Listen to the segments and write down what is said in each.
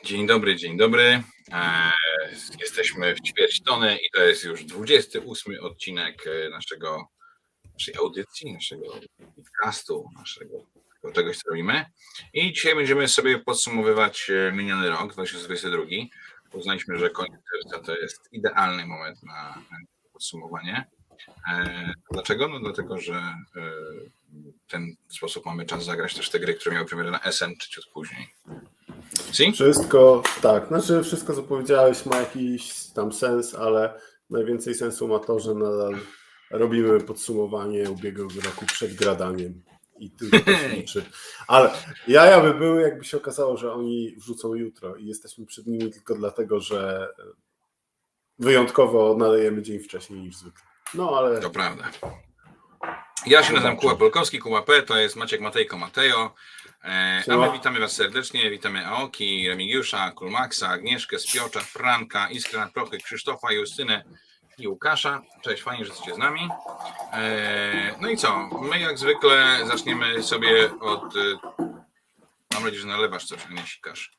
Dzień dobry, dzień dobry. Jesteśmy w ćwierćtony i to jest już 28 odcinek naszej audycji, naszego podcastu, czegoś, co robimy. I dzisiaj będziemy sobie podsumowywać miniony rok, 2022. Uznaliśmy, że koniec czerwca to jest idealny moment na podsumowanie. Dlaczego? No dlatego, że w ten sposób mamy czas zagrać też te gry, które miały premierę na SN ciut później. Wszystko, tak, wszystko co powiedziałeś ma jakiś tam sens, ale najwięcej sensu ma to, że nadal robimy podsumowanie ubiegłego roku przed gradaniem i tylko to się liczy. Ale jaja by były, jakby się okazało, że oni wrzucą jutro i jesteśmy przed nimi tylko dlatego, że wyjątkowo nadajemy dzień wcześniej niż zwykle. No ale... To prawda. Ja się nazywam Kuba Polkowski, Kuba P, to jest Maciek Matejko Matejo. A my witamy Was serdecznie, witamy Aoki, Remigiusza, Kulmaxa, Agnieszkę, Spiocza, Franka, Iskrę na Prochy, Krzysztofa, Justynę i Łukasza. Cześć, fajnie, że jesteście z nami. No i co? My jak zwykle zaczniemy sobie od... Mam nadzieję, że nalewasz coś, a nie sikasz.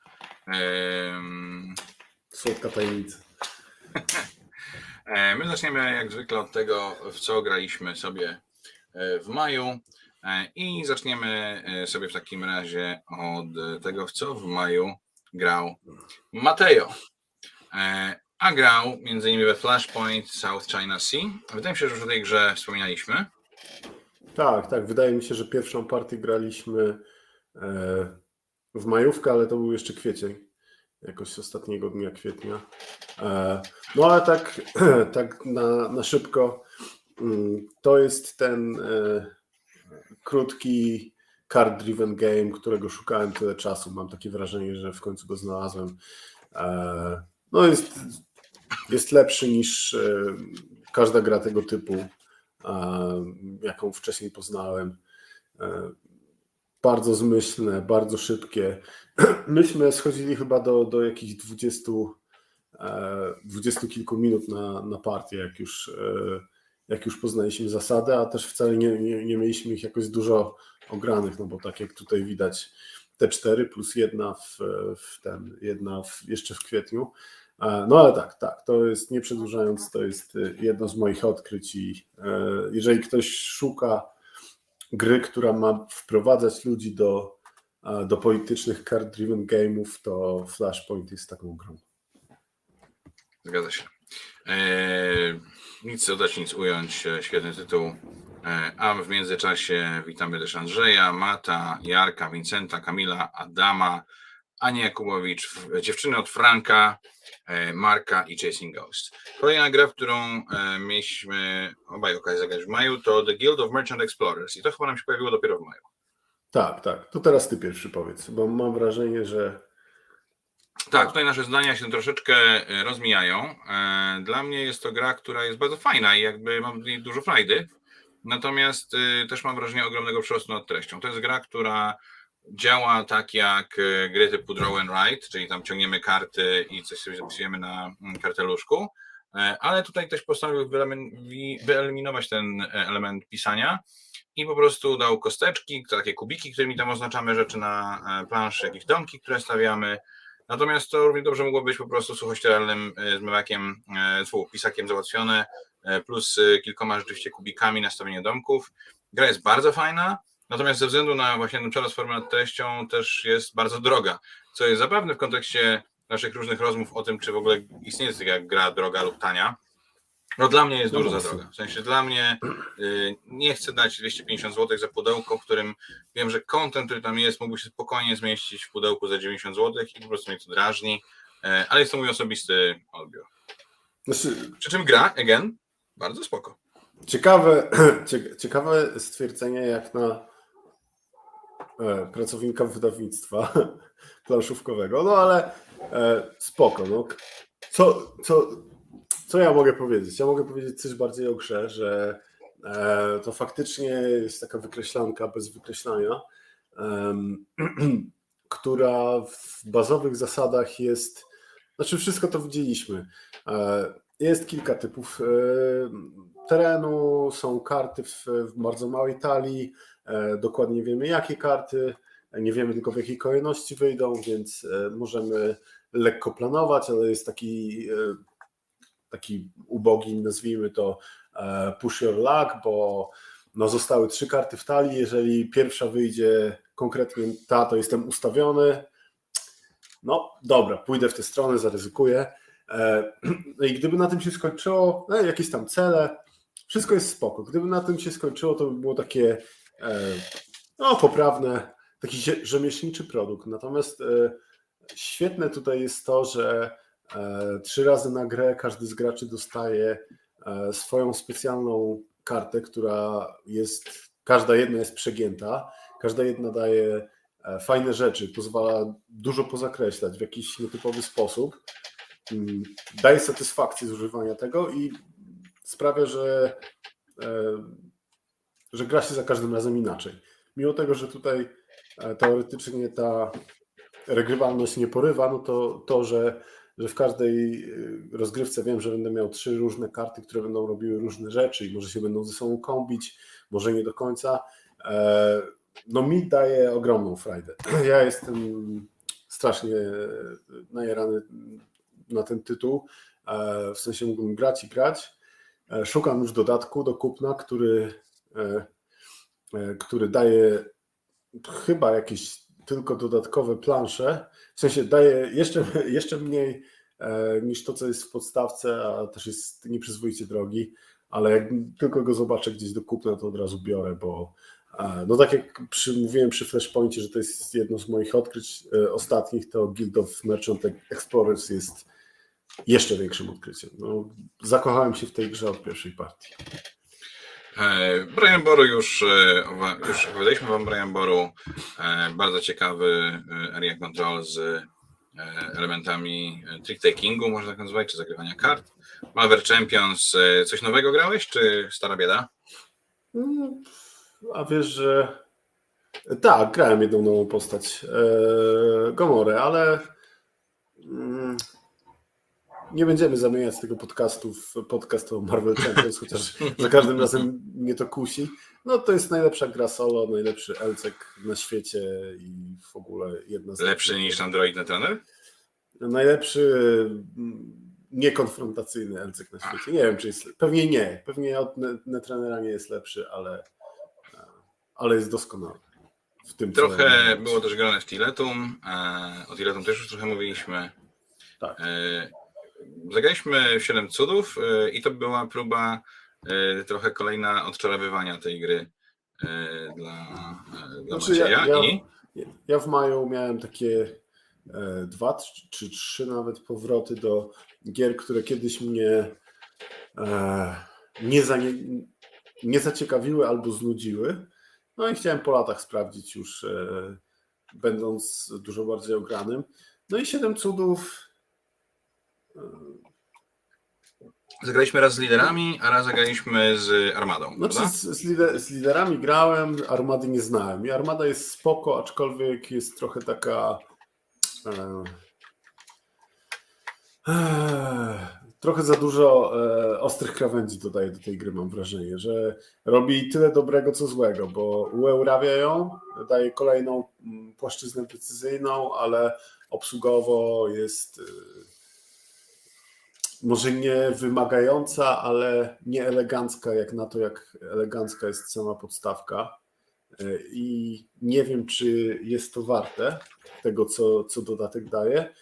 Słodka tajemnica. My zaczniemy jak zwykle od tego, w co graliśmy sobie w maju. I zaczniemy sobie w takim razie od tego, w co w maju grał Matejo. A grał między innymi we Flashpoint South China Sea. Wydaje mi się, że już o tej grze wspominaliśmy. Tak. Wydaje mi się, że pierwszą partię graliśmy w majówkę, ale to był jeszcze kwiecień. Jakoś ostatniego dnia kwietnia. No ale tak na szybko. To jest ten krótki card-driven game, którego szukałem tyle czasu. Mam takie wrażenie, że w końcu go znalazłem. No jest lepszy niż każda gra tego typu, jaką wcześniej poznałem. Bardzo zmyślne, bardzo szybkie. Myśmy schodzili chyba do jakichś 20 kilku minut na partię, jak już poznaliśmy zasady, a też wcale nie mieliśmy ich jakoś dużo ogranych, no bo tak jak tutaj widać, te 4 plus jedna jeszcze w kwietniu. No ale tak, to jest, nie przedłużając, to jest jedno z moich odkryć i jeżeli ktoś szuka gry, która ma wprowadzać ludzi do politycznych card-driven game'ów, to Flashpoint jest taką grą. Zgadza się. Nic dodać, nic ująć. Świetny tytuł. A w międzyczasie witamy też Andrzeja, Mata, Jarka, Vincenta, Kamila, Adama, Anię Jakubowicz, dziewczyny od Franka, Marka i Chasing Ghost. Kolejna gra, w którą mieliśmy obaj okazję zagrać w maju, to The Guild of Merchant Explorers i to chyba nam się pojawiło dopiero w maju. Tak. To teraz ty pierwszy powiedz, bo mam wrażenie, że... Tak, tutaj nasze zdania się troszeczkę rozmijają. Dla mnie jest to gra, która jest bardzo fajna i jakby mam w niej dużo frajdy. Natomiast też mam wrażenie ogromnego przyrostu nad treścią. To jest gra, która działa tak jak gry typu Draw and Write, czyli tam ciągniemy karty i coś sobie zapisujemy na karteluszku. Ale tutaj ktoś postanowił wyeliminować ten element pisania i po prostu dał kosteczki, takie kubiki, którymi tam oznaczamy rzeczy na planszy, jakieś domki, które stawiamy. Natomiast to równie dobrze mogło być po prostu suchościeralnym zmywakiem, pisakiem załatwione, plus kilkoma rzeczywiście kubikami nastawienie domków. Gra jest bardzo fajna, natomiast ze względu na właśnie ten przerost formy nad treścią też jest bardzo droga, co jest zabawne w kontekście naszych różnych rozmów o tym, czy w ogóle istnieje taka jak gra droga lub tania. No dla mnie jest dużo za droga. W sensie dla mnie nie chcę dać 250 zł za pudełko, w którym wiem, że content, który tam jest, mógłby się spokojnie zmieścić w pudełku za 90 zł i po prostu mnie to drażni, ale jest to mój osobisty odbiór. Przy czym gra, again, bardzo spoko. Ciekawe stwierdzenie jak na pracownika wydawnictwa planszówkowego, no ale spoko. No. Co ja mogę powiedzieć? Ja mogę powiedzieć coś bardziej o grze, że to faktycznie jest taka wykreślanka bez wykreślania, która w bazowych zasadach jest, znaczy wszystko to widzieliśmy. Jest kilka typów terenu, są karty w bardzo małej talii, dokładnie wiemy jakie karty, nie wiemy tylko w jakiej kolejności wyjdą, więc możemy lekko planować, ale jest taki ubogi, nazwijmy to push your luck, bo no zostały 3 karty w talii, jeżeli pierwsza wyjdzie konkretnie ta, to jestem ustawiony. No dobra, pójdę w tę stronę, zaryzykuję. No i gdyby na tym się skończyło, jakieś tam cele, wszystko jest spoko. Gdyby na tym się skończyło, to by było takie poprawne, taki rzemieślniczy produkt. Natomiast świetne tutaj jest to, że 3 razy na grę każdy z graczy dostaje swoją specjalną kartę, każda jedna jest przegięta, każda jedna daje fajne rzeczy, pozwala dużo pozakreślać w jakiś nietypowy sposób, daje satysfakcję z używania tego i sprawia, że gra się za każdym razem inaczej. Mimo tego, że tutaj teoretycznie ta regrywalność nie porywa, no to że w każdej rozgrywce wiem, że będę miał 3 różne karty, które będą robiły różne rzeczy i może się będą ze sobą kombić, może nie do końca. No mi daje ogromną frajdę. Ja jestem strasznie najarany na ten tytuł, w sensie mógłbym grać i grać. Szukam już dodatku do kupna, który daje chyba jakieś tylko dodatkowe plansze, w sensie daje jeszcze mniej niż to, co jest w podstawce, a też jest nieprzyzwoicie drogi, ale jak tylko go zobaczę gdzieś do kupna, to od razu biorę, bo no tak jak mówiłem przy Flashpoincie, że to jest jedno z moich odkryć ostatnich, to Guild of Merchant Explorers jest jeszcze większym odkryciem. No, zakochałem się w tej grze od pierwszej partii. Brian Boru już opowiadaliśmy wam Brian Boru. Bardzo ciekawy area control z elementami trick-takingu, można tak nazwać, czy zagrywania kart. Malware Champions, coś nowego grałeś, czy stara bieda? A wiesz, że tak, grałem jedną nową postać, Gomorę, ale nie będziemy zamieniać tego podcastu w podcast o Marvel Champions, chociaż za każdym razem mnie to kusi. No to jest najlepsza gra solo, najlepszy LCK na świecie i w ogóle jedna z... Lepszy niż Android Netrunner? Najlepszy niekonfrontacyjny LCK na świecie. Nie wiem, czy jest... Pewnie nie. Pewnie od Netrunnera nie jest lepszy, ale jest doskonały. W tym trochę było też grane w Tiletum. O Tiletum też już trochę mówiliśmy. Tak. Zagraliśmy w 7 cudów i to była próba trochę kolejna odczarowywania tej gry dla Macieja. Ja w maju miałem takie 2 czy 3 nawet powroty do gier, które kiedyś mnie nie zaciekawiły albo znudziły. No i chciałem po latach sprawdzić już, będąc dużo bardziej ogranym. No i 7 cudów. Zagraliśmy raz z liderami, a raz zagraliśmy z Armadą. Znaczy z liderami grałem, Armady nie znałem. I Armada jest spoko, aczkolwiek jest trochę taka trochę za dużo ostrych krawędzi dodaje do tej gry, mam wrażenie, że robi tyle dobrego, co złego, bo ueurawia ją, daje kolejną płaszczyznę precyzyjną, ale obsługowo jest może nie wymagająca, ale nie elegancka jak na to, jak elegancka jest sama podstawka. I nie wiem, czy jest to warte tego, co dodatek daje.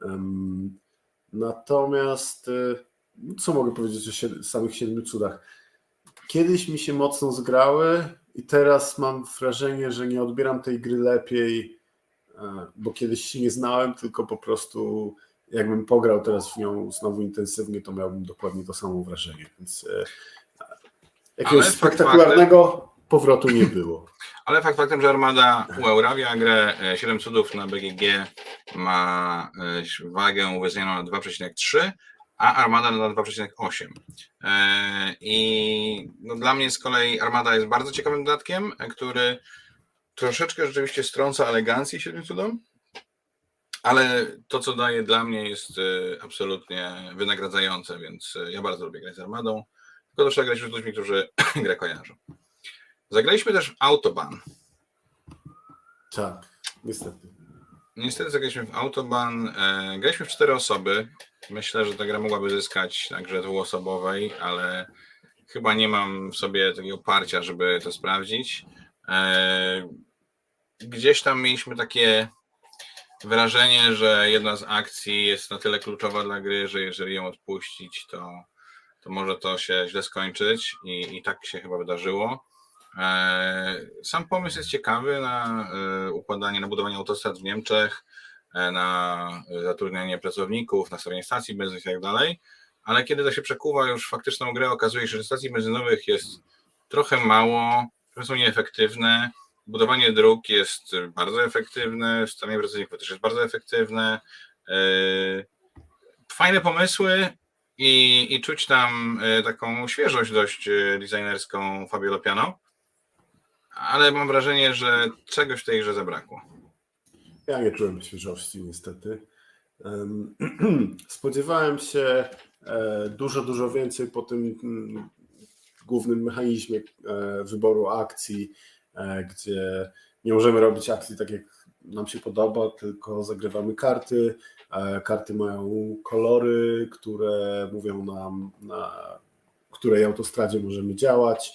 Natomiast co mogę powiedzieć o samych 7 cudach? Kiedyś mi się mocno zgrały i teraz mam wrażenie, że nie odbieram tej gry lepiej, bo kiedyś się nie znałem, tylko po prostu jakbym pograł teraz w nią znowu intensywnie, to miałbym dokładnie to samo wrażenie. Więc jakiegoś spektakularnego powrotu nie było. Ale fakt faktem, że Armada ueurawia grę, 7 cudów na BGG ma wagę uwyznioną na 2,3, a Armada na 2,8. I no dla mnie z kolei Armada jest bardzo ciekawym dodatkiem, który troszeczkę rzeczywiście strąca elegancję 7 cudom, ale to, co daje dla mnie, jest absolutnie wynagradzające, więc ja bardzo lubię grać z Armadą, tylko to trzeba grać już z ludźmi, którzy grę kojarzą. Zagraliśmy też w Autobahn. Tak. Niestety. Niestety zagraliśmy w Autobahn. Graliśmy w 4 osoby. Myślę, że ta gra mogłaby zyskać na grze dwuosobowej, ale chyba nie mam w sobie takiego parcia, żeby to sprawdzić. Gdzieś tam mieliśmy takie wrażenie, że jedna z akcji jest na tyle kluczowa dla gry, że jeżeli ją odpuścić, to może to się źle skończyć i tak się chyba wydarzyło. Sam pomysł jest ciekawy na układanie, na budowanie autostrad w Niemczech, na zatrudnianie pracowników, na stawianie stacji benzynowych i tak dalej, ale kiedy to się przekuwa już w faktyczną grę, okazuje się, że stacji benzynowych jest trochę mało, że są nieefektywne. Budowanie dróg jest bardzo efektywne, stawianie pracowników też jest bardzo efektywne. Fajne pomysły i czuć tam taką świeżość dość designerską Fabio Lopiano, ale mam wrażenie, że czegoś w tej grze zabrakło. Ja nie czułem świeżości niestety. Spodziewałem się dużo więcej po tym głównym mechanizmie wyboru akcji, gdzie nie możemy robić akcji tak jak nam się podoba, tylko zagrywamy karty. Karty mają kolory, które mówią nam, na której autostradzie możemy działać.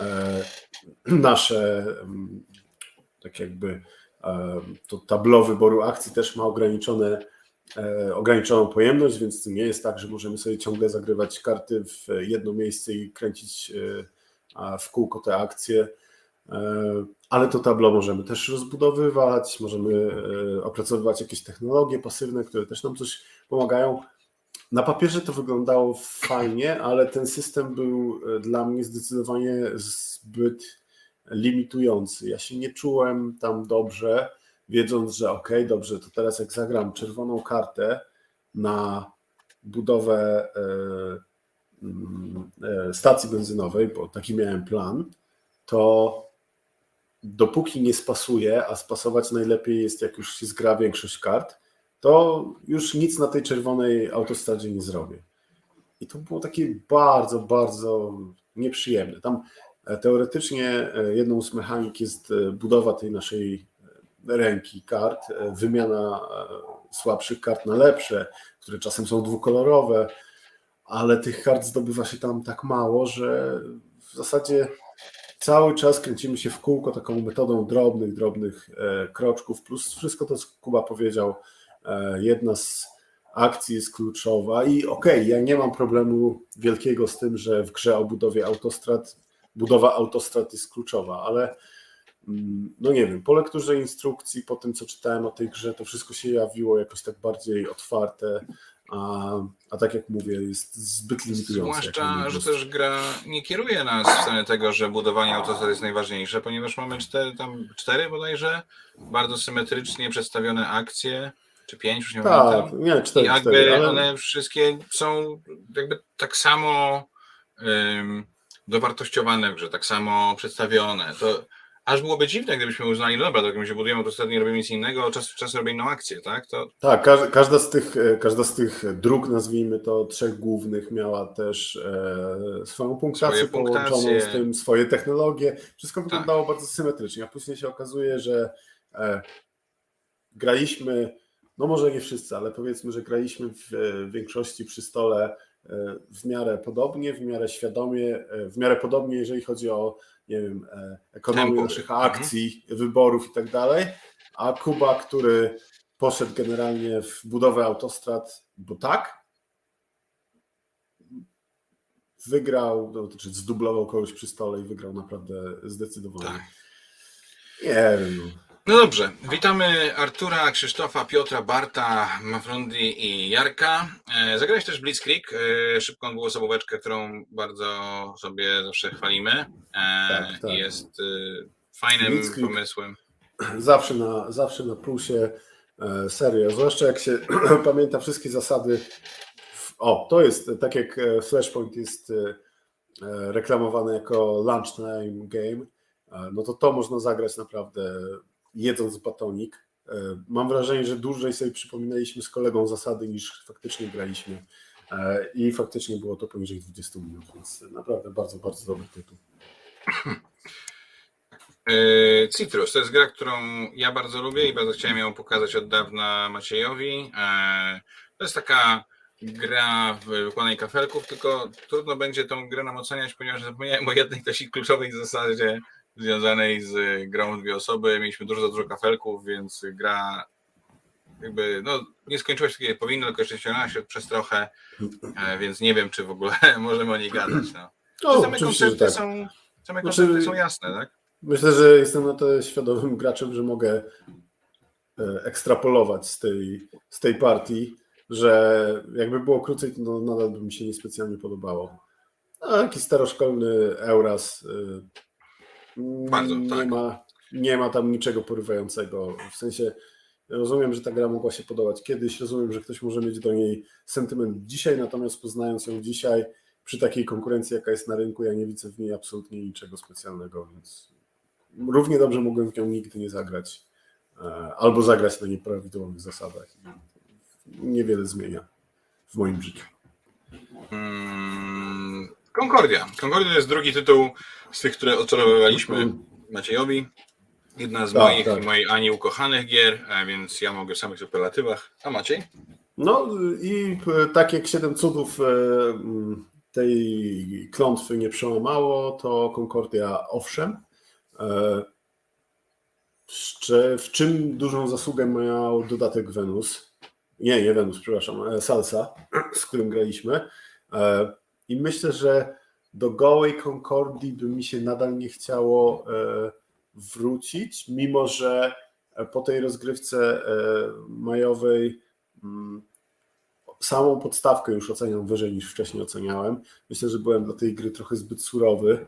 Nasze tak jakby to tableau wyboru akcji też ma ograniczoną pojemność, więc to nie jest tak, że możemy sobie ciągle zagrywać karty w jedno miejsce i kręcić w kółko te akcje, ale to tableau możemy też rozbudowywać, możemy opracowywać jakieś technologie pasywne, które też nam coś pomagają. Na papierze to wyglądało fajnie, ale ten system był dla mnie zdecydowanie zbyt limitujący. Ja się nie czułem tam dobrze, wiedząc, że okej, dobrze, to teraz jak zagram czerwoną kartę na budowę stacji benzynowej, bo taki miałem plan, to dopóki nie spasuje, a spasować najlepiej jest, jak już się zgra większość kart, to już nic na tej czerwonej autostradzie nie zrobię. I to było takie bardzo nieprzyjemne. Tam teoretycznie jedną z mechanik jest budowa tej naszej ręki kart, wymiana słabszych kart na lepsze, które czasem są dwukolorowe, ale tych kart zdobywa się tam tak mało, że w zasadzie cały czas kręcimy się w kółko taką metodą drobnych kroczków, plus wszystko to, co Kuba powiedział, jedna z akcji jest kluczowa i ja nie mam problemu wielkiego z tym, że w grze o budowie autostrad budowa autostrad jest kluczowa, ale no nie wiem, po lekturze instrukcji, po tym co czytałem o tej grze, to wszystko się jawiło jakoś tak bardziej otwarte, a tak jak mówię, jest zbyt limitujące. Zwłaszcza, że też gra nie kieruje nas w stronę tego, że budowanie autostrad jest najważniejsze, ponieważ mamy 4 bodajże bardzo symetrycznie przedstawione akcje, czy 5, już nie pamiętam. Nie, 4, i jakby 4, ale one wszystkie są jakby tak samo dowartościowane w grze, tak samo przedstawione. To aż byłoby dziwne, gdybyśmy uznali, no dobra, to się budujemy autostradę, nie robimy nic innego, czas robię inną akcję, tak? Tak, każda z tych dróg, nazwijmy to 3 głównych, miała też swoją punktację połączoną z tym, swoje technologie. Wszystko wyglądało bardzo symetrycznie, a później się okazuje, że graliśmy, no może nie wszyscy, ale powiedzmy, że graliśmy w większości przy stole w miarę podobnie, w miarę świadomie, w miarę podobnie, jeżeli chodzi o, nie wiem, ekonomię naszych akcji, wyborów i tak dalej, a Kuba, który poszedł generalnie w budowę autostrad, bo tak, wygrał, znaczy zdublował kogoś przy stole i wygrał naprawdę zdecydowanie. Tak. Nie wiem. No dobrze, witamy Artura, Krzysztofa, Piotra, Barta, Mafrondi i Jarka. Zagrałeś też Blitzkrieg, szybką dwuosobóweczkę, którą bardzo sobie zawsze chwalimy. Tak. Jest fajnym Blitzkrieg pomysłem. Zawsze na plusie, serio, zwłaszcza jak się pamięta wszystkie zasady. To jest tak jak Flashpoint jest reklamowany jako lunchtime game, no to można zagrać naprawdę jedząc batonik. Mam wrażenie, że dłużej sobie przypominaliśmy z kolegą zasady niż faktycznie graliśmy i faktycznie było to poniżej 20 minut, więc naprawdę bardzo dobry tytuł. Citrus to jest gra, którą ja bardzo lubię i bardzo chciałem ją pokazać od dawna Maciejowi. To jest taka gra w wykładnej kafelków, tylko trudno będzie tą grę nam oceniać, ponieważ zapomniałem o jednej dość kluczowej zasadzie związanej z grą w dwie osoby. Mieliśmy dużo kafelków, więc gra jakby nie skończyła się tak jak powinno, tylko jeszcze ściągnęła się przez trochę, więc nie wiem, czy w ogóle możemy o niej gadać. Same koncepty są jasne, tak? Myślę, że jestem na to świadomym graczem, że mogę ekstrapolować z tej partii, że jakby było krócej, to nadal by mi się niespecjalnie podobało. Jakiś staroszkolny Euras. Bardzo, tak. Nie ma tam niczego porywającego. W sensie rozumiem, że ta gra mogła się podobać kiedyś, rozumiem, że ktoś może mieć do niej sentyment dzisiaj, natomiast poznając ją dzisiaj, przy takiej konkurencji, jaka jest na rynku, ja nie widzę w niej absolutnie niczego specjalnego, więc równie dobrze mogłem w nią nigdy nie zagrać albo zagrać na nieprawidłowych zasadach. Niewiele zmienia w moim życiu. Concordia. Concordia jest drugi tytuł z tych, które oczarowywaliśmy Maciejowi. Jedna z mojej Ani ukochanych gier, więc ja mogę w samych superlatywach. A Maciej? No i tak jak 7 cudów tej klątwy nie przełamało, to Concordia owszem. W czym dużą zasługę miał dodatek Venus. Nie Venus, przepraszam, Salsa, z którym graliśmy. I myślę, że do gołej Concordii by mi się nadal nie chciało wrócić, mimo że po tej rozgrywce majowej samą podstawkę już oceniam wyżej niż wcześniej oceniałem. Myślę, że byłem dla tej gry trochę zbyt surowy.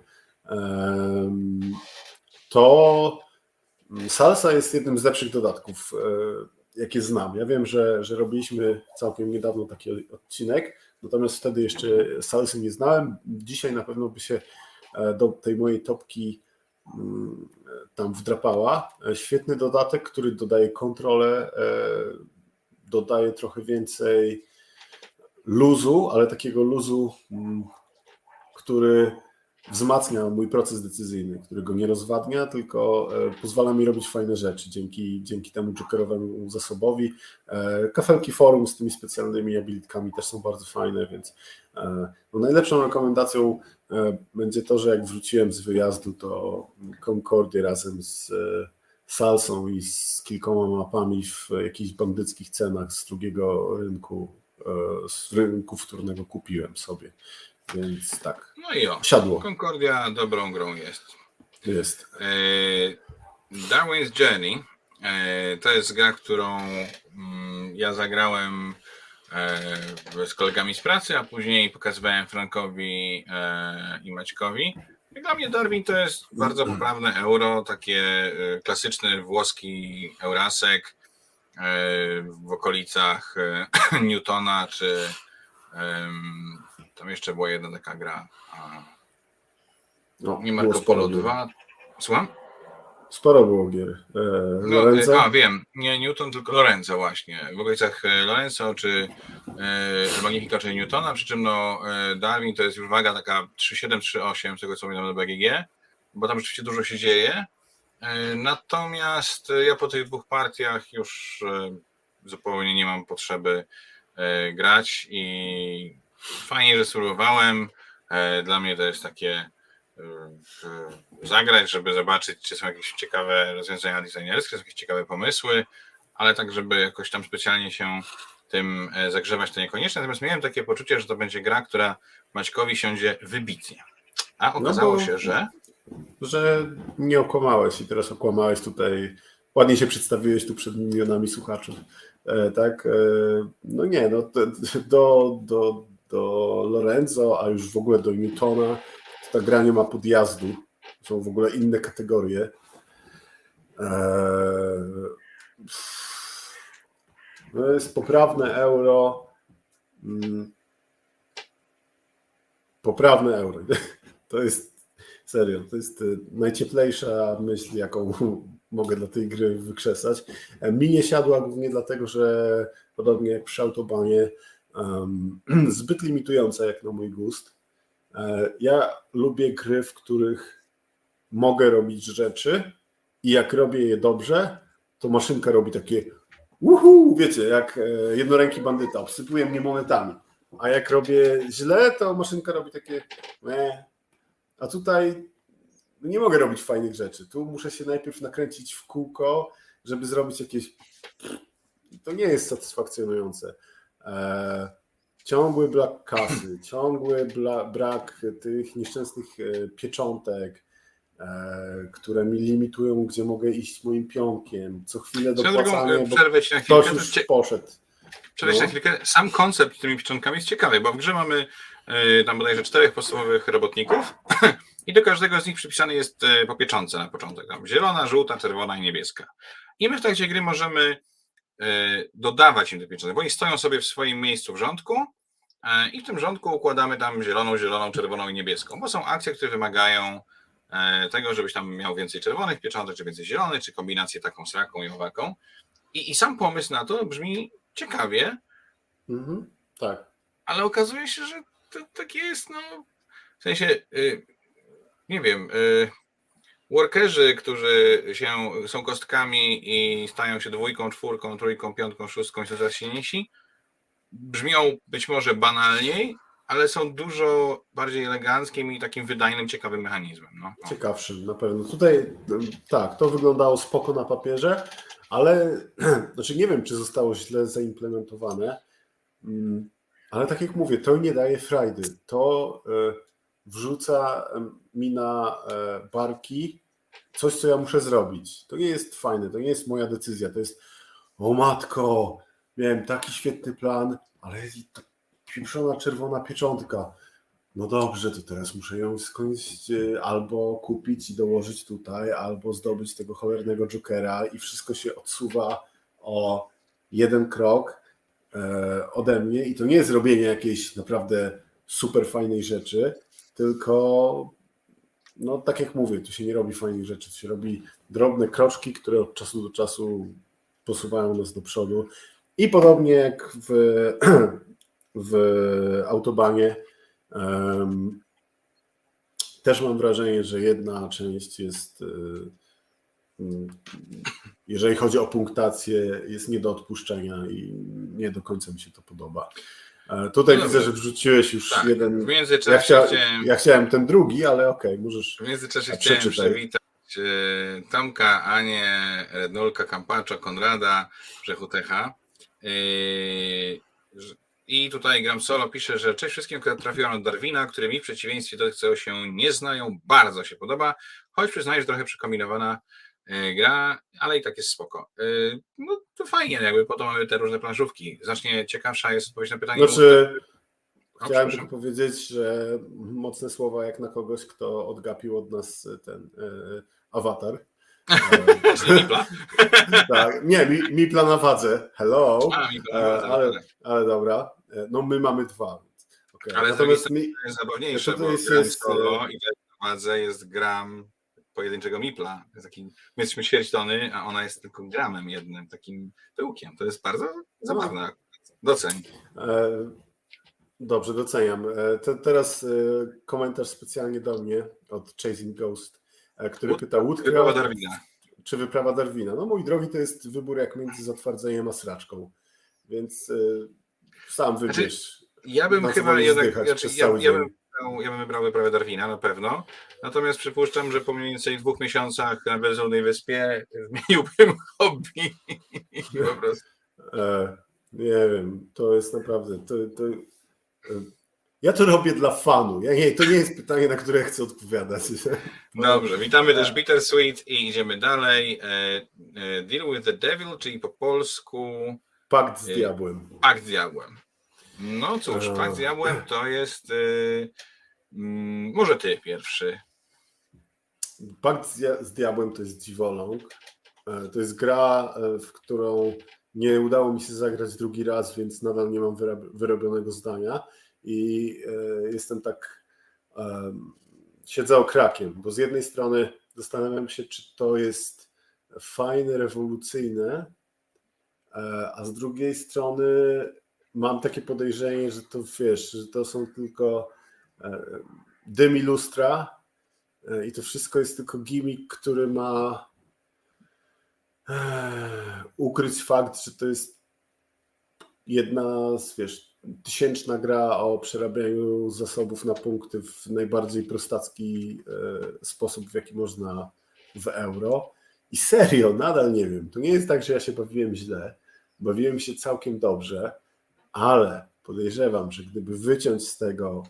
To Salsa jest jednym z lepszych dodatków, jakie znam. Ja wiem, że robiliśmy całkiem niedawno taki odcinek, natomiast wtedy jeszcze Salsy nie znałem. Dzisiaj na pewno by się do tej mojej topki tam wdrapała. Świetny dodatek, który dodaje kontrolę, dodaje trochę więcej luzu, ale takiego luzu, który wzmacnia mój proces decyzyjny, który go nie rozwadnia, tylko pozwala mi robić fajne rzeczy dzięki temu jokerowemu zasobowi. Kafelki forum z tymi specjalnymi abilitkami też są bardzo fajne, więc najlepszą rekomendacją będzie to, że jak wróciłem z wyjazdu, to Concordię razem z Salsą i z kilkoma mapami w jakichś bandyckich cenach z drugiego rynku, z rynku wtórnego kupiłem sobie. Więc tak. No i siadło. Concordia dobrą grą jest. Jest. Darwin's Journey to jest gra, którą ja zagrałem z kolegami z pracy, a później pokazywałem Frankowi i Maćkowi. Dla mnie Darwin to jest bardzo poprawne euro, takie klasyczny włoski eurasek w okolicach Newtona, czy tam jeszcze była jedna taka gra. Nie Marco Polo 2. Słucham? Sporo było gier. Lorenzo? Wiem. Nie Newton, tylko Lorenzo właśnie. W okolicach Lorenzo, czy Magnifica, czy Newtona, przy czym Darwin to jest już waga taka 3,7, 3,8 z tego co pamiętam na BGG, bo tam rzeczywiście dużo się dzieje. Natomiast ja po tych dwóch partiach już zupełnie nie mam potrzeby grać i fajnie, że spróbowałem. Dla mnie to jest takie zagrać, żeby zobaczyć, czy są jakieś ciekawe rozwiązania designerskie, są jakieś ciekawe pomysły, ale tak, żeby jakoś tam specjalnie się tym zagrzewać, to niekoniecznie. Natomiast miałem takie poczucie, że to będzie gra, która Maćkowi siądzie wybitnie. A okazało się, że nie okłamałeś i teraz okłamałeś tutaj. Ładnie się przedstawiłeś tu przed milionami słuchaczy. Tak? Do Lorenzo, a już w ogóle do Newtona, ta gra nie ma podjazdu. Są w ogóle inne kategorie. To jest poprawne euro. Poprawne euro. To jest serio, to jest najcieplejsza myśl, jaką mogę dla tej gry wykrzesać. Mi nie siadła głównie dlatego, że podobnie jak przy Autobanie, zbyt limitująca jak na mój gust. Ja lubię gry, w których mogę robić rzeczy i jak robię je dobrze, to maszynka robi takie wiecie, jak jednoręki bandyta, obsypuje mnie monetami. A jak robię źle, to maszynka robi takie A tutaj nie mogę robić fajnych rzeczy. Tu muszę się najpierw nakręcić w kółko, żeby zrobić jakieś... To nie jest satysfakcjonujące. Ciągły brak kasy, ciągły brak tych nieszczęsnych pieczątek, które mi limitują, gdzie mogę iść moim pionkiem. Co chwilę dopłacanie, bo ktoś już poszedł. Przerwę na chwilkę. Sam koncept z tymi pieczątkami jest ciekawy, bo w grze mamy tam bodajże 4 podstawowych robotników i do każdego z nich przypisany jest po pieczątce na początek. Tam zielona, żółta, czerwona i niebieska. I my w trakcie gry możemy dodawać im te pieczątki, bo oni stoją sobie w swoim miejscu w rządku i w tym rządku układamy tam zieloną, czerwoną i niebieską, bo są akcje, które wymagają tego, żebyś tam miał więcej czerwonych pieczątek, czy więcej zielonych, czy kombinację taką, sraką i owaką. I sam pomysł na to brzmi ciekawie, tak. Ale okazuje się, że to tak jest, w sensie, nie wiem, workerzy, którzy są kostkami i stają się 2, 4, 3, 5, 6 i są coraz silniejsi, brzmią być może banalniej, ale są dużo bardziej eleganckim i takim wydajnym, ciekawym mechanizmem. Ciekawszym na pewno. Tutaj tak, to wyglądało spoko na papierze, ale znaczy nie wiem, czy zostało źle zaimplementowane, ale tak jak mówię, to nie daje frajdy. To wrzuca mi na barki coś, co ja muszę zrobić. To nie jest fajne, to nie jest moja decyzja. To jest, o matko, miałem taki świetny plan, ale ta pieprzona czerwona pieczątka. No dobrze, to teraz muszę ją skądś albo kupić i dołożyć tutaj, albo zdobyć tego cholernego Jokera i wszystko się odsuwa o 1 krok ode mnie i to nie jest robienie jakiejś naprawdę super fajnej rzeczy, tylko tak jak mówię, tu się nie robi fajnych rzeczy, tu się robi drobne kroczki, które od czasu do czasu posuwają nas do przodu i podobnie jak w Autobanie też mam wrażenie, że jedna część jest, jeżeli chodzi o punktację, jest nie do odpuszczenia i nie do końca mi się to podoba. Tutaj widzę, że wrzuciłeś już jeden. Ja chciałem ten drugi, ale okej, możesz. W międzyczasie chciałem przywitać Tomka, Anię, Rednulka, Kampacza, Konrada, Brzechutecha. I tutaj Gram Solo pisze, że cześć wszystkim, które trafiłam od Darwina, który mi w przeciwieństwie do tych, co się nie znają, bardzo się podoba, choć przyznaję, że trochę przekombinowana gra, ale i tak jest spoko. To fajnie, jakby po to mamy te różne planszówki. Znacznie ciekawsza jest odpowiedź na pytanie. Chciałem tylko powiedzieć, że mocne słowa jak na kogoś, kto odgapił od nas ten awatar. Mipla? Tak, nie, Mipla na wadze. Hello. Ale dobra. My mamy 2. Okay. Ale natomiast jest zabawniejsze, bo gram solo i na wadze jest gram pojedynczego Mipla. My jesteśmy ćwierć tony, a ona jest tylko gramem jednym, takim pyłkiem. To jest bardzo zabawne. Doceń. Dobrze, doceniam. Teraz komentarz specjalnie do mnie od Chasing Ghost, który pyta Wyprawa Darwina. Czy wyprawa Darwina? Mój drogi, to jest wybór jak między zatwardzeniem a sraczką. Więc sam wybierz. Ja bym chyba jednak ja bym wybrał wyprawę Darwina na pewno. Natomiast przypuszczam, że po mniej więcej 2 miesiącach na bezludnej wyspie zmieniłbym hobby. Po prostu. Nie wiem, to jest naprawdę. Ja to robię dla fanu. To nie jest pytanie, na które chcę odpowiadać. Dobrze, witamy też Bittersweet i idziemy dalej. Deal with the Devil, czyli po polsku Pakt z diabłem. Pakt z diabłem. No cóż, Pakt z diabłem to jest może ty pierwszy. Pakt z diabłem to jest dziwoląg. To jest gra, w którą nie udało mi się zagrać drugi raz, więc nadal nie mam wyrobionego zdania. I jestem tak, siedzę okrakiem, bo z jednej strony zastanawiam się, czy to jest fajne, rewolucyjne, a z drugiej strony mam takie podejrzenie, że to że to są tylko dym i lustra i to wszystko jest tylko gimmick, który ma ukryć fakt, że to jest jedna z, tysięczna gra o przerabianiu zasobów na punkty w najbardziej prostacki sposób, w jaki można w euro. I serio, nadal nie wiem. To nie jest tak, że ja się bawiłem źle. Bawiłem się całkiem dobrze, ale podejrzewam, że gdyby wyciąć z tego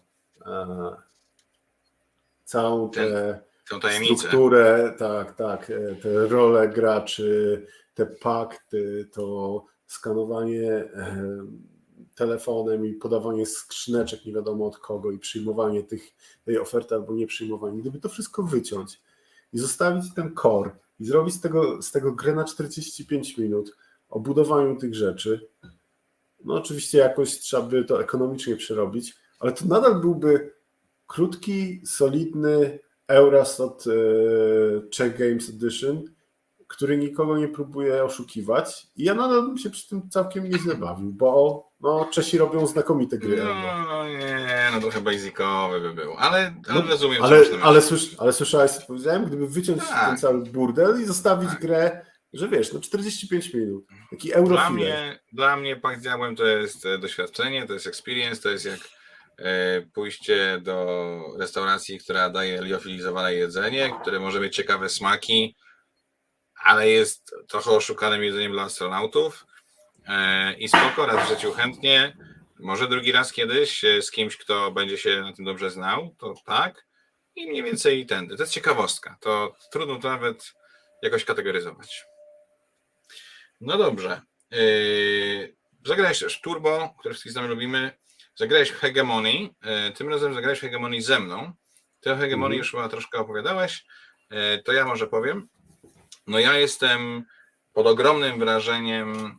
całą tę strukturę, tak, te role graczy, te pakty, to skanowanie telefonem i podawanie skrzyneczek nie wiadomo od kogo i przyjmowanie tej oferty albo nie przyjmowanie. Gdyby to wszystko wyciąć i zostawić ten core i zrobić z tego grę na 45 minut o budowaniu tych rzeczy, no oczywiście jakoś trzeba by to ekonomicznie przerobić, ale to nadal byłby krótki, solidny Eurostat Czech Games Edition, który nikogo nie próbuje oszukiwać i ja nadal bym się przy tym całkiem nieźle bawił, bo Czesi robią znakomite gry. No to chyba basicowy by był, ale rozumiem. Ale słyszałeś, co powiedziałem? Gdyby wyciąć ten cały burdel i zostawić grę, że 45 minut, taki eurofile. Dla mnie Pakt z Diabłem to jest doświadczenie, to jest experience, to jest jak pójście do restauracji, która daje liofilizowane jedzenie, które może mieć ciekawe smaki, ale jest trochę oszukanym jedzeniem dla astronautów i spoko, raz w życiu chętnie, może drugi raz kiedyś z kimś, kto będzie się na tym dobrze znał, to tak i mniej więcej tędy. To jest ciekawostka, to trudno to nawet jakoś kategoryzować. No dobrze. Zagrałeś też Turbo, który wszystkich z nami lubimy. Zagrałeś w Hegemony. Tym razem zagrałeś w Hegemony ze mną. Ty o Hegemonii już chyba troszkę opowiadałeś. To ja może powiem. No ja jestem pod ogromnym wrażeniem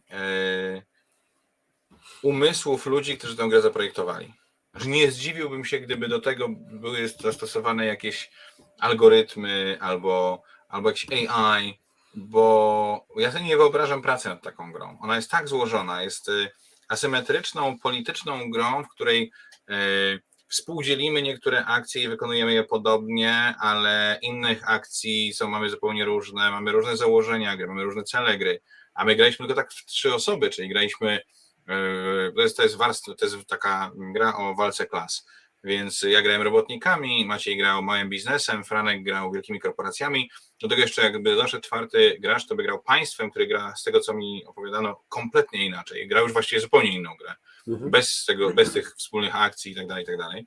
umysłów ludzi, którzy tę grę zaprojektowali. Nie zdziwiłbym się, gdyby do tego były zastosowane jakieś algorytmy albo jakiś AI, bo ja sobie nie wyobrażam pracy nad taką grą. Ona jest tak złożona, jest asymetryczną, polityczną grą, w której współdzielimy niektóre akcje i wykonujemy je podobnie, ale innych akcji mamy zupełnie różne, mamy różne założenia gry, mamy różne cele gry, a my graliśmy tylko tak w 3 osoby, czyli graliśmy, to jest taka gra o walce klas, więc ja grałem robotnikami, Maciej grał małym biznesem, Franek grał wielkimi korporacjami, do tego jeszcze jakby doszedł 4. gracz, to by grał państwem, który gra, z tego co mi opowiadano, kompletnie inaczej, grał już właściwie zupełnie inną grę, bez tych wspólnych akcji i tak dalej.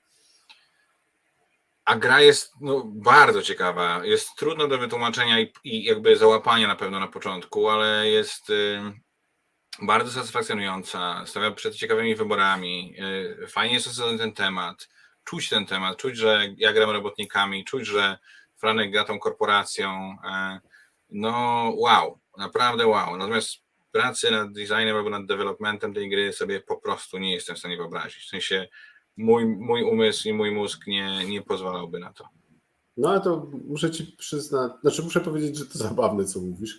A gra jest bardzo ciekawa, jest trudna do wytłumaczenia i jakby załapania na pewno na początku, ale jest bardzo satysfakcjonująca, stawia przed ciekawymi wyborami, fajnie jest osadzony ten temat, czuć, że ja gram robotnikami, czuć, że Franek gra tą korporacją, wow, naprawdę wow. Natomiast pracy nad designem albo nad developmentem tej gry sobie po prostu nie jestem w stanie wyobrazić. W sensie mój umysł i mój mózg nie pozwalałby na to. No ale to muszę ci przyznać, muszę powiedzieć, że to zabawne, co mówisz.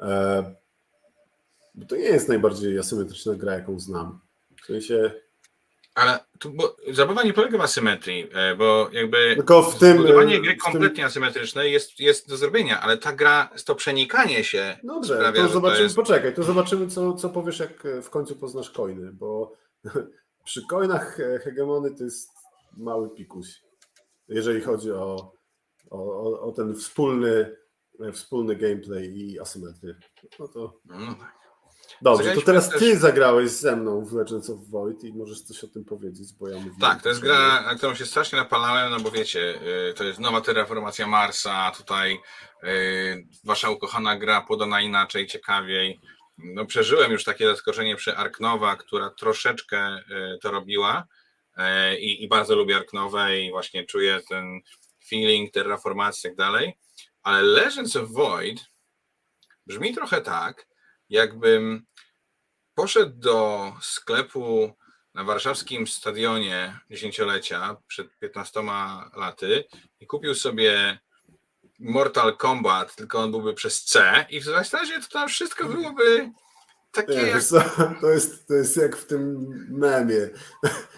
Bo to nie jest najbardziej asymetryczna gra, jaką znam. W sensie... Ale zabawa nie polega w asymetrii, bo jakby tylko zbudowanie gry kompletnie asymetrycznej jest do zrobienia, ale ta gra, to przenikanie się Dobrze, sprawia, to zobaczymy, poczekaj, to zobaczymy, co powiesz, jak w końcu poznasz coiny, bo przy coinach Hegemony to jest mały pikuś, jeżeli chodzi o ten wspólny gameplay i asymetrię. No tak. Dobrze, to teraz ty zagrałeś ze mną w Legends of Void i możesz coś o tym powiedzieć, bo ja mówię. Tak, to jest gra, na którą się strasznie napalałem, no bo wiecie, to jest nowa terraformacja Marsa, tutaj wasza ukochana gra podana inaczej, ciekawiej. No przeżyłem już takie zaskoczenie przy Ark Nova, która troszeczkę to robiła i bardzo lubię Ark Nova i właśnie czuję ten feeling terraformacji i tak dalej, ale Legends of Void brzmi trochę tak, jakbym poszedł do sklepu na warszawskim stadionie 10-lecia przed 15 laty i kupił sobie Mortal Kombat, tylko on byłby przez C i w zasadzie to tam wszystko byłoby takie... To jest jak w tym memie.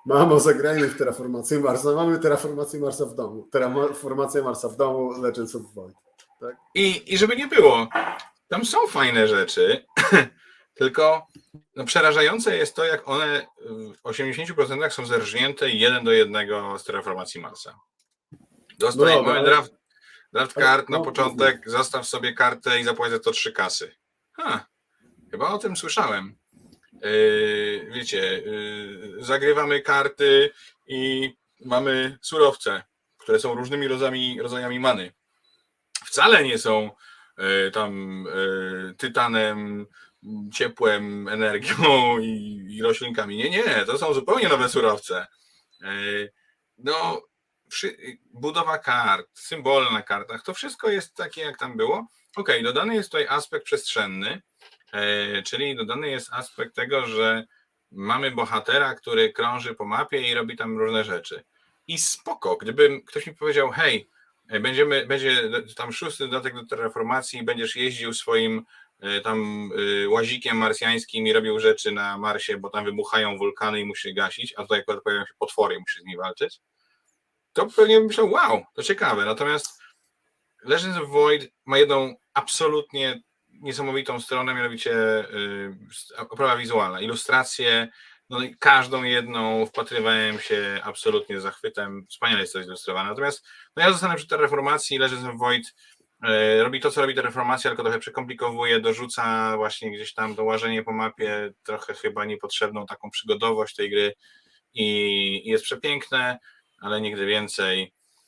Mamo, zagrajmy w Terraformację Marsa. Mamy Terraformację Marsa w domu. Terraformacja Marsa w domu, Legends of Void. Tak? I żeby nie było, tam są fajne rzeczy, tylko przerażające jest to, jak one w 80% są zerżnięte 1:1 z Terraformacji Marsa. Mamy draft kart na początek, zostaw sobie kartę i zapłać za to 3 kasy. Chyba o tym słyszałem. Wiecie, zagrywamy karty i mamy surowce, które są różnymi rodzajami many. Wcale nie są tam tytanem, ciepłem, energią i roślinkami. Nie, to są zupełnie nowe surowce. No, budowa kart, symbole na kartach, to wszystko jest takie, jak tam było. Okej, dodany jest tutaj aspekt przestrzenny, czyli dodany jest aspekt tego, że mamy bohatera, który krąży po mapie i robi tam różne rzeczy. I spoko, gdyby ktoś mi powiedział, hej, będzie tam 6. dodatek do Terraformacji i będziesz jeździł swoim tam łazikiem marsjańskim i robił rzeczy na Marsie, bo tam wybuchają wulkany i musisz gasić, a tutaj akurat pojawiają się potwory i musisz z nimi walczyć, to pewnie bym myślał, wow, to ciekawe. Natomiast Legends of Void ma jedną absolutnie niesamowitą stronę, mianowicie oprawa wizualna, ilustracje, no i każdą jedną wpatrywałem się absolutnie z zachwytem, wspaniale jest to zilustrowane. Natomiast ja zostanę przy Terraformacji, Legends of Void robi to, co robi Terraformacja, tylko trochę przekomplikowuje, dorzuca właśnie gdzieś tam to łażenie po mapie, trochę chyba niepotrzebną taką przygodowość tej gry i jest przepiękne, ale nigdy więcej.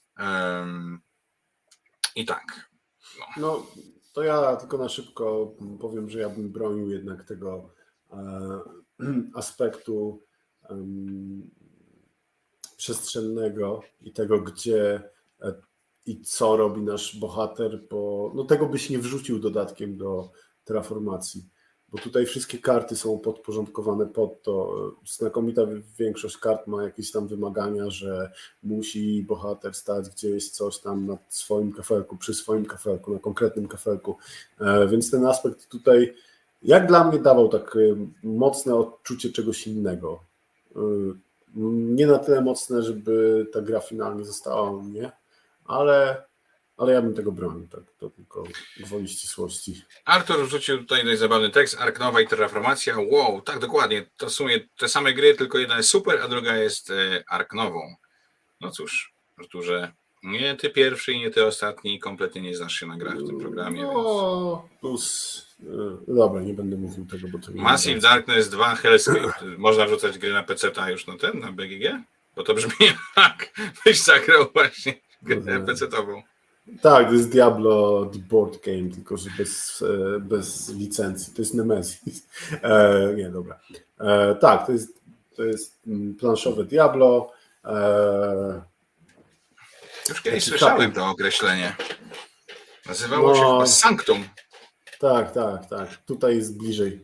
I tak. No, to ja tylko na szybko powiem, że ja bym bronił jednak tego aspektu przestrzennego i tego, gdzie i co robi nasz bohater, bo no tego byś nie wrzucił dodatkiem do Terraformacji, bo tutaj wszystkie karty są podporządkowane pod to. Znakomita większość kart ma jakieś tam wymagania, że musi bohater stać gdzieś coś tam na swoim kafelku, przy swoim kafelku, na konkretnym kafelku, więc ten aspekt tutaj jak dla mnie dawał tak mocne odczucie czegoś innego. Nie na tyle mocne, żeby ta gra finalnie została u mnie, ale ja bym tego bronił, tak, to tylko gwoli ścisłości. Artur wrzucił tutaj dość zabawny tekst, Ark Nowa i Terraformacja. Wow, tak dokładnie, to w sumie te same gry, tylko jedna jest super, a druga jest Ark Nową. No cóż, Arturze, nie ty pierwszy i nie ty ostatni, kompletnie nie znasz się na grach w tym programie. No, więc... plus... Dobra, nie będę mówił tego, bo to nie Massive Darkness 2 Hellscape. Można wrzucać gry na PC-ta już na BGG? Bo to brzmi jak byś zagrał właśnie grę PC-tową. Tak, to jest Diablo The Board Game, tylko że bez licencji. To jest Nemesis. Nie, dobra. Tak, to jest planszowe Diablo. Już kiedyś słyszałem to określenie. Nazywało się chyba Sanctum. Tak. Tutaj jest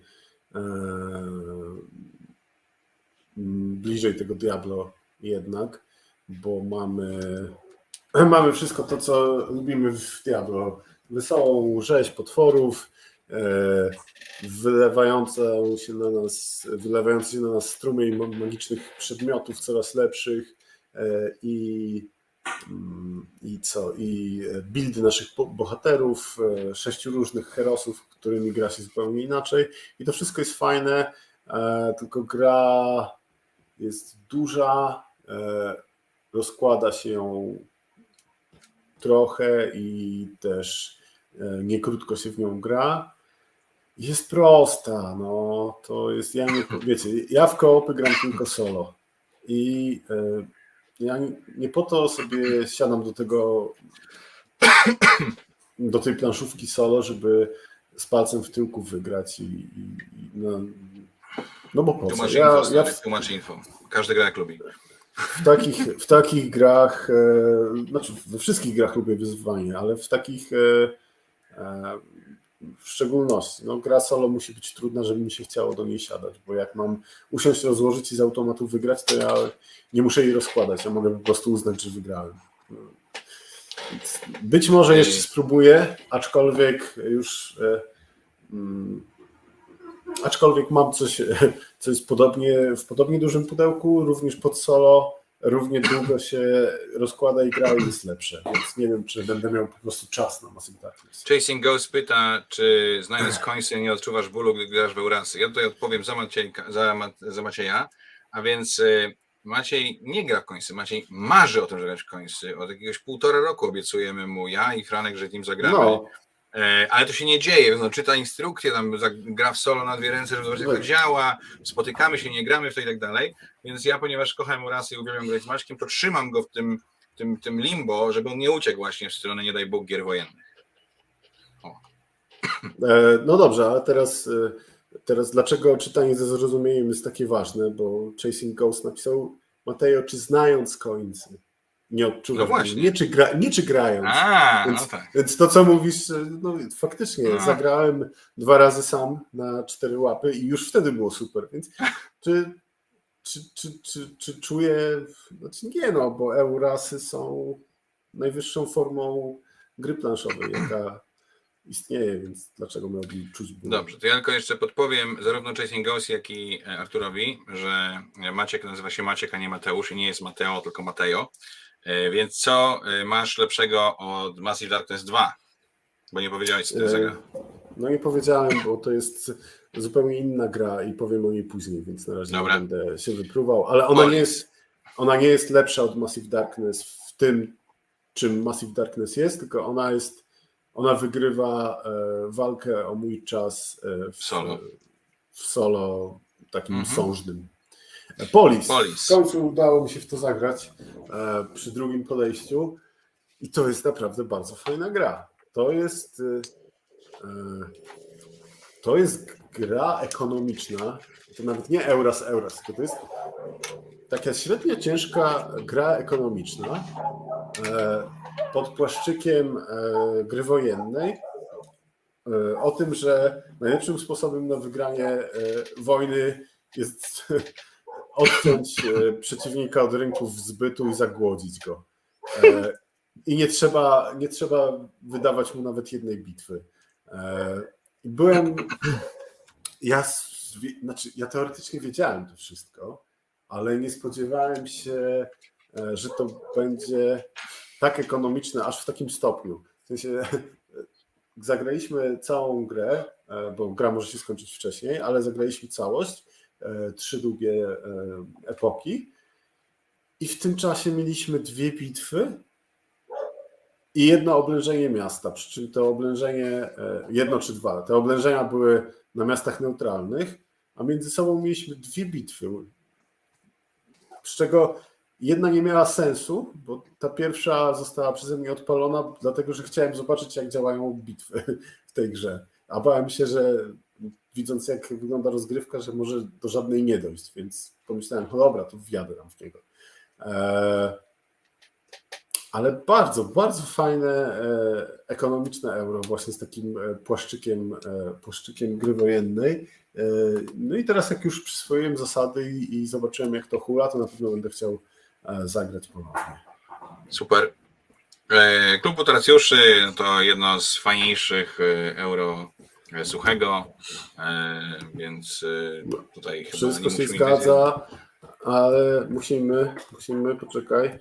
bliżej tego Diablo jednak, bo mamy wszystko to, co lubimy w Diablo. Wesołą rzeź potworów, wylewający się na nas strumień magicznych przedmiotów coraz lepszych i buildy naszych bohaterów, 6 różnych herosów, którymi gra się zupełnie inaczej i to wszystko jest fajne, tylko gra jest duża, rozkłada się ją trochę i też nie krótko się w nią gra. Jest prosta, no to jest, ja w koopy gram tylko solo i ja nie po to sobie siadam do tej planszówki solo, żeby z palcem w tyłku wygrać no bo po co? Tłumacz info. Każdy gra jak lubi. W takich grach, znaczy we wszystkich grach lubię wyzwanie, ale w takich w szczególności. No, gra solo musi być trudna, żeby mi się chciało do niej siadać, bo jak mam usiąść, rozłożyć i z automatu wygrać, to ja nie muszę jej rozkładać, ja mogę po prostu uznać, że wygrałem. Być może jeszcze spróbuję, aczkolwiek już Aczkolwiek mam coś, co jest w podobnie dużym pudełku, również pod solo, równie długo się rozkłada i gra i jest lepsze, więc nie wiem, czy będę miał po prostu czas na Massive Darkness. Chasing Ghost pyta, czy znając końce nie odczuwasz bólu, gdy grasz w Eurasy. Ja tutaj odpowiem za Macieja, a więc Maciej nie gra w końce, Maciej marzy o tym, że grać w końce. Od jakiegoś 1,5 roku obiecujemy mu, ja i Franek, że nim zagramy. No. Ale to się nie dzieje, no, czyta instrukcję, tam gra w solo na 2 ręce, żeby zobaczyć, jak to działa, spotykamy się, nie gramy w to i tak dalej, więc ja, ponieważ kocham Eurasy i uwielbiam grać z Maćkiem, to trzymam go w tym limbo, żeby on nie uciekł właśnie w stronę, nie daj Bóg, gier wojennych. No dobrze, ale teraz dlaczego czytanie ze zrozumieniem jest takie ważne, bo Chasing Ghost napisał, Mateo, czy znając końce nie odczuwasz, no właśnie. Nie czy grając. No tak. Więc to, co mówisz, no faktycznie zagrałem 2 razy sam na 4 łapy i już wtedy było super, więc czy czuję, znaczy nie no, bo Eurasy są najwyższą formą gry planszowej, jaka istnieje, więc dlaczego miałbym czuć ból? Dobrze, to ja tylko jeszcze podpowiem zarówno Chasing Ghost, jak i Arturowi, że Maciek nazywa się Maciek, a nie Mateusz i nie jest Mateo, tylko Mateo. Więc co masz lepszego od Massive Darkness 2? Bo nie powiedziałeś, co to jest za gra. No nie powiedziałem, bo to jest zupełnie inna gra i powiem o niej później, więc na razie nie będę się wyprówał, ale ona nie jest lepsza od Massive Darkness w tym, czym Massive Darkness jest, tylko ona wygrywa walkę o mój czas w solo takim sążnym. Polis. W końcu udało mi się w to zagrać przy drugim podejściu i to jest naprawdę bardzo fajna gra. To jest gra ekonomiczna, to nawet nie Euras, tylko to jest taka średnio ciężka gra ekonomiczna pod płaszczykiem gry wojennej o tym, że najlepszym sposobem na wygranie wojny jest odciąć przeciwnika od rynków zbytu i zagłodzić go. I nie trzeba wydawać mu nawet jednej bitwy. Ja teoretycznie wiedziałem to wszystko, ale nie spodziewałem się, że to będzie tak ekonomiczne aż w takim stopniu. W sensie zagraliśmy całą grę, bo gra może się skończyć wcześniej, ale zagraliśmy całość, 3 długie epoki i w tym czasie mieliśmy 2 bitwy i 1 oblężenie miasta, przy czym to oblężenie, 1 czy 2, te oblężenia były na miastach neutralnych, a między sobą mieliśmy 2 bitwy, z czego 1 nie miała sensu, bo ta pierwsza została przeze mnie odpalona, dlatego że chciałem zobaczyć, jak działają bitwy w tej grze, a bałem się, że widząc, jak wygląda rozgrywka, że może do żadnej nie dojść, więc pomyślałem, no dobra, to wjadę tam w niego. Ale bardzo, bardzo fajne, ekonomiczne euro właśnie z takim płaszczykiem gry wojennej. No i teraz jak już przyswoiłem zasady i zobaczyłem, jak to hula, to na pewno będę chciał zagrać ponownie. Super. Klub Utracjuszy to jedno z fajniejszych euro suchego, więc tutaj wszystko się zgadza, ale musimy, poczekaj,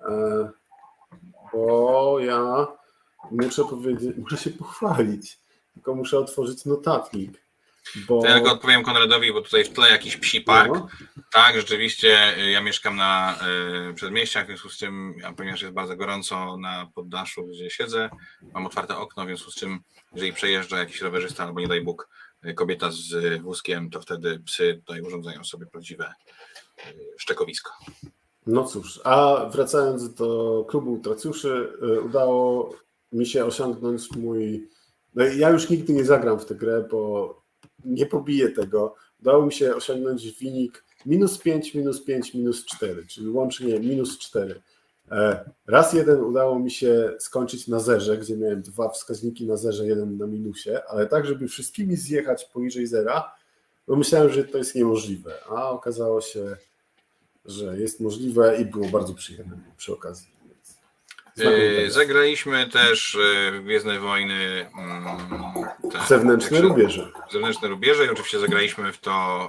bo ja muszę się pochwalić, tylko muszę otworzyć notatnik. To ja tylko odpowiem Konradowi, bo tutaj w tle jakiś psi park. No. Tak, rzeczywiście ja mieszkam na przedmieściach, w związku z czym, ponieważ jest bardzo gorąco na poddaszu, gdzie siedzę, mam otwarte okno, w związku z czym, jeżeli przejeżdża jakiś rowerzysta albo nie daj Bóg kobieta z wózkiem, to wtedy psy tutaj urządzają sobie prawdziwe szczekowisko. No cóż, a wracając do klubu Utracjuszy, udało mi się osiągnąć ja już nigdy nie zagram w tę grę, bo nie pobiję tego. Udało mi się osiągnąć wynik -5, -5, -4, czyli łącznie -4. Raz jeden udało mi się skończyć na zerze, gdzie miałem 2 wskaźniki na zerze, 1 na minusie, ale tak, żeby wszystkimi zjechać poniżej zera, bo myślałem, że to jest niemożliwe, a okazało się, że jest możliwe i było bardzo przyjemne przy okazji. Zagraliśmy też w Gwiezdne Wojny Zewnętrzne rubieże. Zewnętrzne rubieże i oczywiście zagraliśmy w to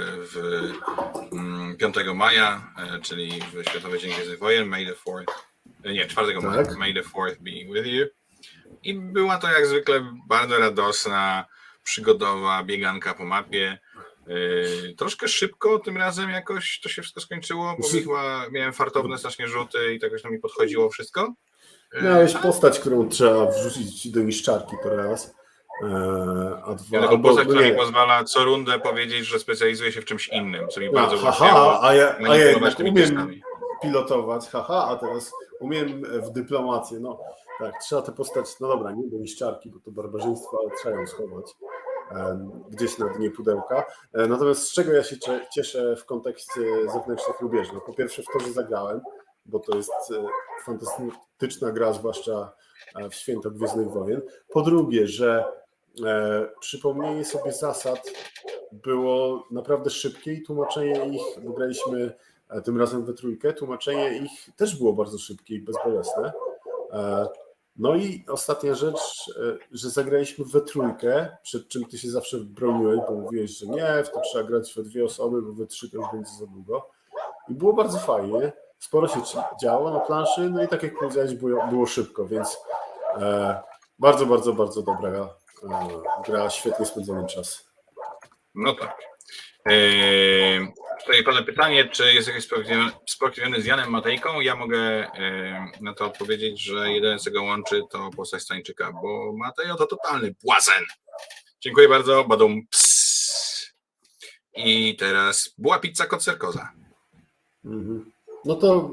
5 maja, czyli w Światowy Dzień Gwiezdnych Wojen, 4 maja, May the 4th be with you. I była to jak zwykle bardzo radosna, przygodowa bieganka po mapie. Troszkę szybko tym razem jakoś to się wszystko skończyło, bo chyba miałem fartowne strasznie rzuty i tak jakoś to mi podchodziło wszystko. Miałeś postać, którą trzeba wrzucić do niszczarki to raz. A dwa, taką postać, która mi pozwala co rundę powiedzieć, że specjalizuje się w czymś innym, co mi bardzo ułatwiało. A ja jednak umiem pilotować, a teraz umiem w dyplomację. No tak, trzeba tę postać, no dobra, nie do niszczarki, bo to barbarzyństwo, ale trzeba ją schować gdzieś na dnie pudełka. Natomiast z czego ja się cieszę w kontekście zewnętrznych rubieży? No, po pierwsze w to, że zagrałem, bo to jest fantastyczna gra, zwłaszcza w święto Gwiezdnych Wojen. Po drugie, że przypomnienie sobie zasad było naprawdę szybkie i tłumaczenie ich, bo graliśmy tym razem we trójkę, tłumaczenie ich też było bardzo szybkie i bezbolesne. No i ostatnia rzecz, że zagraliśmy we trójkę, przed czym ty się zawsze broniłeś, bo mówiłeś, że nie, w to trzeba grać we 2 osoby, bo we 3 to już będzie za długo. I było bardzo fajnie, sporo się działo na planszy, no i tak jak powiedziałeś, było szybko, więc bardzo, bardzo, bardzo dobra gra, świetnie spędzony czas. No tak. Tutaj pada pytanie, czy jest jakiś spokrewniony z Janem Matejką. Ja mogę na to odpowiedzieć, że jedyne, co go łączy, to postać Stańczyka, bo Matejo to totalny błazen. Dziękuję bardzo, badum ps. I teraz była pizza kot Cerkoza. No to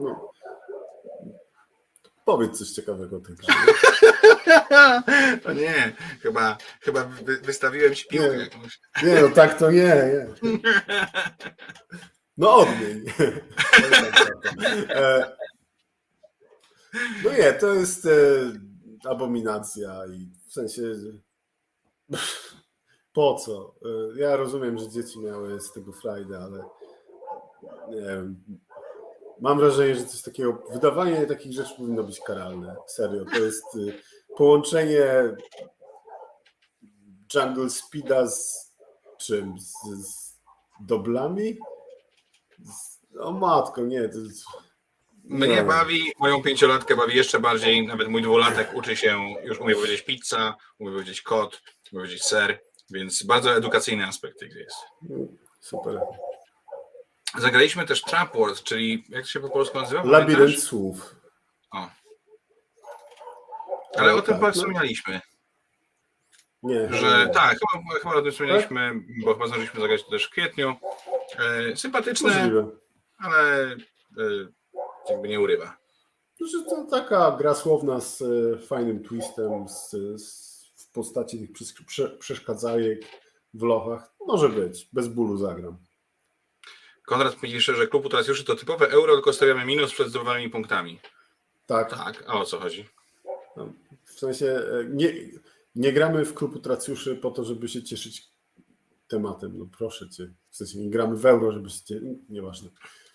powiedz coś ciekawego o tej grze. To nie, chyba wystawiłem ci piłkę jakąś. Nie, no tak to nie. No odmień. No nie, to jest abominacja i w sensie po co? Ja rozumiem, że dzieci miały z tego frajdę, ale nie wiem. Mam wrażenie, że coś takiego, wydawanie takich rzeczy powinno być karalne. Serio, to jest połączenie Jungle Speeda z czym? Z doblami? O matko, nie. To jest... Mnie bawi, moją 5-latkę bawi jeszcze bardziej, nawet mój 2-latek uczy się, już umie powiedzieć pizza, umie powiedzieć kot, umie powiedzieć ser, więc bardzo edukacyjny aspekt tej gry jest. Super. Zagraliśmy też Trap Wars, czyli jak to się po polsku nazywa? Labirynt słów. O. Ale o tym wspomnieliśmy. Nie. Że tak, chyba o tym wspomnieliśmy, bo chyba zdążyliśmy zagrać to też w kwietniu. Sympatyczne, możliwe, ale jakby nie urywa. To taka gra słowna z fajnym twistem, w postaci tych przeszkadzajek w lochach. Może być, bez bólu zagram. Konrad pisze, że klub utracjuszy to typowe euro, tylko stawiamy minus przed zdrowanymi punktami. Tak. A o co chodzi? No, w sensie nie gramy w klub utracjuszy po to, żeby się cieszyć tematem. No proszę cię. W sensie nie gramy w euro, żeby się cieszyć. Nieważne.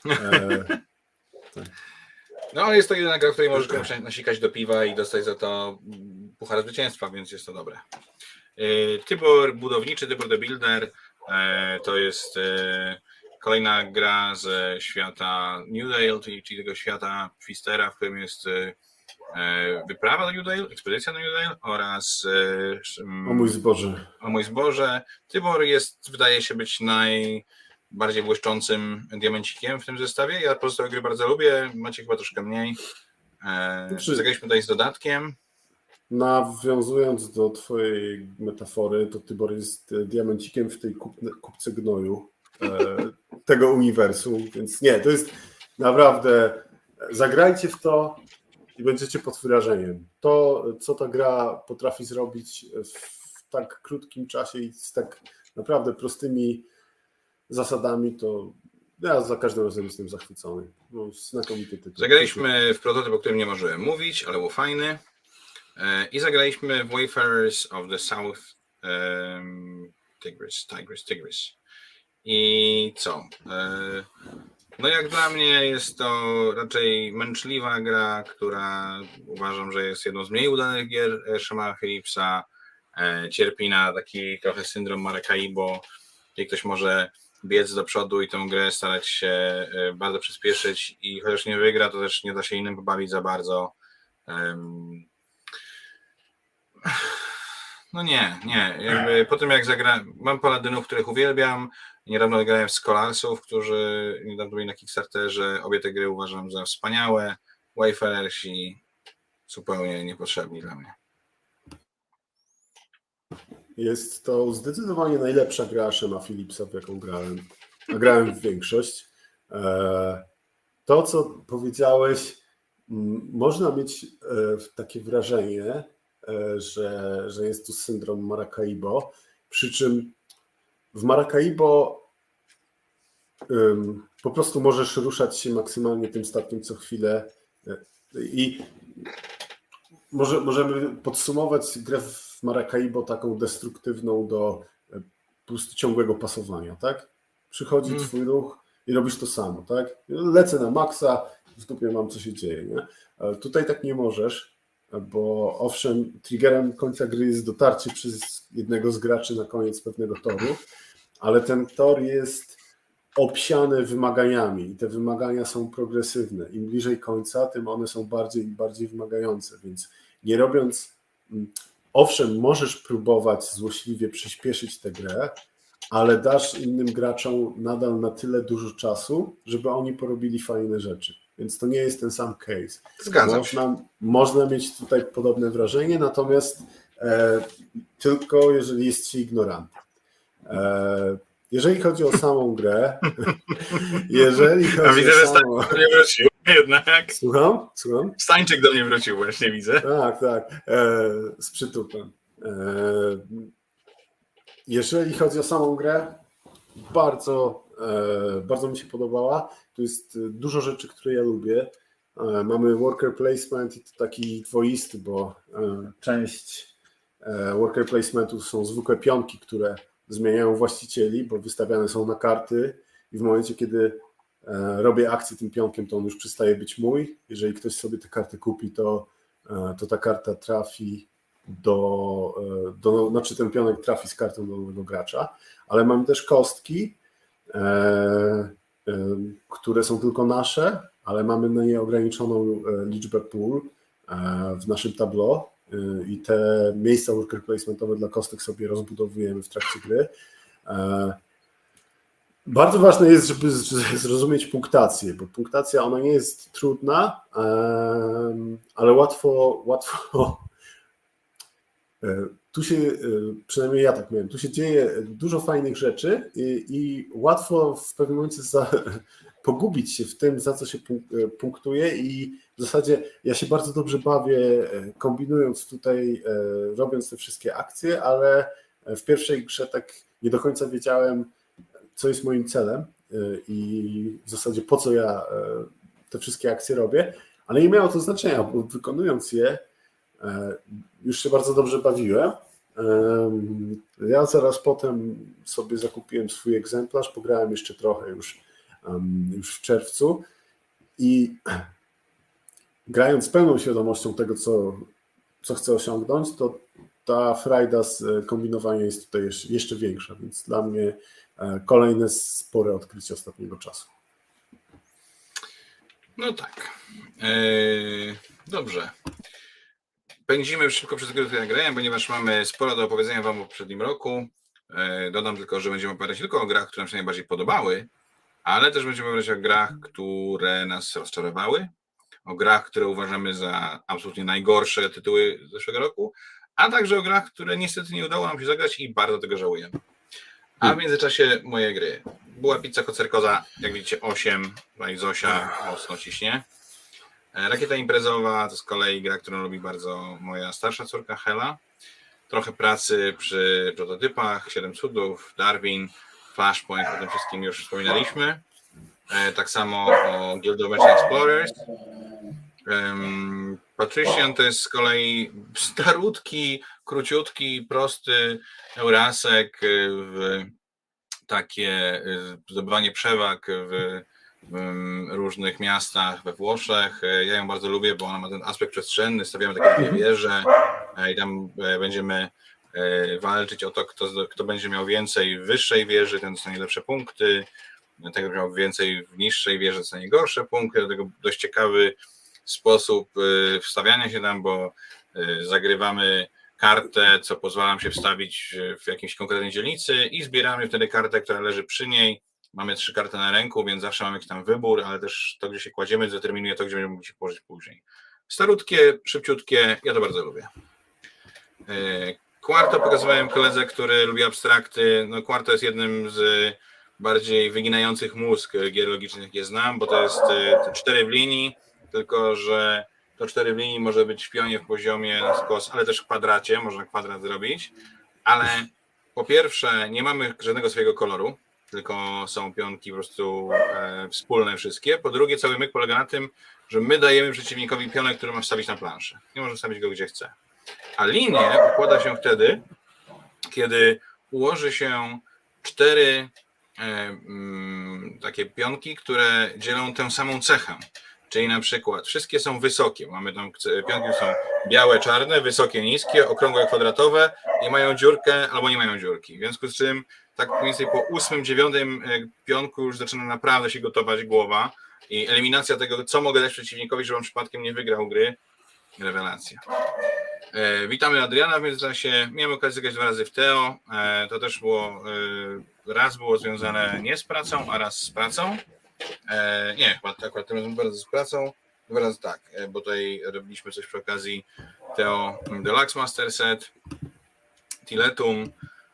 Tak. No jest to jedyna gra, w której możesz komuś nasikać do piwa i dostać za to puchar zwycięstwa, więc jest to dobre. Tybor Budowniczy, Tybor the Builder to jest kolejna gra ze świata New Dale, czyli tego świata Twistera, w którym jest wyprawa do New Dale, ekspedycja do New Dale oraz O mój zboże. O mój zboże. Tybor wydaje się być najbardziej błyszczącym diamencikiem w tym zestawie. Ja pozostałe gry bardzo lubię, macie chyba troszkę mniej. Zagraliśmy tutaj z dodatkiem. Nawiązując do twojej metafory, to Tybor jest diamencikiem w tej kupce gnoju tego uniwersum, więc nie, to jest naprawdę, zagrajcie w to i będziecie pod wrażeniem. To, co ta gra potrafi zrobić w tak krótkim czasie i z tak naprawdę prostymi zasadami, to ja za każdym razem jestem zachwycony. No, znakomity tytuł. Zagraliśmy w prototyp, o którym nie możemy mówić, ale był fajny. I zagraliśmy w Wayfarers of the South Tigris. I co? No jak dla mnie jest to raczej męczliwa gra, która uważam, że jest jedną z mniej udanych gier Shemara Phillipsa. Cierpi na taki trochę syndrom Maracaibo, gdzie ktoś może biec do przodu i tę grę starać się bardzo przyspieszyć i chociaż nie wygra, to też nie da się innym pobawić za bardzo. No nie. Jakby po tym jak mam paladynów, których uwielbiam. Niedawno grałem w Scholarsów, którzy niedawno byli na Kickstarterze. Obie te gry uważam za wspaniałe. Wayfarersi zupełnie niepotrzebni dla mnie. Jest to zdecydowanie najlepsza gra Shema Phillipsa, w jaką grałem. A grałem w większość. To, co powiedziałeś, można mieć takie wrażenie, że jest tu syndrom Maracaibo, przy czym w Maracaibo po prostu możesz ruszać się maksymalnie tym statkiem co chwilę i możemy podsumować grę w Maracaibo taką destruktywną do po prostu ciągłego pasowania, tak? Przychodzi twój ruch i robisz to samo, tak? Lecę na maksa, w dupie mam, co się dzieje, nie? Tutaj tak nie możesz, bo owszem, triggerem końca gry jest dotarcie przez jednego z graczy na koniec pewnego toru, ale ten tor jest obsiany wymaganiami i te wymagania są progresywne. Im bliżej końca, tym one są bardziej i bardziej wymagające, więc nie robiąc... Owszem, możesz próbować złośliwie przyspieszyć tę grę, ale dasz innym graczom nadal na tyle dużo czasu, żeby oni porobili fajne rzeczy. Więc to nie jest ten sam case. Zgadzam się. Można mieć tutaj podobne wrażenie, natomiast tylko jeżeli jest się ignorantem. Jeżeli chodzi o samą grę, A widzę, że Stańczyk do mnie wrócił jednak. Słucham? Stańczyk do mnie wrócił właśnie, widzę. Tak, z przytupem. Jeżeli chodzi o samą grę, bardzo mi się podobała. Tu jest dużo rzeczy, które ja lubię. Mamy worker placement i to taki dwoisty, bo część worker placementu są zwykłe pionki, które zmieniają właścicieli, bo wystawiane są na karty i w momencie, kiedy robię akcję tym pionkiem, to on już przestaje być mój. Jeżeli ktoś sobie te karty kupi, to ta karta trafi znaczy ten pionek trafi z kartą do nowego gracza, ale mamy też kostki, które są tylko nasze, ale mamy na nie ograniczoną liczbę pól w naszym tableau i te miejsca worker placementowe dla kostek sobie rozbudowujemy w trakcie gry. Bardzo ważne jest, żeby zrozumieć punktację, bo punktacja ona nie jest trudna, ale łatwo tu się, przynajmniej ja tak miałem, tu się dzieje dużo fajnych rzeczy i łatwo w pewnym momencie pogubić się w tym, za co się punktuje i w zasadzie ja się bardzo dobrze bawię kombinując tutaj, robiąc te wszystkie akcje, ale w pierwszej grze tak nie do końca wiedziałem, co jest moim celem i w zasadzie po co ja te wszystkie akcje robię, ale nie miało to znaczenia, bo wykonując je już się bardzo dobrze bawiłem. Ja zaraz potem sobie zakupiłem swój egzemplarz, pograłem jeszcze trochę już w czerwcu i grając z pełną świadomością tego, co chcę osiągnąć, to ta frajda z kombinowania jest tutaj jeszcze większa, więc dla mnie kolejne spore odkrycie ostatniego czasu. No tak. Dobrze. Pędzimy szybko przez gry, które grałem, ponieważ mamy sporo do opowiedzenia wam o poprzednim roku. Dodam tylko, że będziemy opowiadać tylko o grach, które nam się najbardziej podobały, ale też będziemy mówić o grach, które nas rozczarowały, o grach, które uważamy za absolutnie najgorsze tytuły zeszłego roku, a także o grach, które niestety nie udało nam się zagrać i bardzo tego żałujemy. A w międzyczasie moje gry. Była pizza kocerkoza, jak widzicie 8, tutaj Zosia mocno ciśnie. Rakieta imprezowa to z kolei gra, którą lubi bardzo moja starsza córka Hela. Trochę pracy przy prototypach, 7 cudów, Darwin, Flashpoint, o tym wszystkim już wspominaliśmy. Tak samo o Guild of Merchant Explorers. Patrician to jest z kolei starutki, króciutki, prosty Eurasek w takie zdobywanie przewag w różnych miastach we Włoszech. Ja ją bardzo lubię, bo ona ma ten aspekt przestrzenny, stawiamy takie dwie wieże i tam będziemy walczyć o to, kto będzie miał więcej w wyższej wieży, ten dostanie lepsze punkty, ten, kto miał więcej w niższej wieży, dostanie gorsze punkty, dlatego dość ciekawy sposób wstawiania się tam, bo zagrywamy kartę, co pozwala nam się wstawić w jakiejś konkretnej dzielnicy i zbieramy wtedy kartę, która leży przy niej. Mamy 3 karty na ręku, więc zawsze mamy jakiś tam wybór, ale też to, gdzie się kładziemy, determinuje to, gdzie będziemy mogli się położyć później. Starutkie, szybciutkie, ja to bardzo lubię. Quarto pokazywałem koledze, który lubi abstrakty. No, Quarto jest jednym z bardziej wyginających mózg gier logicznych, jakie znam, bo to jest 4 w linii, tylko że to 4 w linii może być w pionie, w poziomie, na skos, ale też w kwadracie, można kwadrat zrobić, ale po pierwsze nie mamy żadnego swojego koloru, tylko są pionki po prostu wspólne wszystkie. Po drugie, cały myk polega na tym, że my dajemy przeciwnikowi pionek, który ma wstawić na planszę. Nie może wstawić go gdzie chce. A linię układa się wtedy, kiedy ułoży się 4 takie pionki, które dzielą tę samą cechę. Czyli na przykład wszystkie są wysokie. Mamy tam pionki są białe, czarne, wysokie, niskie, okrągłe, kwadratowe i mają dziurkę albo nie mają dziurki. W związku z czym tak mniej więcej po 8., 9. pionku już zaczyna naprawdę się gotować głowa i eliminacja tego, co mogę dać przeciwnikowi, żeby on przypadkiem nie wygrał gry. Rewelacja. Witamy Adriana w międzyczasie. Miałem okazję zagrać 2 razy w Teo. To też było, raz było związane nie z pracą, a raz z pracą. Nie, akurat tym razem 2 razy z pracą, 2 razy tak, bo tutaj robiliśmy coś przy okazji Teo Deluxe Master Set, Tiletum,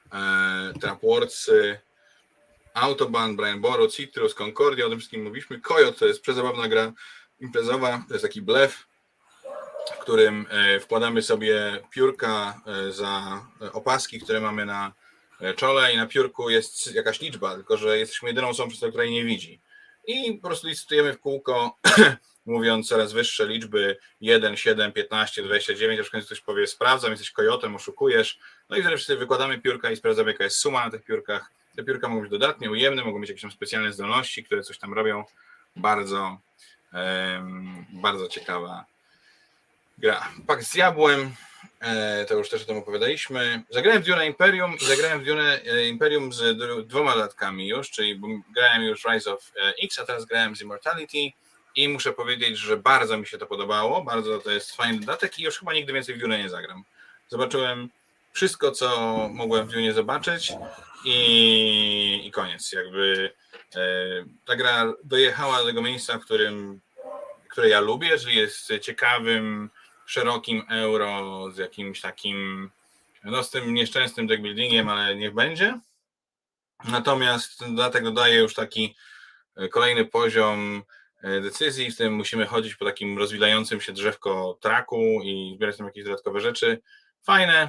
Trapwordsy, Autobahn, Brian Boru, Citrus, Concordia, o tym wszystkim mówiliśmy. Coyote to jest przezabawna gra imprezowa, to jest taki blef, w którym wkładamy sobie piórka za opaski, które mamy na czole i na piórku jest jakaś liczba, tylko że jesteśmy jedyną osobą, przez której nie widzi. I po prostu licytujemy w kółko, mówiąc coraz wyższe liczby 1, 7, 15, 29, aż w końcu ktoś powie sprawdzam, jesteś kojotem, oszukujesz. No i wtedy wszyscy wykładamy piórka i sprawdzamy, jaka jest suma na tych piórkach. Te piórka mogą być dodatnie, ujemne, mogą mieć jakieś tam specjalne zdolności, które coś tam robią. Bardzo, bardzo ciekawa gra. Pakt z diabłem, to już też o tym opowiadaliśmy. Zagrałem w Dune Imperium i zagrałem w Dune Imperium z 2 dodatkami już, czyli grałem już Rise of X, a teraz grałem z Immortality i muszę powiedzieć, że bardzo mi się to podobało, bardzo to jest fajny dodatek i już chyba nigdy więcej w Dune nie zagram. Zobaczyłem wszystko, co mogłem w Dune zobaczyć i koniec. Jakby ta gra dojechała do tego miejsca, które ja lubię, czyli jest ciekawym, szerokim euro z jakimś takim, no z tym nieszczęsnym deckbuildingiem, ale niech będzie. Natomiast ten dodatek dodaje już taki kolejny poziom decyzji, w tym musimy chodzić po takim rozwijającym się drzewko traku i zbierać tam jakieś dodatkowe rzeczy. Fajne.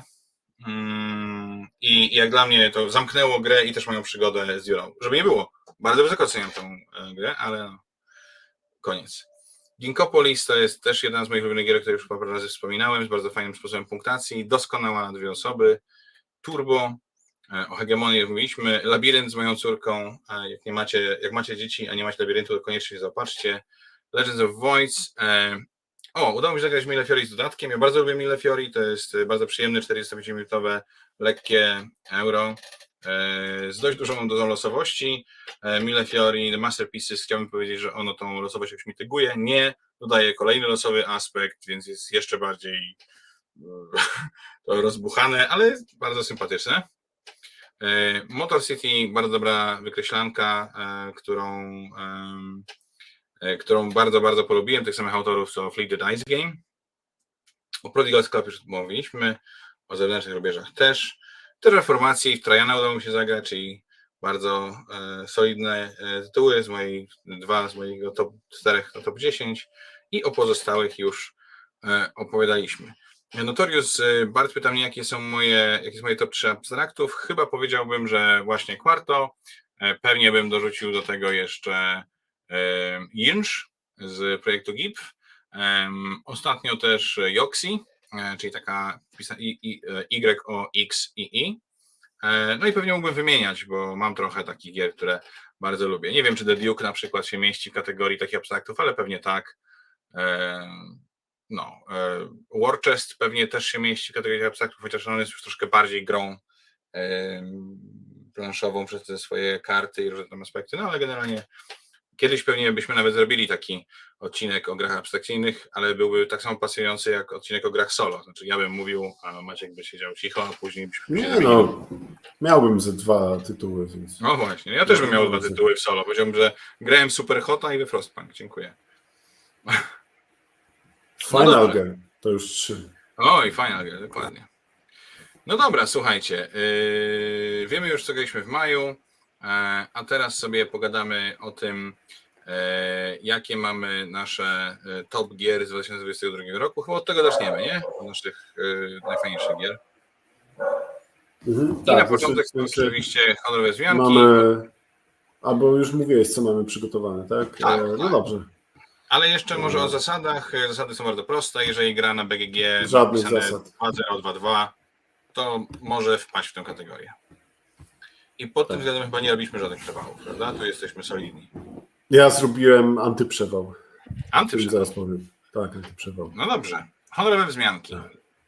I jak dla mnie to zamknęło grę i też moją przygodę z Jurą. Żeby nie było, bardzo wysoko oceniam tę grę, ale no, koniec. Ginkopolis to jest też jedna z moich ulubionych gier, o której już parę razy wspominałem, z bardzo fajnym sposobem punktacji, doskonała na 2 osoby. Turbo, o Hegemonii mówiliśmy, Labirynt z moją córką, jak macie dzieci, a nie macie labiryntu, to koniecznie zaopatrzcie. Legends of Voids. Udało mi się zagrać Millefiori z dodatkiem. Ja bardzo lubię Millefiori, to jest bardzo przyjemne 45-minutowe, lekkie euro z dość dużą dozą losowości. Millefiori, The Masterpieces, chciałbym powiedzieć, że ono tą losowość jakoś mityguje. Nie, dodaje kolejny losowy aspekt, więc jest jeszcze bardziej to rozbuchane, ale bardzo sympatyczne. Motor City, bardzo dobra wykreślanka, którą bardzo, bardzo polubiłem, tych samych autorów co Fleet the Dice Game. O Prodigal Club już mówiliśmy, o zewnętrznych rubieżach też. Terraformacji w Trajana udało mi się zagrać, czyli bardzo solidne tytuły, 2 z mojego top 4 na top 10 i o pozostałych już opowiadaliśmy. Notorious Bart pyta mnie, jakie są moje top 3 abstraktów. Chyba powiedziałbym, że właśnie Quarto. Pewnie bym dorzucił do tego jeszcze Inch z projektu GIP. Ostatnio też Yoxi, czyli taka YOXII. No i pewnie mógłbym wymieniać, bo mam trochę takich gier, które bardzo lubię. Nie wiem, czy The Duke na przykład się mieści w kategorii takich abstraktów, ale pewnie tak. War Chest pewnie też się mieści w kategorii abstraktów, chociaż on jest już troszkę bardziej grą planszową przez te swoje karty i różne tam aspekty, no ale generalnie kiedyś pewnie byśmy nawet zrobili taki odcinek o grach abstrakcyjnych, ale byłby tak samo pasjonujący jak odcinek o grach solo. Znaczy ja bym mówił, a Maciek by siedział cicho, a później byśmy się zamienili. No, miałbym ze 2 tytuły, więc... No właśnie, ja też bym miał 2 tytuły w solo. Powiedziałbym, że grałem w Superhota i we Frostpunk. Dziękuję. Final Game, to już 3. Oj, Final Game, dokładnie. No dobra, słuchajcie, wiemy już, co graliśmy w maju, a teraz sobie pogadamy o tym, jakie mamy nasze top gier z 2022 roku. Chyba od tego zaczniemy, nie? Od naszych najfajniejszych gier. I na początek oczywiście honorowe wzmianki. Mamy, albo już mówiłeś, co mamy przygotowane, tak? Tak, no dobrze. Ale jeszcze może o zasadach. Zasady są bardzo proste. Jeżeli gra na BGG żadnych zasad 2.0.2.2, to może wpaść w tę kategorię. I pod tym względem chyba nie robiliśmy żadnych przewałów, prawda? Tu jesteśmy solidni. Ja zrobiłem antyprzewał. Antyprzewał? Zaraz powiem. Tak, antyprzewał. No dobrze. Honorowe wzmianki. Tak.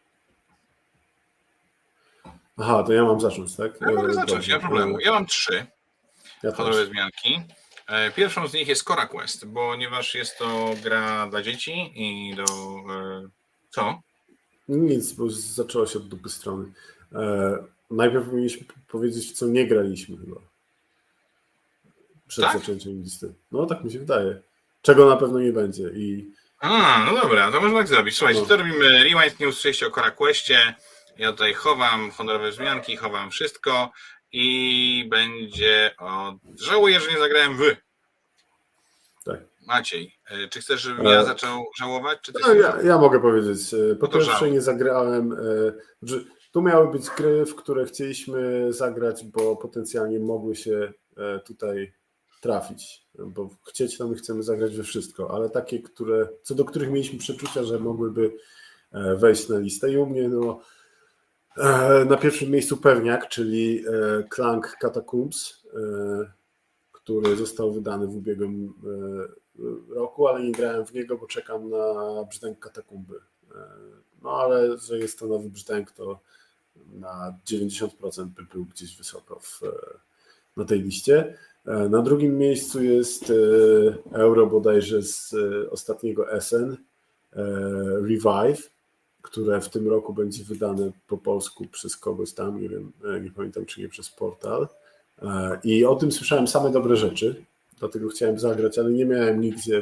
Aha, to ja mam zacząć, tak? Ja mogę zacząć, nie ma problemu. Ja mam 3 honorowe wzmianki. Pierwszą z nich jest Cora Quest, ponieważ jest to gra dla dzieci i do... Co? Nic, bo zaczęło się od dupy strony. Najpierw powinniśmy powiedzieć, w co nie graliśmy chyba. Przed zaczęciem listy. No tak mi się wydaje. Czego na pewno nie będzie. No dobra, to można tak zrobić. Słuchajcie, to robimy Rewind, nie usłyszeliście o Cora Questie. Ja tutaj chowam honorowe wzmianki, chowam wszystko i będzie żałuję, że nie zagrałem w. Tak. Maciej, czy chcesz, żebym ja zaczął żałować? Czy ty ja mogę powiedzieć. Po pierwsze nie zagrałem. Tu miały być gry, w które chcieliśmy zagrać, bo potencjalnie mogły się tutaj trafić. Bo chcieć to my chcemy zagrać we wszystko, ale takie, co do których mieliśmy przeczucia, że mogłyby wejść na listę. I u mnie na pierwszym miejscu pewniak, czyli Clank Catacombs, który został wydany w ubiegłym roku, ale nie grałem w niego, bo czekam na brzdęk Katakumby. No ale że jest to nowy brzdęk, to na 90% by był gdzieś wysoko na tej liście. Na drugim miejscu jest euro bodajże z ostatniego Essen, Revive, które w tym roku będzie wydane po polsku przez kogoś tam, nie wiem, nie pamiętam czy nie przez portal. I o tym słyszałem same dobre rzeczy, dlatego chciałem zagrać, ale nie miałem nigdzie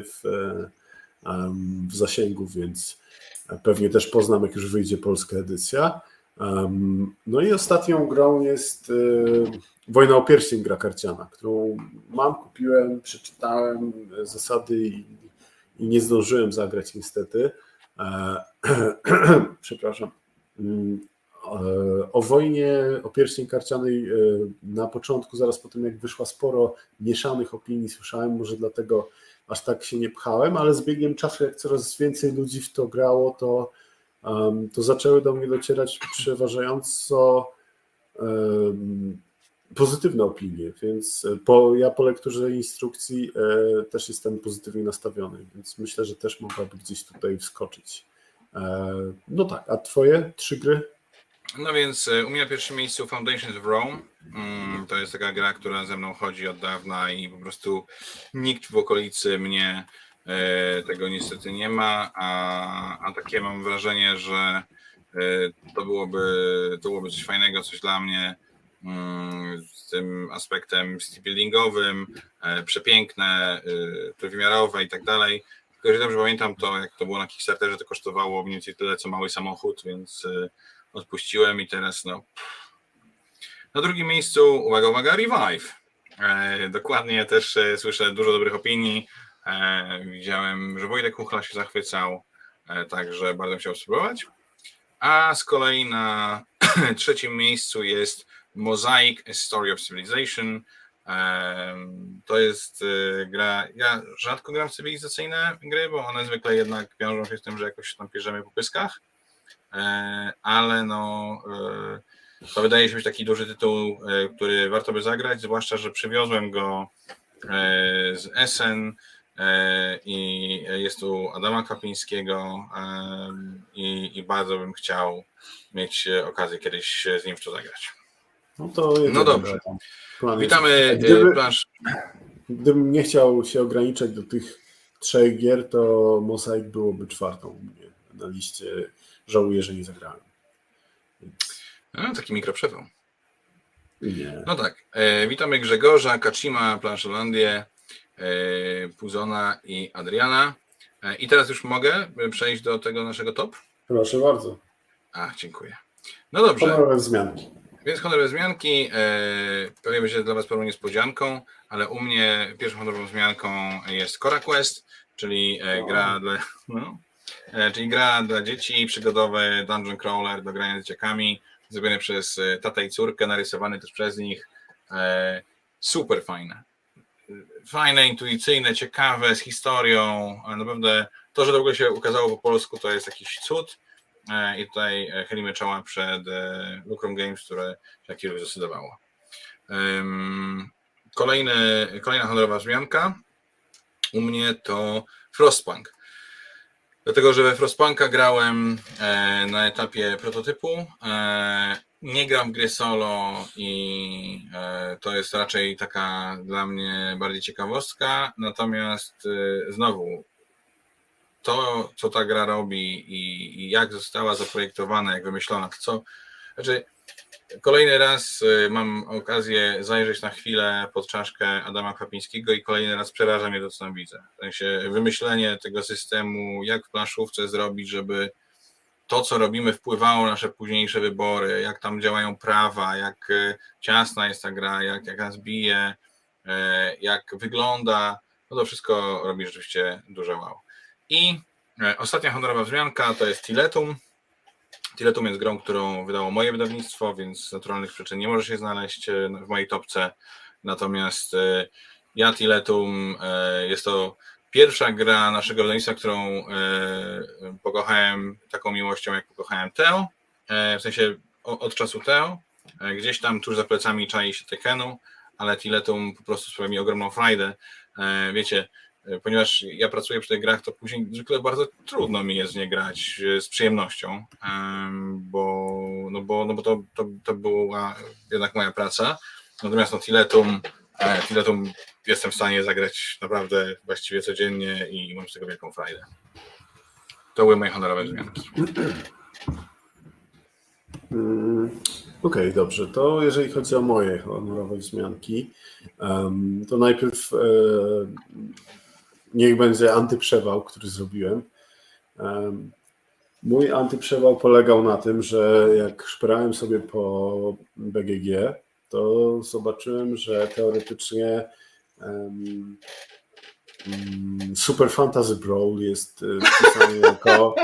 w zasięgu, więc pewnie też poznam, jak już wyjdzie polska edycja. No i ostatnią grą jest Wojna o Pierścień, gra karciana, którą kupiłem, przeczytałem zasady i nie zdążyłem zagrać niestety. Przepraszam. O Wojnie o Pierścień karcianej na początku, zaraz po tym jak wyszła, sporo mieszanych opinii słyszałem, może dlatego aż tak się nie pchałem, ale z biegiem czasu, jak coraz więcej ludzi w to grało, to zaczęły do mnie docierać przeważająco pozytywne opinie, więc ja po lekturze instrukcji też jestem pozytywnie nastawiony, więc myślę, że też mogłaby gdzieś tutaj wskoczyć. No tak, a twoje 3 gry? No więc u mnie na pierwszym miejscu Foundations of Rome. To jest taka gra, która ze mną chodzi od dawna i po prostu nikt w okolicy mnie tego niestety nie ma, a takie mam wrażenie, że to byłoby coś fajnego, coś dla mnie z tym aspektem citybuildingowym, przepiękne, trójwymiarowe i tak dalej. Tylko że dobrze pamiętam to, jak to było na Kickstarterze, to kosztowało mniej więcej tyle, co mały samochód, więc odpuściłem i teraz na drugim miejscu, uwaga, Revive. Dokładnie też słyszę dużo dobrych opinii. Widziałem, że Wojtek Huchla się zachwycał, także bardzo chciał spróbować. A z kolei na trzecim miejscu jest Mosaic: A Story of Civilization. To jest gra, ja rzadko gram w cywilizacyjne gry, bo one zwykle jednak wiążą się z tym, że jakoś tam pierzemy po pyskach, ale To wydaje się być taki duży tytuł, który warto by zagrać, zwłaszcza, że przywiozłem go z Essen i jest tu Adama Kapińskiego i bardzo bym chciał mieć okazję kiedyś z nim w to zagrać. No dobrze. Witamy plansz. Gdybym nie chciał się ograniczać do tych 3 gier, to Mosaic byłoby 4. u mnie na liście. Żałuję, że nie zagrałem. Taki mikroprzerwał. Nie. No tak. Witamy Grzegorza, Kacima, Planszlandię, Puzona i Adriana. I teraz już mogę przejść do tego naszego top? Proszę bardzo. Dziękuję. No dobrze. Honorowe wzmianki. Więc honorowe wzmianki. Pewnie będzie dla Was pewną niespodzianką, ale u mnie pierwszą honorową wzmianką jest Cora Quest, czyli gra dla dzieci, przygodowy dungeon crawler do grania z dzieciakami, zrobiony przez tatę i córkę, narysowany też przez nich. Super fajne. Fajne, intuicyjne, ciekawe, z historią. Naprawdę to, że to w ogóle się ukazało po polsku, to jest jakiś cud. I tutaj chylimy czoła przed Lucrum Games, które się kiedyś zdecydowało. Kolejna honorowa wzmianka u mnie to Frostpunk. Dlatego, że we Frostpunka grałem na etapie prototypu. Nie gram w gry solo i to jest raczej taka dla mnie bardziej ciekawostka. Natomiast znowu to, co ta gra robi i jak została zaprojektowana, jak wymyślona, kolejny raz mam okazję zajrzeć na chwilę pod czaszkę Adama Kapińskiego i kolejny raz przeraża mnie to, co tam widzę. W sensie wymyślenie tego systemu, jak w planszówce zrobić, żeby to, co robimy, wpływało na nasze późniejsze wybory, jak tam działają prawa, jak ciasna jest ta gra, jak nas bije, jak wygląda, no to wszystko robi rzeczywiście duże wow. I ostatnia honorowa wzmianka to jest Tiletum. Tiletum jest grą, którą wydało moje wydawnictwo, więc z naturalnych przyczyn nie może się znaleźć w mojej topce. Natomiast ja Tiletum jest to pierwsza gra naszego wydawnictwa, którą pokochałem taką miłością, jak pokochałem Teo. W sensie od czasu Teo. Gdzieś tam tuż za plecami czai się Tekenu, ale Tiletum po prostu sprawia mi ogromną frajdę. Wiecie, ponieważ ja pracuję przy tych grach, to później zwykle bardzo trudno mi jest z nie grać z przyjemnością, bo to była jednak moja praca. Natomiast Tiletum jestem w stanie zagrać naprawdę właściwie codziennie i mam z tego wielką frajdę. To były moje honorowe wzmianki. Okej, dobrze. To jeżeli chodzi o moje honorowe wzmianki, to najpierw niech będzie antyprzewał, który zrobiłem. Mój antyprzewał polegał na tym, że jak szperałem sobie po BGG, to zobaczyłem, że teoretycznie Super Fantasy Brawl jest wpisany jako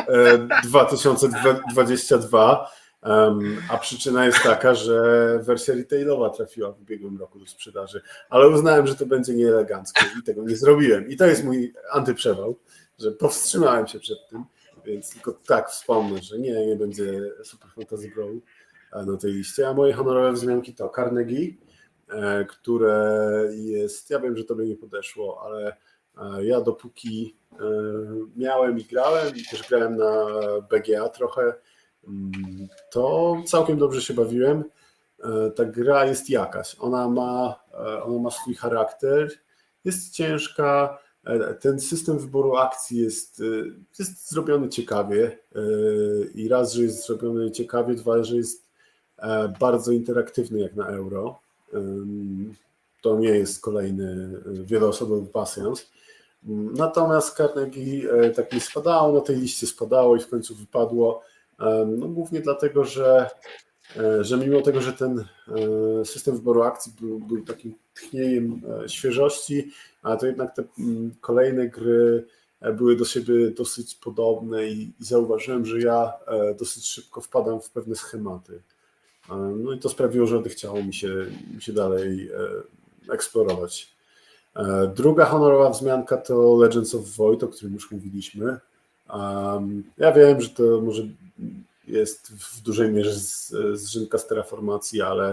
2022, a przyczyna jest taka, że wersja retailowa trafiła w ubiegłym roku do sprzedaży, ale uznałem, że to będzie nieeleganckie i tego nie zrobiłem. I to jest mój antyprzewał, że powstrzymałem się przed tym, więc tylko tak wspomnę, że nie będzie Super Fantasy Brawl na tej liście, a moje honorowe wzmianki to Carnegie, które jest, ja wiem, że tobie nie podeszło, ale ja dopóki miałem i grałem, i też grałem na BGA trochę, to całkiem dobrze się bawiłem. Ta gra jest jakaś, ona ma swój charakter, jest ciężka, ten system wyboru akcji jest zrobiony ciekawie i raz, że jest zrobiony ciekawie, dwa, że jest bardzo interaktywny jak na euro. To nie jest kolejny wieloosobowy pasjans. Natomiast Carnegie tak mi spadało, na tej liście spadało i w końcu wypadło. No głównie dlatego, że mimo tego, że ten system wyboru akcji był takim tchnieniem świeżości, a to jednak te kolejne gry były do siebie dosyć podobne i zauważyłem, że ja dosyć szybko wpadam w pewne schematy. No i to sprawiło, że odechciało mi się dalej eksplorować. Druga honorowa wzmianka to Legends of Void, o którym już mówiliśmy. Ja wiem, że to może jest w dużej mierze zżynka z Terraformacji, ale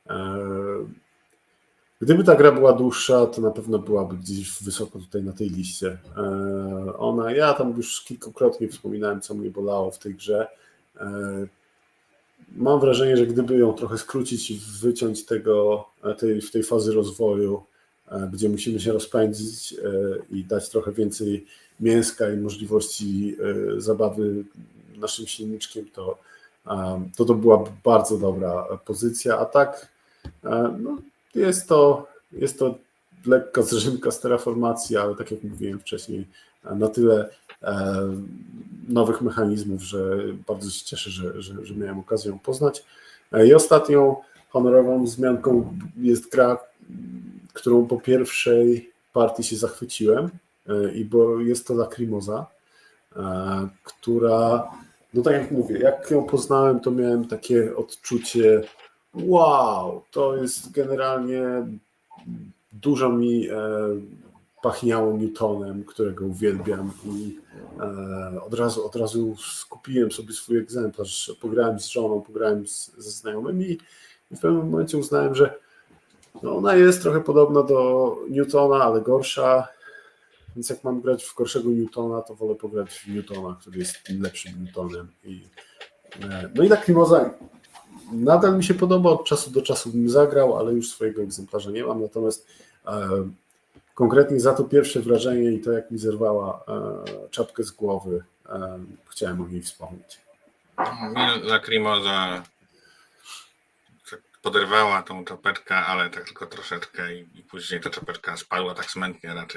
gdyby ta gra była dłuższa, to na pewno byłaby gdzieś wysoko tutaj na tej liście. Ja tam już kilkukrotnie wspominałem, co mnie bolało w tej grze. Mam wrażenie, że gdyby ją trochę skrócić i wyciąć w tej fazy rozwoju, gdzie musimy się rozpędzić i dać trochę więcej mięska i możliwości zabawy naszym silniczkiem, to byłaby bardzo dobra pozycja, a tak no, jest to lekka zżynka z Terraformacji, ale tak jak mówiłem wcześniej, na tyle nowych mechanizmów, że bardzo się cieszę, że miałem okazję ją poznać. I ostatnią honorową wzmianką jest gra, którą po pierwszej partii się zachwyciłem, bo jest to Lacrimosa, która, no tak jak mówię, jak ją poznałem, to miałem takie odczucie, wow, to jest generalnie, dużo mi pachniało Newtonem, którego uwielbiam, i od razu skupiłem sobie swój egzemplarz, pograłem z żoną, pograłem ze znajomymi i w pewnym momencie uznałem, że no ona jest trochę podobna do Newtona, ale gorsza, więc jak mam grać w gorszego Newtona, to wolę pograć w Newtona, który jest lepszym Newtonem. No i Lacrimosa nadal mi się podoba, od czasu do czasu bym zagrał, ale już swojego egzemplarza nie mam, natomiast konkretnie za to pierwsze wrażenie i to, jak mi zerwała czapkę z głowy, chciałem o niej wspomnieć. Lacrimosa poderwała tą czapeczkę, ale tak tylko troszeczkę i później ta czapeczka spadła tak smętnie raczej.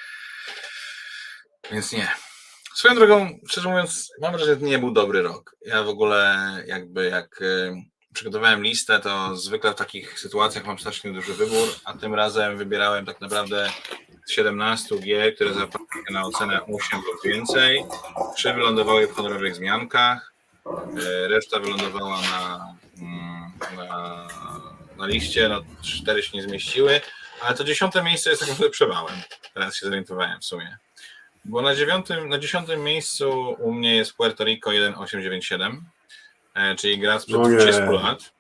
Więc nie. Swoją drogą, szczerze mówiąc, mam wrażenie, że nie był dobry rok. Ja w ogóle jak przygotowałem listę, to zwykle w takich sytuacjach mam strasznie duży wybór, a tym razem wybierałem tak naprawdę z 17 gier, które zapadły na ocenę 8 lub więcej. 3 wylądowały w honorowych wzmiankach, reszta wylądowała na liście, 4 się nie zmieściły, ale to 10. miejsce jest tak naprawdę przewałem. Teraz się zorientowałem w sumie. Bo na 10. miejscu u mnie jest Puerto Rico 1897, czyli gra sprzed 30 lat,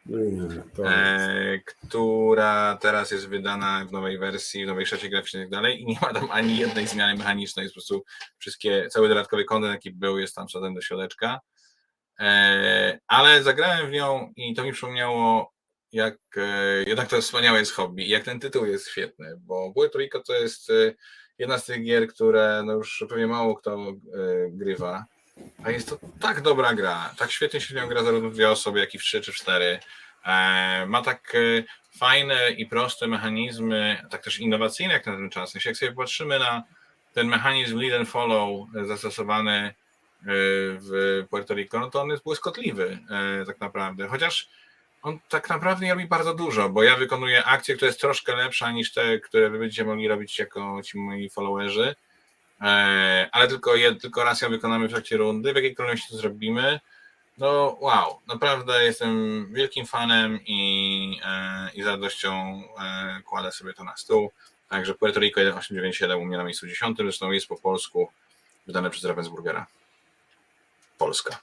która teraz jest wydana w nowej wersji, w nowej szacie graficznej i tak dalej, i nie ma tam ani jednej zmiany mechanicznej, jest po prostu cały dodatkowy content, jaki był, jest tam wsadzony do środeczka. Ale zagrałem w nią i to mi przypomniało, jak jednak to wspaniałe jest hobby i jak ten tytuł jest świetny, bo Puerto Rico to jest jedna z tych gier, które no już pewnie mało kto grywa, a jest to tak dobra gra, tak świetnie się w nią gra zarówno w 2 osoby, jak i w 3 czy 4. Ma tak fajne i proste mechanizmy, tak też innowacyjne jak na ten czas. Jak sobie patrzymy na ten mechanizm lead and follow zastosowany w Puerto Rico, no to on jest błyskotliwy tak naprawdę, chociaż on tak naprawdę nie robi bardzo dużo, bo ja wykonuję akcję, która jest troszkę lepsza niż te, które wy będziecie mogli robić jako ci moi followerzy, ale tylko raz ją wykonamy w trakcie rundy, w jakiej kolejności to zrobimy. No wow, naprawdę jestem wielkim fanem i z radością kładę sobie to na stół. Także Puerto Rico 1897 u mnie na miejscu 10, zresztą jest po polsku, wydane przez Ravensburgera. Polska.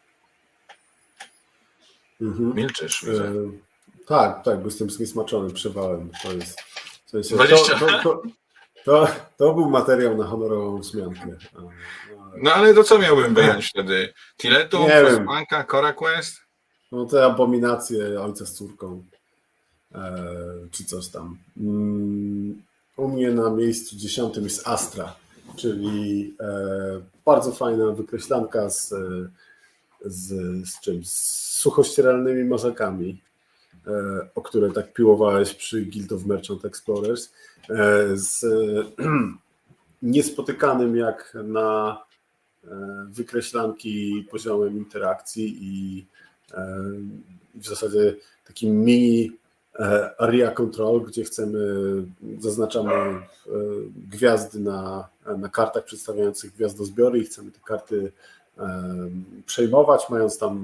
Milczysz. Tak, bo jestem zniesmaczony przewałem. To jest, w sensie, 20. to był materiał na honorową wzmiankę. No ale to co miałbym wyjąć wtedy? Tiletum, Frostpunka, Cora Quest? No te abominacje ojca z córką. Czy coś tam. U mnie na miejscu 10 jest Astra, czyli bardzo fajna wykreślanka z czymś? Z suchościeralnymi mazakami, o które tak piłowałeś przy Guild of Merchant Explorers, z niespotykanym jak na wykreślanki poziomem interakcji i w zasadzie takim mini area control, gdzie zaznaczamy gwiazdy na kartach przedstawiających gwiazdozbiory i chcemy te karty przejmować, mając tam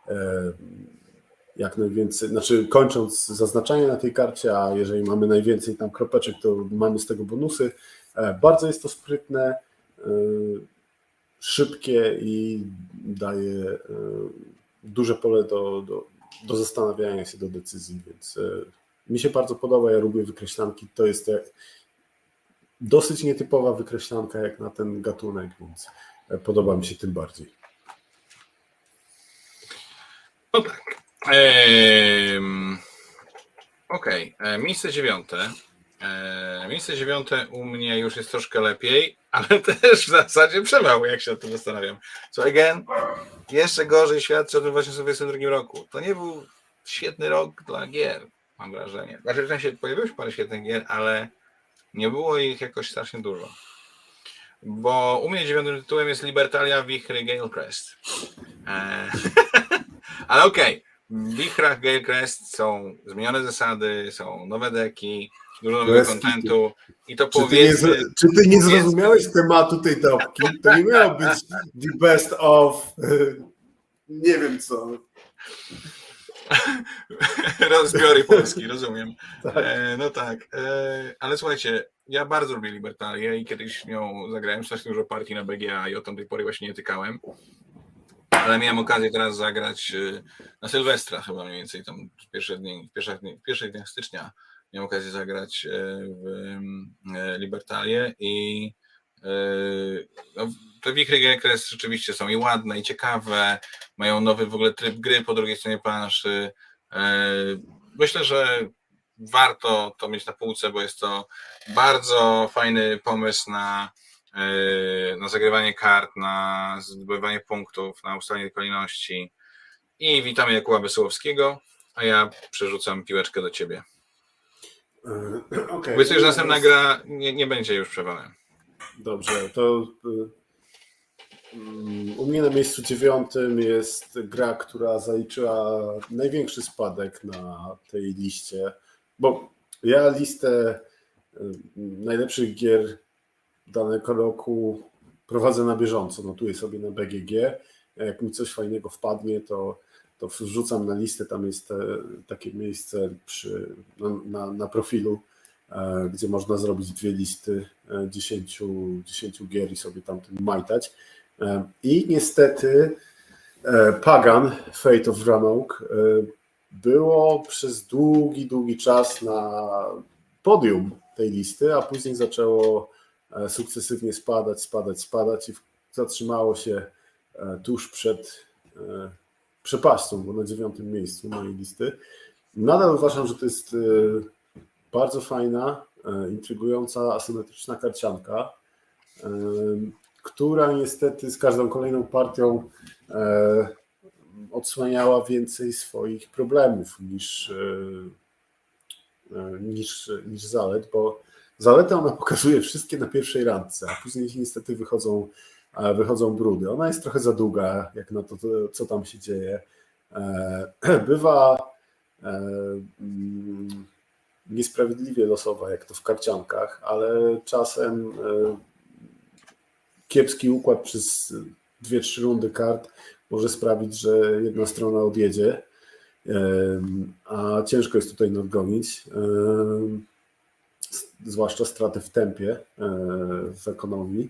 jak najwięcej, znaczy kończąc zaznaczanie na tej karcie, a jeżeli mamy najwięcej tam kropeczek, to mamy z tego bonusy. Bardzo jest to sprytne, szybkie i daje duże pole do zastanawiania się, do decyzji, więc mi się bardzo podoba, ja lubię wykreślanki, to jest dosyć nietypowa wykreślanka jak na ten gatunek, więc podoba mi się tym bardziej. No tak. Okej, miejsce 9. Miejsce 9 u mnie już jest troszkę lepiej, ale też w zasadzie przewał, jak się o tym zastanawiam. So again, jeszcze gorzej świadczy o tym właśnie w 2022 roku. To nie był świetny rok dla gier, mam wrażenie. Znaczy, w sensie pojawiło się parę świetnych gier, ale nie było ich jakoś strasznie dużo. Bo u mnie 9. tytułem jest Libertalia Wichry Galecrest. Ale okej. W Wichrach Galecrest są zmienione zasady, są nowe deki, dużo nowego kontentu i to powiedzmy... Czy ty nie zrozumiałeś tematu tej topki? To nie miało być the best of... Nie wiem co. Rozbiory Polski, rozumiem. Tak. No tak, ale słuchajcie, ja bardzo lubię Libertalię i kiedyś nią zagrałem strasznie dużo partii na BGA i od tamtej pory właśnie nie tykałem. Ale miałem okazję teraz zagrać na Sylwestra, chyba mniej więcej tam w pierwszych dniach stycznia miałem okazję zagrać w Libertalię i no, te Wichry Galecrest rzeczywiście są i ładne, i ciekawe, mają nowy w ogóle tryb gry po drugiej stronie planszy. Myślę, że warto to mieć na półce, bo jest to bardzo fajny pomysł na zagrywanie kart, na zdobywanie punktów, na ustalenie kolejności. I witamy Jakuba Wesołowskiego, a ja przerzucam piłeczkę do ciebie. Okay. Obiecuję, że następna gra nie będzie już przewalem. Dobrze, to u mnie na miejscu 9 jest gra, która zaliczyła największy spadek na tej liście, bo ja listę najlepszych gier danego roku prowadzę na bieżąco, notuję sobie na BGG, jak mi coś fajnego wpadnie, to wrzucam na listę, tam jest takie miejsce na profilu, gdzie można zrobić 2 listy 10 gier i sobie tam tym majtać. I niestety Pagan, Fate of Ranok było przez długi czas na podium tej listy, a później zaczęło sukcesywnie spadać i zatrzymało się tuż przed przepaścią, bo na 9. miejscu mojej listy. Nadal uważam, że to jest bardzo fajna, intrygująca, asymetryczna karcianka, która niestety z każdą kolejną partią odsłaniała więcej swoich problemów niż zalet, bo zalety ona pokazuje wszystkie na pierwszej randce, a później niestety wychodzą brudy. Ona jest trochę za długa, jak na to, co tam się dzieje. Bywa niesprawiedliwie losowa, jak to w karciankach, ale czasem kiepski układ przez 2-3 rundy kart może sprawić, że jedna strona odjedzie, a ciężko jest tutaj nadgonić, zwłaszcza straty w tempie, w ekonomii.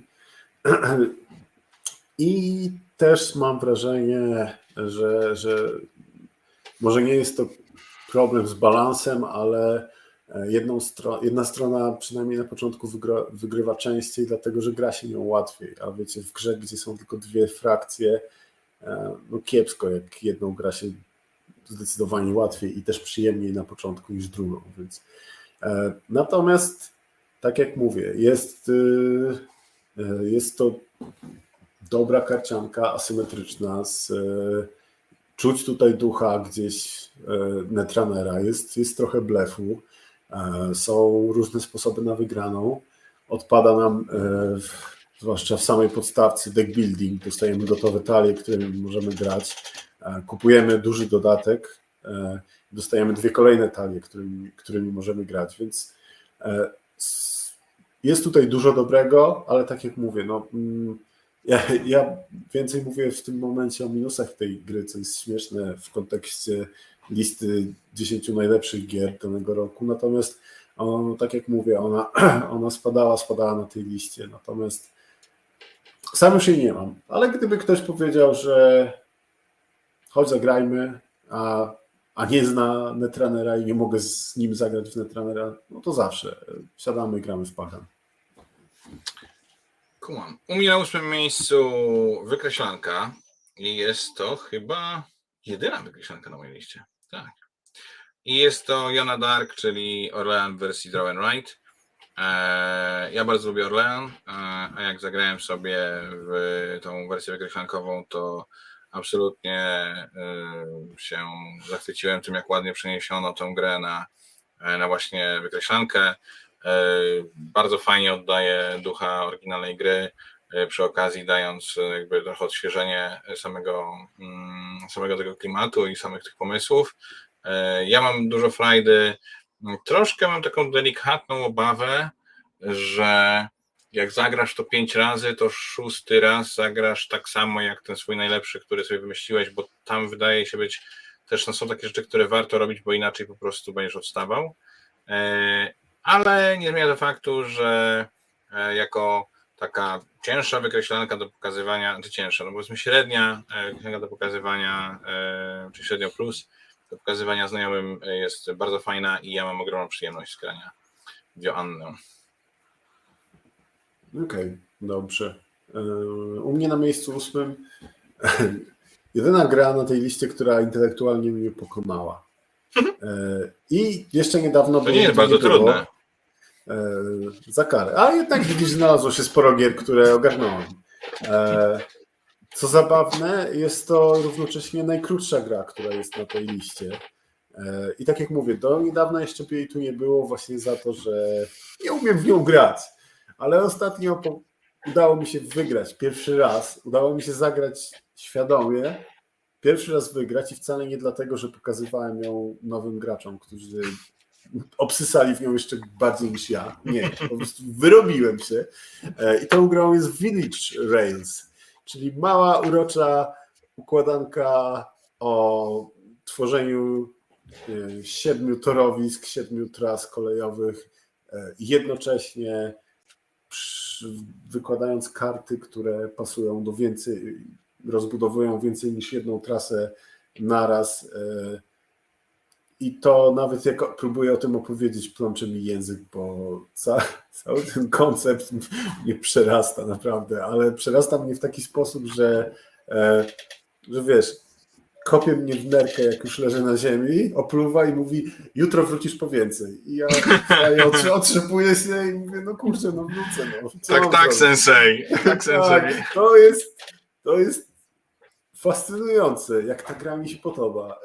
I też mam wrażenie, że może nie jest to problem z balansem, ale jedna strona przynajmniej na początku wygrywa częściej, dlatego że gra się nią łatwiej, a wiecie, w grze, gdzie są tylko 2 frakcje, no kiepsko, jak jedną gra się zdecydowanie łatwiej i też przyjemniej na początku niż drugą, więc natomiast tak jak mówię, jest to dobra karcianka, asymetryczna, czuć tutaj ducha gdzieś netrunnera, jest trochę blefu, są różne sposoby na wygraną, odpada nam zwłaszcza w samej podstawce deck building, dostajemy gotowe talie, którymi możemy grać, kupujemy duży dodatek, dostajemy 2 kolejne talie, którymi możemy grać, więc jest tutaj dużo dobrego, ale tak jak mówię, no ja więcej mówię w tym momencie o minusach tej gry, co jest śmieszne w kontekście listy 10 najlepszych gier danego roku, natomiast tak jak mówię, ona spadała na tej liście, natomiast sam już jej nie mam, ale gdyby ktoś powiedział, że chodź zagrajmy, a nie zna Netrunnera i nie mogę z nim zagrać w Netrunnera, no to zawsze siadamy i gramy w Pagan. Kumam. U mnie na 8. miejscu wykreślanka i jest to chyba jedyna wykreślanka na mojej liście. Tak. I jest to Jana Dark, czyli Orlean w wersji Draw and Write. Ja bardzo lubię Orlean, a jak zagrałem sobie w tą wersję wykreślankową, to absolutnie się zachwyciłem tym, jak ładnie przeniesiono tę grę na właśnie wykreślankę. Bardzo fajnie oddaje ducha oryginalnej gry, przy okazji dając jakby trochę odświeżenie samego tego klimatu i samych tych pomysłów. Ja mam dużo frajdy. Troszkę mam taką delikatną obawę, że jak zagrasz to 5 razy, to 6. raz zagrasz tak samo jak ten swój najlepszy, który sobie wymyśliłeś, bo tam wydaje się być też, no są takie rzeczy, które warto robić, bo inaczej po prostu będziesz odstawał. Ale nie zmienia to faktu, że jako taka cięższa wykreślanka do pokazywania, czy cięższa, no powiedzmy średnia wykreślanka do pokazywania, czy średnio plus, do pokazywania znajomym jest bardzo fajna i ja mam ogromną przyjemność z grania w Joannę. Okej, dobrze. U mnie na miejscu 8 jedyna gra na tej liście, która intelektualnie mnie pokonała. I jeszcze niedawno to nie jest bardzo trudne. Za karę. A jednak widzisz, znalazło się sporo gier, które ogarnąłem. Co zabawne, jest to równocześnie najkrótsza gra, która jest na tej liście. I tak jak mówię, do niedawna jeszcze jej tu nie było właśnie za to, że nie umiem w nią grać. Ale ostatnio udało mi się wygrać pierwszy raz. Udało mi się zagrać świadomie. Pierwszy raz wygrać i wcale nie dlatego, że pokazywałem ją nowym graczom, którzy obsysali w nią jeszcze bardziej niż ja. Nie, po prostu wyrobiłem się. I tą grą jest Village Rails, czyli mała, urocza układanka o tworzeniu 7 torowisk, 7 tras kolejowych, jednocześnie wykładając karty, które pasują do więcej, rozbudowują więcej niż jedną trasę naraz. I to nawet jak próbuję o tym opowiedzieć, plącze mi język, bo cały ten koncept mnie przerasta naprawdę, ale przerasta mnie w taki sposób, że wiesz, kopie mnie w nerkę, jak już leżę na ziemi, opluwa i mówi, jutro wrócisz po więcej. I ja otrzepuję się i mówię, no kurczę, no wrócę. No, tak, sensei. Tak, sensei. Tak, to jest fascynujące, jak ta gra mi się podoba.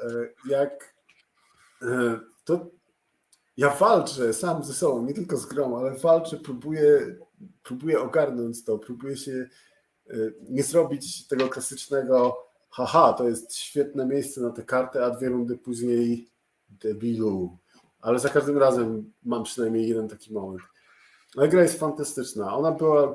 Ja walczę sam ze sobą, nie tylko z grą, ale walczę, próbuję ogarnąć to, próbuję się nie zrobić tego klasycznego haha, to jest świetne miejsce na tę kartę, a 2 rundy później debilu. Ale za każdym razem mam przynajmniej jeden taki moment. Ale gra jest fantastyczna. Ona była,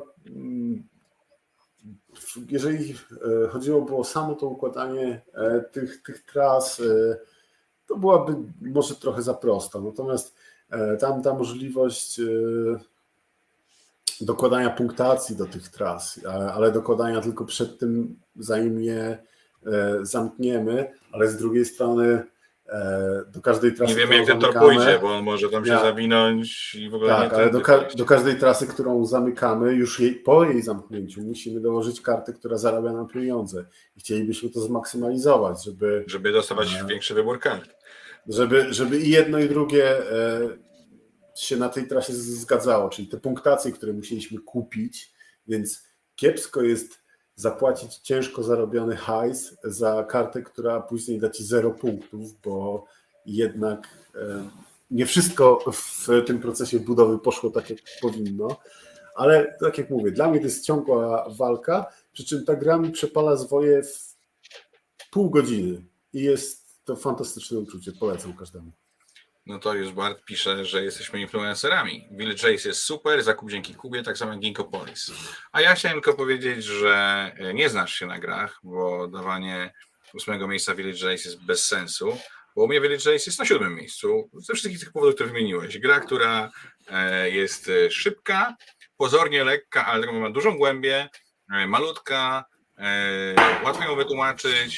jeżeli chodziło o samo to układanie tych tras, to byłaby może trochę za prosta. Natomiast tam ta możliwość dokładania punktacji do tych tras, ale dokładania tylko przed tym, zanim je zamkniemy, ale z drugiej strony do każdej trasy... Nie wiemy, jak ten tor pójdzie, bo on może tam się zawinąć i w ogóle tak, nie... ale do każdej trasy, którą zamykamy, już po jej zamknięciu musimy dołożyć kartę, która zarabia nam pieniądze. I chcielibyśmy to zmaksymalizować, żeby dostawać większy wybór kart. Żeby i jedno, i drugie się na tej trasie zgadzało, czyli te punktacje, które musieliśmy kupić, więc kiepsko jest zapłacić ciężko zarobiony hajs za kartę, która później da ci 0 punktów, bo jednak nie wszystko w tym procesie budowy poszło tak, jak powinno, ale tak jak mówię, dla mnie to jest ciągła walka, przy czym ta gra mi przepala zwoje w pół godziny i jest to fantastyczne uczucie, polecam każdemu. No to już Bart pisze, że jesteśmy influencerami. Village Race jest super, zakup dzięki Kubie, tak samo jak Ginkgo Polis. A ja chciałem tylko powiedzieć, że nie znasz się na grach, bo dawanie 8. miejsca Village Race jest bez sensu, bo u mnie Village Race jest na 7. miejscu, ze wszystkich tych powodów, które wymieniłeś. Gra, która jest szybka, pozornie lekka, ale ma dużą głębię, malutka, łatwo ją wytłumaczyć,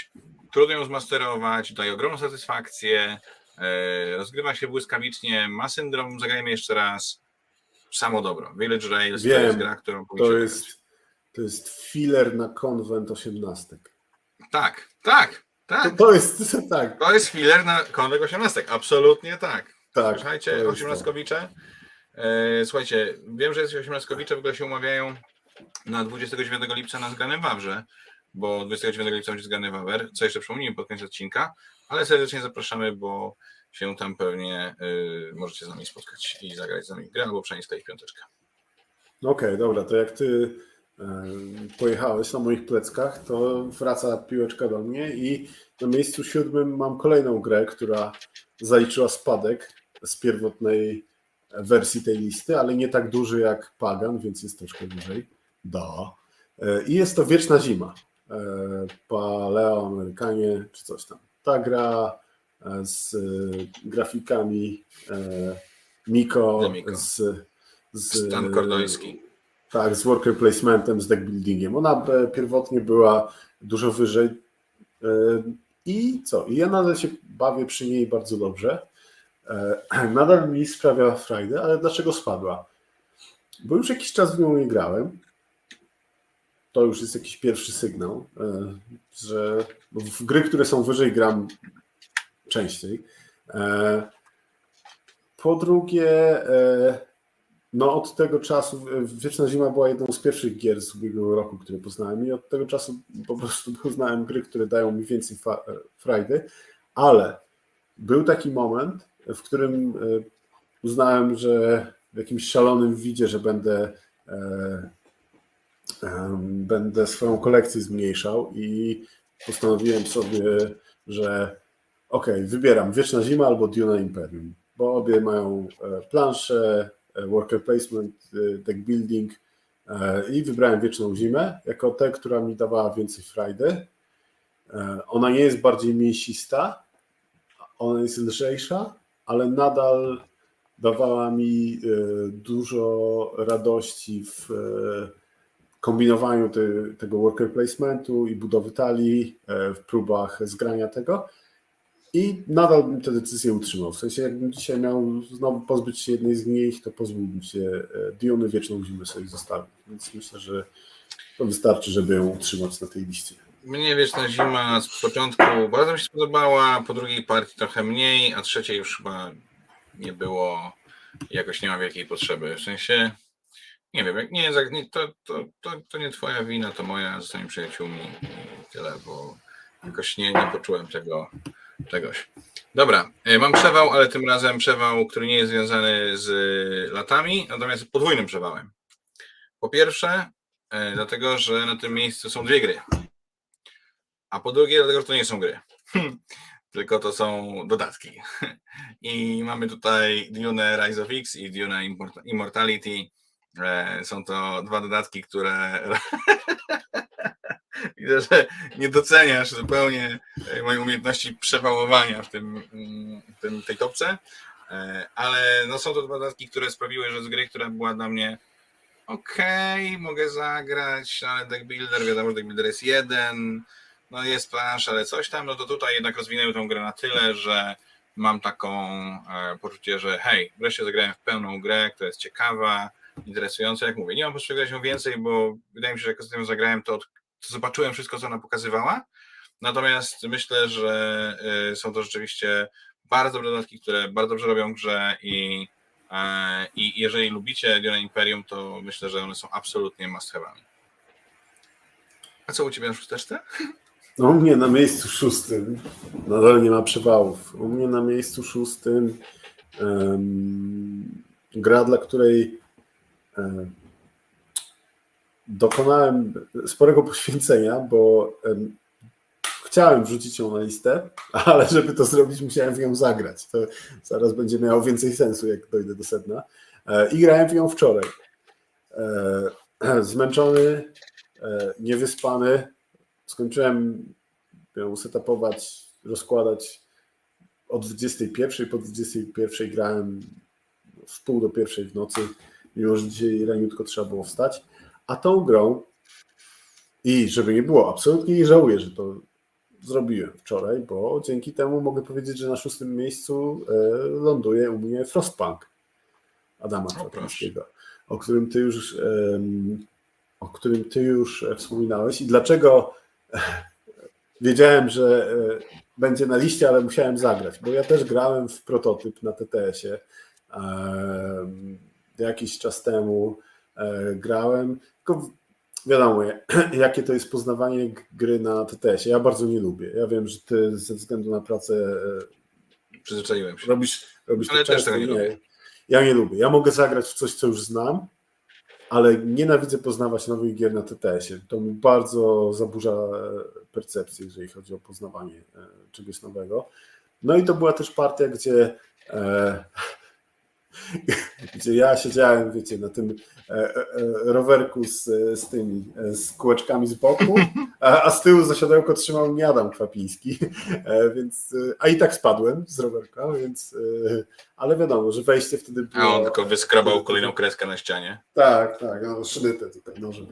trudno ją zmasterować, daje ogromną satysfakcję, rozgrywa się błyskawicznie, ma syndrom, zagrajmy jeszcze raz, samo dobro. Village Rails to jest gra, którą powinniście zagrać. To jest filler na konwent 18. Tak. To jest tak. To jest filler na konwent 18, absolutnie tak. Tak. Słuchajcie, 18-kowicze. Słuchajcie, wiem, że jesteś 18-kowicze, w ogóle się umawiają na 29 lipca na Zgrany Wawrze, bo 29 lipca będzie Zgrany Wawer, co jeszcze przypomnijmy pod koniec odcinka, ale serdecznie zapraszamy, bo się tam pewnie możecie z nami spotkać i zagrać z nami w grę, albo przynajmniej skleić piąteczkę. Okej, dobra, to jak ty pojechałeś na moich pleckach, to wraca piłeczka do mnie i na miejscu 7 mam kolejną grę, która zaliczyła spadek z pierwotnej wersji tej listy, ale nie tak duży jak Pagan, więc jest troszkę wyżej. I jest to Wieczna Zima. Paleoamerykanie czy coś tam. Ta gra z grafikami Miko, Stan Kordoński. Tak, z worker placementem, z deck buildingiem. Ona pierwotnie była dużo wyżej i co? I ja nadal się bawię przy niej bardzo dobrze. Nadal mi sprawia frajdę, ale dlaczego spadła? Bo już jakiś czas w nią nie grałem. To już jest jakiś pierwszy sygnał, że w gry, które są wyżej, gram częściej. Po drugie, no od tego czasu, Wieczna Zima była jedną z pierwszych gier z ubiegłego roku, które poznałem i od tego czasu po prostu poznałem gry, które dają mi więcej frajdy, ale był taki moment, w którym uznałem, że w jakimś szalonym widzie, że będę swoją kolekcję zmniejszał i postanowiłem sobie, że wybieram Wieczna Zima albo Duna Imperium, bo obie mają plansze, worker placement, deck building i wybrałem Wieczną Zimę jako tę, która mi dawała więcej frajdy. Ona nie jest bardziej mięsista, ona jest lżejsza, ale nadal dawała mi dużo radości w kombinowaniu tego worker placementu i budowy talii, w próbach zgrania tego. I nadal bym tę decyzję utrzymał. W sensie, jakbym dzisiaj miał znowu pozbyć się jednej z nich, to pozbyłbym się Duny, Wieczną Zimę sobie zostawić. Więc myślę, że to wystarczy, żeby ją utrzymać na tej liście. Mnie Wieczna Zima z początku bardzo mi się spodobała, po drugiej partii trochę mniej, a trzeciej już chyba nie było, jakoś nie ma wielkiej potrzeby. W sensie, nie wiem, jak nie, to nie twoja wina, to moja, zostaniemy przyjaciółmi i tyle, bo jakoś nie poczułem czegoś. Dobra, mam przewał, ale tym razem przewał, który nie jest związany z latami, natomiast podwójnym przewałem. Po pierwsze, dlatego, że na tym miejscu są dwie gry. A po drugie, dlatego, że to nie są gry. Tylko to są dodatki. I mamy tutaj Dune Rise of X i Dune Immortality. Są to dwa dodatki, które widzę, że nie doceniasz zupełnie mojej umiejętności przewałowania w tej topce, ale no są to dwa dodatki, które sprawiły, że z gry, która była dla mnie mogę zagrać, ale deck builder, wiadomo, że deck builder jest jeden, no jest plansza, ale coś tam, no to tutaj jednak rozwinęły tą grę na tyle, że mam taką poczucie, że hej, wreszcie zagrałem w pełną grę, która jest ciekawa, interesująca, jak mówię. Nie mam potrzeby grać ją więcej, bo wydaje mi się, że jak ostatnio zagrałem, to zobaczyłem wszystko, co ona pokazywała. Natomiast myślę, że są to rzeczywiście bardzo dobre dodatki, które bardzo dobrze robią grze i jeżeli lubicie Dune Imperium, to myślę, że one są absolutnie must-have'ami. A co u ciebie na szósteczce? No, u mnie na miejscu 6 nadal nie ma przewałów. U mnie na miejscu 6 gra, dla której dokonałem sporego poświęcenia, bo chciałem wrzucić ją na listę, ale żeby to zrobić, musiałem w nią zagrać. To zaraz będzie miało więcej sensu, jak dojdę do sedna. I grałem w nią wczoraj. Zmęczony, niewyspany. Skończyłem ją setupować, rozkładać o 21, po 21 grałem w pół do 1 w nocy, mimo że dzisiaj raniutko trzeba było wstać. A tą grą, i żeby nie było, absolutnie nie żałuję, że to zrobiłem wczoraj, bo dzięki temu mogę powiedzieć, że na 6. miejscu ląduje u mnie Frostpunk Adama Czartoryskiego, o którym ty już wspominałeś. I dlaczego wiedziałem, że będzie na liście, ale musiałem zagrać, bo ja też grałem w prototyp na TTS-ie jakiś czas temu. Grałem, tylko wiadomo, jakie to jest poznawanie gry na TTS-ie. Ja bardzo nie lubię. Ja wiem, że ty ze względu na pracę przyzwyczaiłem się. Robisz ale to też często. tego nie lubię. Ja nie lubię. Ja mogę zagrać w coś, co już znam, ale nienawidzę poznawać nowych gier na TTS-ie. To mi bardzo zaburza percepcję, jeżeli chodzi o poznawanie czegoś nowego. No i to była też partia, gdzie ja siedziałem, wiecie, na tym rowerku z kółeczkami z boku, a z tyłu za siodełko trzymał mnie Adam Kwapiński, więc, a i tak spadłem z rowerka, więc, ale wiadomo, że wejście wtedy było... A on tylko wyskrabał kolejną kreskę na ścianie. Tak, no, sznytę tutaj nożem.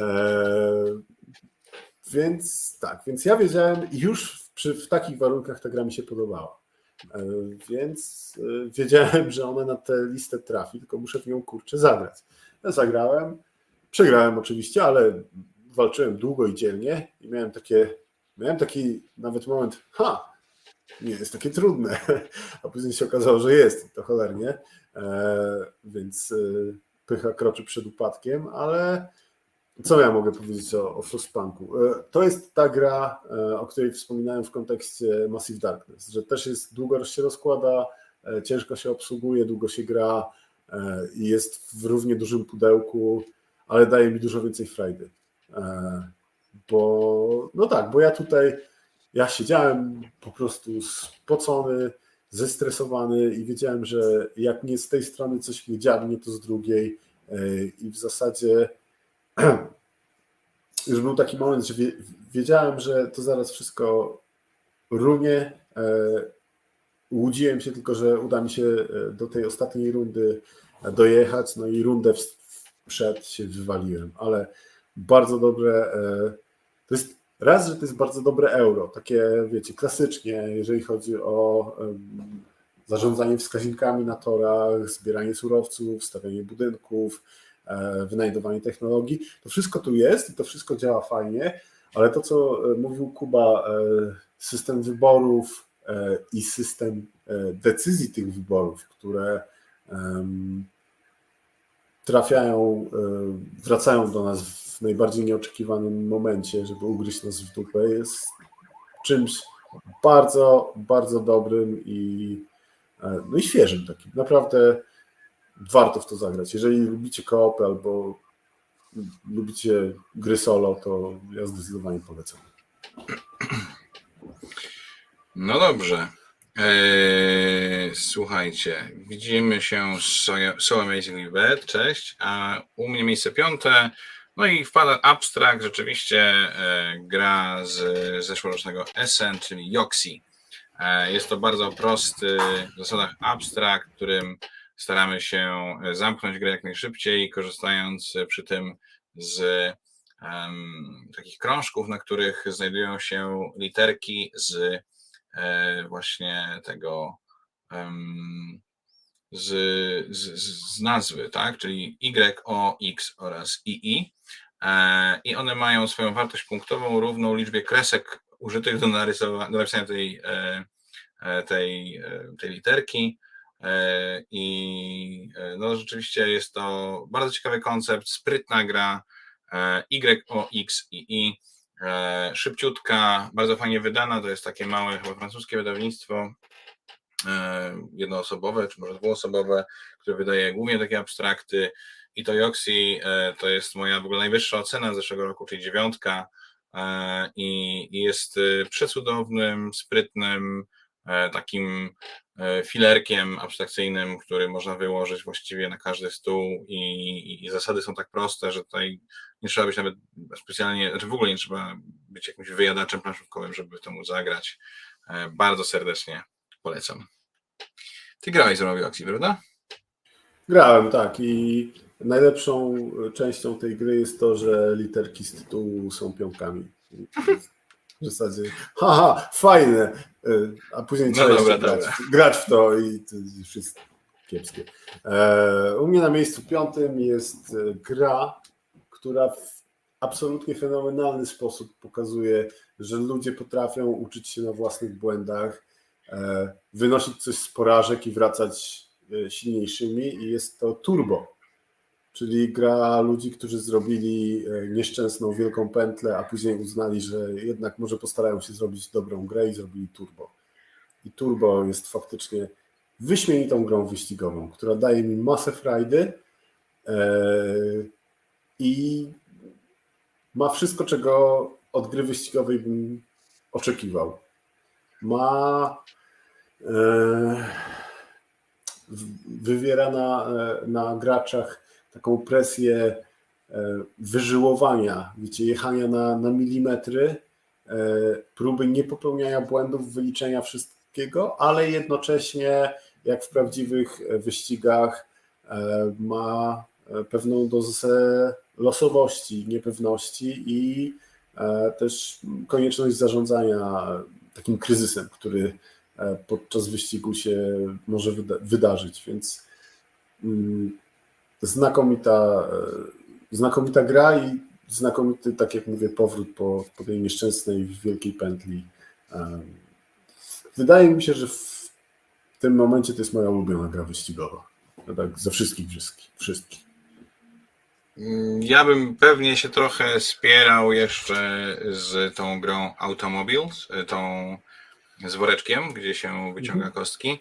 Więc ja wiedziałem, już w takich warunkach ta gra mi się podobała. Więc wiedziałem, że ona na tę listę trafi, tylko muszę w nią zagrać. Ja zagrałem, przegrałem oczywiście, ale walczyłem długo i dzielnie i miałem taki nawet moment, nie jest takie trudne, a później się okazało, że jest, to cholernie, więc pycha kroczy przed upadkiem, ale co ja mogę powiedzieć o Frostpunku? To jest ta gra, o której wspominałem w kontekście Massive Darkness, że też jest długo się rozkłada, ciężko się obsługuje, długo się gra i jest w równie dużym pudełku, ale daje mi dużo więcej frajdy. Bo ja siedziałem po prostu spocony, zestresowany i wiedziałem, że jak nie z tej strony coś mnie dziabnie, to z drugiej i w zasadzie już był taki moment, że wiedziałem, że to zaraz wszystko runie. Łudziłem się tylko, że uda mi się do tej ostatniej rundy dojechać, no i rundę przed się wywaliłem, ale bardzo dobre, to jest raz, że to jest bardzo dobre euro, takie wiecie, klasycznie, jeżeli chodzi o zarządzanie wskaźnikami na torach, zbieranie surowców, stawianie budynków, wynajdowanie technologii, to wszystko tu jest i to wszystko działa fajnie, ale to, co mówił Kuba, system wyborów i system decyzji tych wyborów, które wracają do nas w najbardziej nieoczekiwanym momencie, żeby ugryźć nas w dupę, jest czymś bardzo, bardzo dobrym i świeżym takim. Naprawdę warto w to zagrać. Jeżeli lubicie koop albo lubicie gry solo, to ja zdecydowanie polecam. No dobrze. Słuchajcie, widzimy się z So Amazingly Bad, cześć, a u mnie miejsce 5, no i wpada Abstract, rzeczywiście gra z zeszłorocznego Essen, czyli Yoxi. Jest to bardzo prosty w zasadach abstrakt, którym staramy się zamknąć grę jak najszybciej, korzystając przy tym z takich krążków, na których znajdują się literki z właśnie tego z nazwy, tak? Czyli Y, O, X oraz II. I one mają swoją wartość punktową równą liczbie kresek użytych do napisania tej literki. I no rzeczywiście jest to bardzo ciekawy koncept, sprytna gra, Y, O, X, I, szybciutka, bardzo fajnie wydana, to jest takie małe chyba francuskie wydawnictwo, jednoosobowe, czy może dwuosobowe, które wydaje głównie takie abstrakty i to Yoxi to jest moja w ogóle najwyższa ocena z zeszłego roku, czyli 9 i jest przecudownym, sprytnym takim filerkiem abstrakcyjnym, który można wyłożyć właściwie na każdy stół i zasady są tak proste, że tutaj nie trzeba być nawet specjalnie, znaczy w ogóle nie trzeba być jakimś wyjadaczem planszówkowym, żeby w to móc zagrać. Bardzo serdecznie polecam. Ty grałeś ze mną w Yoxi, prawda? Grałem, tak, i najlepszą częścią tej gry jest to, że literki z tytułu są pionkami. W zasadzie, haha, fajne, a później trzeba jeszcze grać w to i to już jest kiepskie. U mnie na miejscu 5 jest gra, która w absolutnie fenomenalny sposób pokazuje, że ludzie potrafią uczyć się na własnych błędach, wynosić coś z porażek i wracać silniejszymi i jest to Turbo, czyli gra ludzi, którzy zrobili nieszczęsną wielką pętlę, a później uznali, że jednak może postarają się zrobić dobrą grę i zrobili Turbo. I Turbo jest faktycznie wyśmienitą grą wyścigową, która daje mi masę frajdy i ma wszystko, czego od gry wyścigowej bym oczekiwał. Wywiera na graczach taką presję wyżyłowania, wiecie, jechania na milimetry, próby nie popełniania błędów, wyliczenia wszystkiego, ale jednocześnie, jak w prawdziwych wyścigach, ma pewną dozę losowości, niepewności i też konieczność zarządzania takim kryzysem, który podczas wyścigu się może wydarzyć, więc znakomita gra i znakomity, tak jak mówię, powrót po tej nieszczęsnej wielkiej pętli. Wydaje mi się, że w tym momencie to jest moja ulubiona gra wyścigowa. Tak, ze wszystkich. Ja bym pewnie się trochę spierał jeszcze z tą grą Automobiles, tą z woreczkiem, gdzie się wyciąga kostki,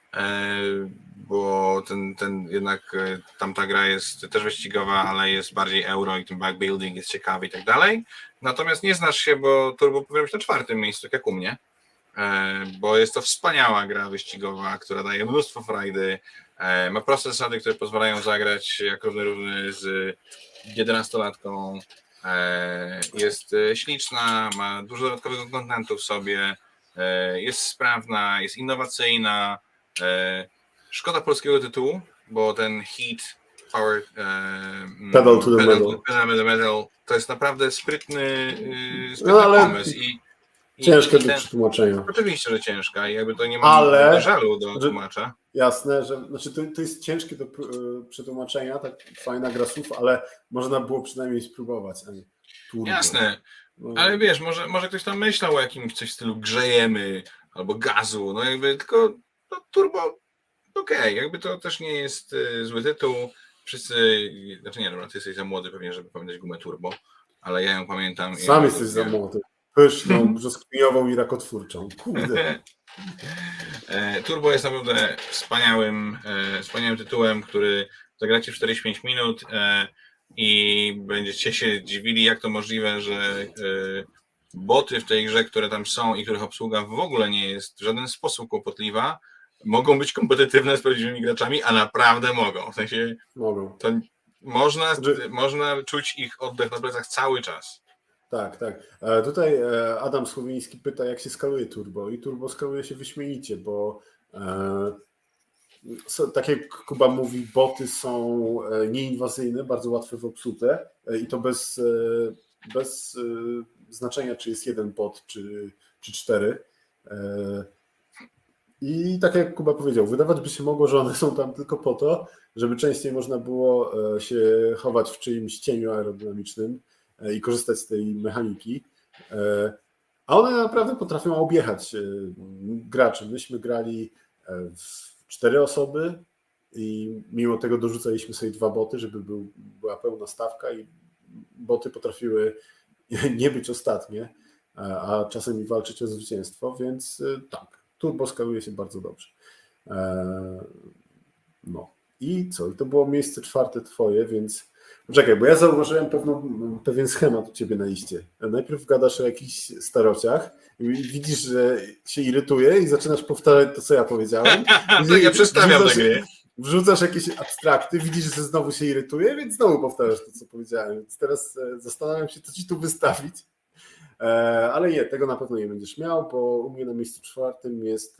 bo jednak tamta gra jest też wyścigowa, ale jest bardziej euro i ten backbuilding jest ciekawy i tak dalej. Natomiast nie znasz się, bo Turbo powinien być na 4. miejscu, tak jak u mnie, bo jest to wspaniała gra wyścigowa, która daje mnóstwo frajdy, ma proste zasady, które pozwalają zagrać jak równy z 11-latką, jest śliczna, ma dużo dodatkowego kontentu w sobie, jest sprawna, jest innowacyjna. Szkoda polskiego tytułu, bo ten Heat Power Pedal to the Metal to jest naprawdę sprytny pomysł. Ciężkie do przetłumaczenia. Oczywiście, że ciężka i jakby to nie ma żalu do tłumacza. Jasne, że znaczy to jest ciężkie do przetłumaczenia, tak fajna gra słów, ale można było przynajmniej spróbować. Jasne, ale wiesz, może ktoś tam myślał o jakimś coś w stylu grzejemy albo gazu, no jakby tylko Turbo okej, jakby to też nie jest zły tytuł. Wszyscy, znaczy nie, dobra, ty jesteś za młody pewnie, żeby pamiętać gumę Turbo, ale ja ją pamiętam. Sam jesteś za młody. Pyszną, brzoskwiniową i rakotwórczą. Kurde. Turbo jest naprawdę wspaniałym tytułem, który zagracie w 45 minut i będziecie się dziwili, jak to możliwe, że boty w tej grze, które tam są i których obsługa w ogóle nie jest w żaden sposób kłopotliwa, mogą być kompetytywne z prawdziwymi graczami, a naprawdę mogą. W sensie mogą. To można czuć ich oddech na plecach cały czas. Tak. Tutaj Adam Słowiński pyta, jak się skaluje Turbo i Turbo skaluje się wyśmienicie, bo tak jak Kuba mówi, boty są nieinwazyjne, bardzo łatwe w obsłudze i to bez znaczenia, czy jest jeden bot, czy 4. I tak jak Kuba powiedział, wydawać by się mogło, że one są tam tylko po to, żeby częściej można było się chować w czyimś cieniu aerodynamicznym i korzystać z tej mechaniki, a one naprawdę potrafią objechać graczy. Myśmy grali w 4 osoby i mimo tego dorzucaliśmy sobie 2 boty, żeby była pełna stawka i boty potrafiły nie być ostatnie, a czasem i walczyć o zwycięstwo, więc tak, Turbo skaluje się bardzo dobrze. No i co? I to było miejsce 4 twoje, więc czekaj, bo ja zauważyłem pewien schemat u ciebie na liście. Najpierw gadasz o jakichś starociach i widzisz, że się irytuje i zaczynasz powtarzać to, co ja powiedziałem. To ja przedstawiam tę grę. Wrzucasz jakieś abstrakty, widzisz, że znowu się irytuje, więc znowu powtarzasz to, co powiedziałem. Więc teraz zastanawiam się, co ci tu wystawić. Ale nie, tego na pewno nie będziesz miał, bo u mnie na miejscu 4 jest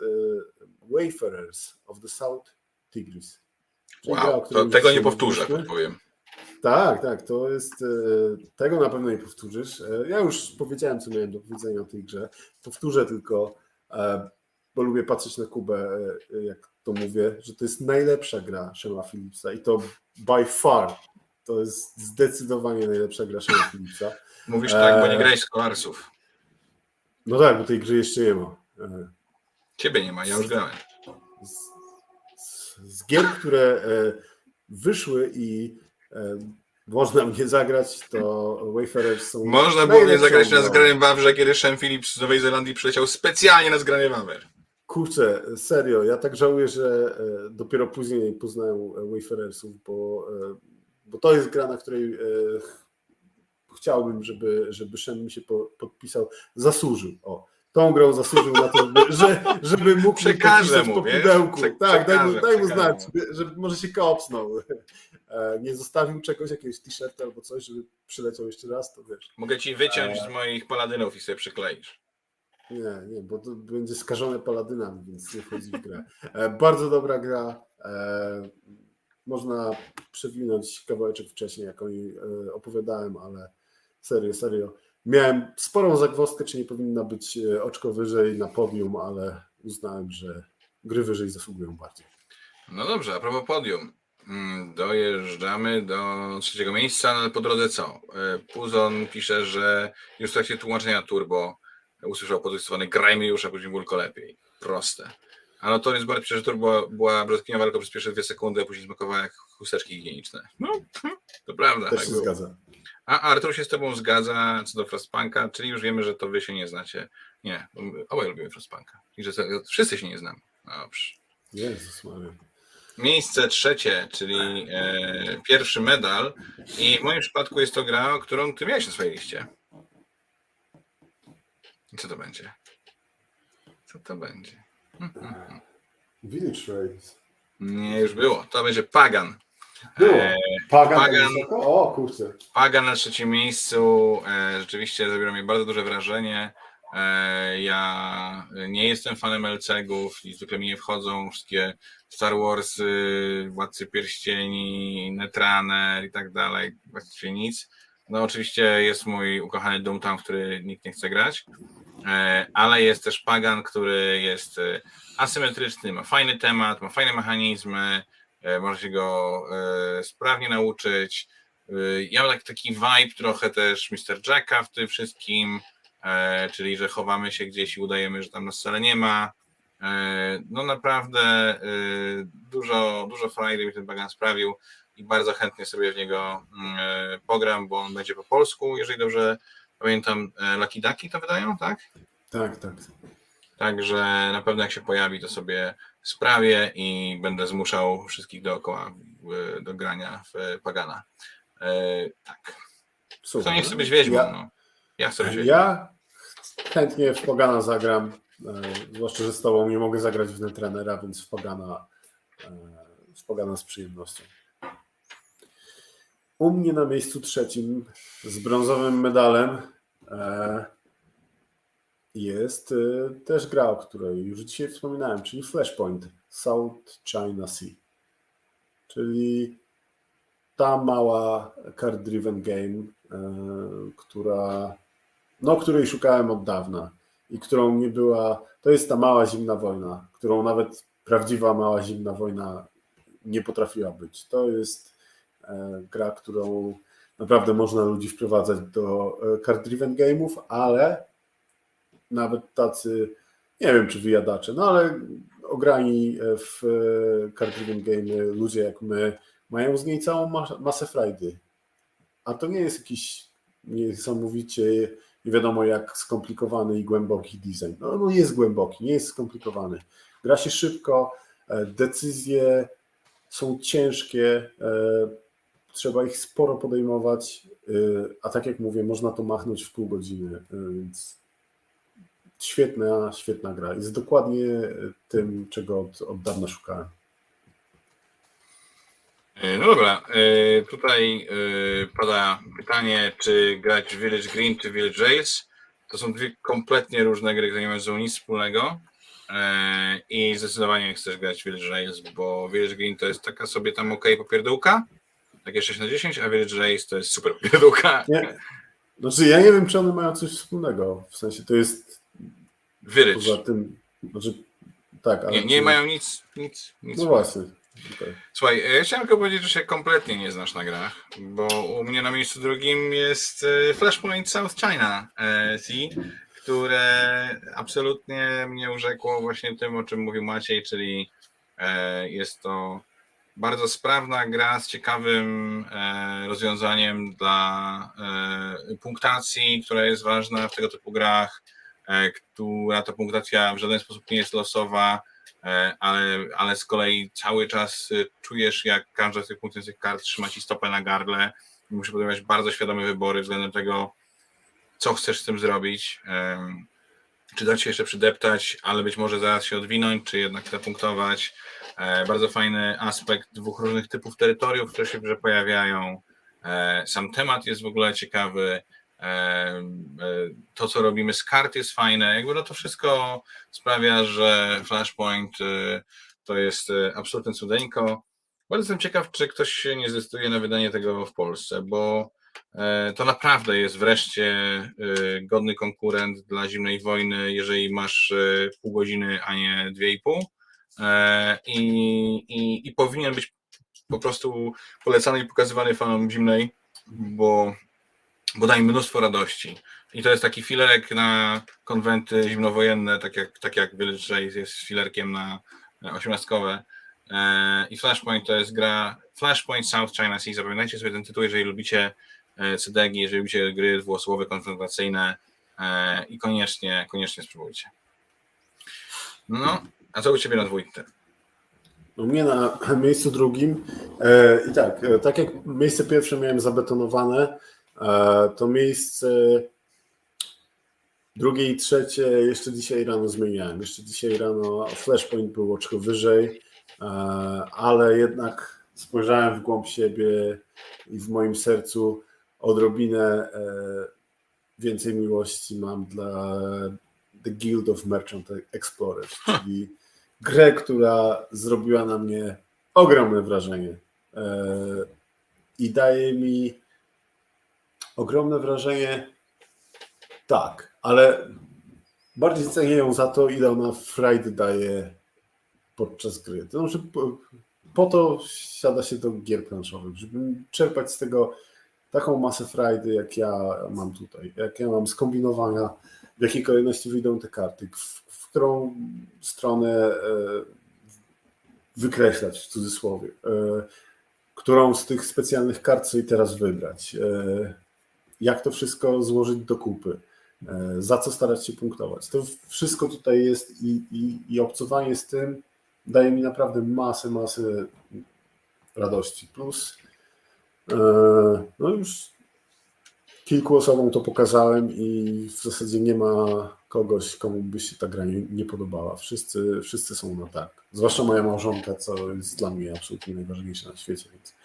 Wayfarers of the South Tigris. Wow, to tego nie powtórzę, powiem. Tak, to jest, tego na pewno nie powtórzysz. Ja już powiedziałem, co miałem do powiedzenia o tej grze. Powtórzę tylko, bo lubię patrzeć na Kubę, jak to mówię, że to jest najlepsza gra Shema Phillipsa i to by far. To jest zdecydowanie najlepsza gra Shema Phillipsa. Mówisz tak, bo nie grałeś z Kolarsów. No tak, bo tej gry jeszcze nie ma. Ciebie nie ma, ja już grałem. Z gier, które wyszły i można mnie zagrać, to Wayfarers są. Można było mnie zagrać na zgranie Wawrze, kiedy Shem Phillips z Nowej Zelandii przyleciał specjalnie na zgranie Wawr. Kurczę, serio, ja tak żałuję, że dopiero później poznałem Wayfarersów, bo to jest gra, na której chciałbym, żeby Shem mi się podpisał, zasłużył. Tą grą zasłużył na to, żeby mógł przekażę mu, po pudełku. Tak, daj mu znać, mu. żeby może się kopsnął. Nie zostawił czegoś, jakiegoś t-shirta albo coś, żeby przyleciał jeszcze raz, to wiesz. Mogę ci wyciąć z moich paladynów i sobie przykleisz. Nie, bo to będzie skażone paladynami, więc nie wchodzi w grę. Bardzo dobra gra. Można przewinąć kawałeczek wcześniej, jak o niej opowiadałem, ale serio. Miałem sporą zagwozdkę, czy nie powinna być oczko wyżej na podium, ale uznałem, że gry wyżej zasługują bardziej. No dobrze, a propos podium. Dojeżdżamy do 3. miejsca, ale po drodze co? Puzon pisze, że już w trakcie tłumaczenia Turbo usłyszał podykstowany grajmy już, a później było tylko lepiej. Proste. Ale to jest pisze, że Turbo była brzydkina walka przez pierwsze 2 sekundy, a później smakowała jak chusteczki higieniczne. No, to prawda. Też tak się było. zgadza. A Artur się z tobą zgadza co do Frostpunka, czyli już wiemy, że to wy się nie znacie. Nie, obaj lubimy Frostpunka. I że wszyscy się nie znamy. Dobrze. Jezus Maria. Miejsce 3, czyli pierwszy medal. I w moim przypadku jest to gra, którą ty miałeś na swojej liście. I co to będzie? Village Race. Nie, już było. To będzie Pagan. Było. Pagan. O kurczę. Pagan na 3. miejscu. Rzeczywiście zrobiło mi bardzo duże wrażenie. Ja nie jestem fanem LCG-ów i zwykle mi nie wchodzą wszystkie Star Wars, Władcy Pierścieni, Netrunner i tak dalej, właściwie nic. No oczywiście jest mój ukochany Doomtown, w który nikt nie chce grać, ale jest też Pagan, który jest asymetryczny, ma fajny temat, ma fajne mechanizmy, można się go sprawnie nauczyć. Ja mam taki vibe trochę też Mr. Jacka w tym wszystkim, czyli że chowamy się gdzieś i udajemy, że tam nas wcale nie ma. No naprawdę dużo frajdy mi ten Pagan sprawił i bardzo chętnie sobie w niego pogram, bo on będzie po polsku, jeżeli dobrze pamiętam. Lucky Ducky to wydają, tak? Tak. Także na pewno jak się pojawi, to sobie sprawię i będę zmuszał wszystkich dookoła do grania w Pagana. Tak. Super. Kto nie chce być wiedźmą? No. Ja chcę być wiedźmą. Ja chętnie w Pagana zagram, zwłaszcza, że z tobą nie mogę zagrać w Netrunnera, więc w Pagana z przyjemnością. U mnie na miejscu 3 z brązowym medalem jest też gra, o której już dzisiaj wspominałem, czyli Flashpoint South China Sea. Czyli ta mała card-driven game, której szukałem od dawna i którą nie była, to jest ta mała zimna wojna, którą nawet prawdziwa mała zimna wojna nie potrafiła być. To jest gra, którą naprawdę można ludzi wprowadzać do card-driven game'ów, ale nawet tacy, nie wiem czy wyjadacze, no ale ograni w card-driven game'y ludzie jak my mają z niej całą masę frajdy. A to nie jest jakiś niesamowicie nie wiadomo jak skomplikowany i głęboki design. No jest głęboki, nie jest skomplikowany. Gra się szybko, decyzje są ciężkie, trzeba ich sporo podejmować, a tak jak mówię, można to machnąć w pół godziny, więc świetna gra. Jest dokładnie tym, czego od dawna szukałem. No dobra, tutaj pada pytanie, czy grać w Village Green czy Village Rails. To są dwie kompletnie różne gry, które nie mają ze sobą nic wspólnego i zdecydowanie chcesz grać w Village Rails, bo Village Green to jest taka sobie tam popierdółka, takie 6/10, a Village Race to jest super pierdółka. Znaczy ja nie wiem, czy one mają coś wspólnego, w sensie to jest Village. Poza tym, znaczy tak, ale nie mają nic. No właśnie. Okay. Słuchaj, ja chciałem tylko powiedzieć, że się kompletnie nie znasz na grach, bo u mnie na miejscu drugim jest Flashpoint South China Sea, które absolutnie mnie urzekło właśnie tym, o czym mówił Maciej, czyli jest to bardzo sprawna gra z ciekawym rozwiązaniem dla punktacji, która jest ważna w tego typu grach, która ta punktacja w żaden sposób nie jest losowa, ale z kolei cały czas czujesz, jak każda z tych punktujących kart trzyma ci stopę na gardle i musisz podejmować bardzo świadome wybory względem tego, co chcesz z tym zrobić, czy dać się jeszcze przydeptać, ale być może zaraz się odwinąć, czy jednak zapunktować. Bardzo fajny aspekt 2 różnych typów terytoriów, które się w grze pojawiają. Sam temat jest w ogóle ciekawy. To, co robimy z kart, jest fajne. Jakby no to wszystko sprawia, że Flashpoint to jest absolutne cudeńko. Bardzo jestem ciekaw, czy ktoś się nie zdecyduje na wydanie tego w Polsce, bo to naprawdę jest wreszcie godny konkurent dla Zimnej Wojny, jeżeli masz pół godziny, a nie 2,5. I powinien być po prostu polecany i pokazywany fanom Zimnej, bo daje mnóstwo radości. I to jest taki filerek na konwenty zimnowojenne, tak jak Village Race jest filerkiem na 18-kowe. I Flashpoint to jest gra Flashpoint South China Sea. Zapamiętajcie sobie ten tytuł, jeżeli lubicie CDG, jeżeli lubicie gry dwuosobowe, konfrontacyjne i koniecznie spróbujcie. No, a co u Ciebie na dwójce? U mnie na miejscu drugim i tak jak miejsce pierwsze miałem zabetonowane, to miejsce drugie i trzecie jeszcze dzisiaj rano zmieniałem. Jeszcze dzisiaj rano Flashpoint był oczko wyżej, ale jednak spojrzałem w głąb siebie i w moim sercu odrobinę więcej miłości mam dla The Guild of Merchant Explorers, czyli grę, która zrobiła na mnie ogromne wrażenie i daje mi ogromne wrażenie, tak, ale bardziej cenię ją za to, ile ona frajdy daje podczas gry. To znaczy, po to siada się do gier planszowych, żeby czerpać z tego taką masę frajdy, jak ja mam tutaj, jak ja mam skombinowania, w jakiej kolejności wyjdą te karty, w którą stronę wykreślać w cudzysłowie, którą z tych specjalnych kart sobie teraz wybrać, jak to wszystko złożyć do kupy, za co starać się punktować. To wszystko tutaj jest i obcowanie z tym daje mi naprawdę masę radości. Plus no już kilku osobom to pokazałem i w zasadzie nie ma kogoś, komu by się ta gra nie podobała. Wszyscy są na tak. Zwłaszcza moja małżonka, co jest dla mnie absolutnie najważniejsze na świecie. Więc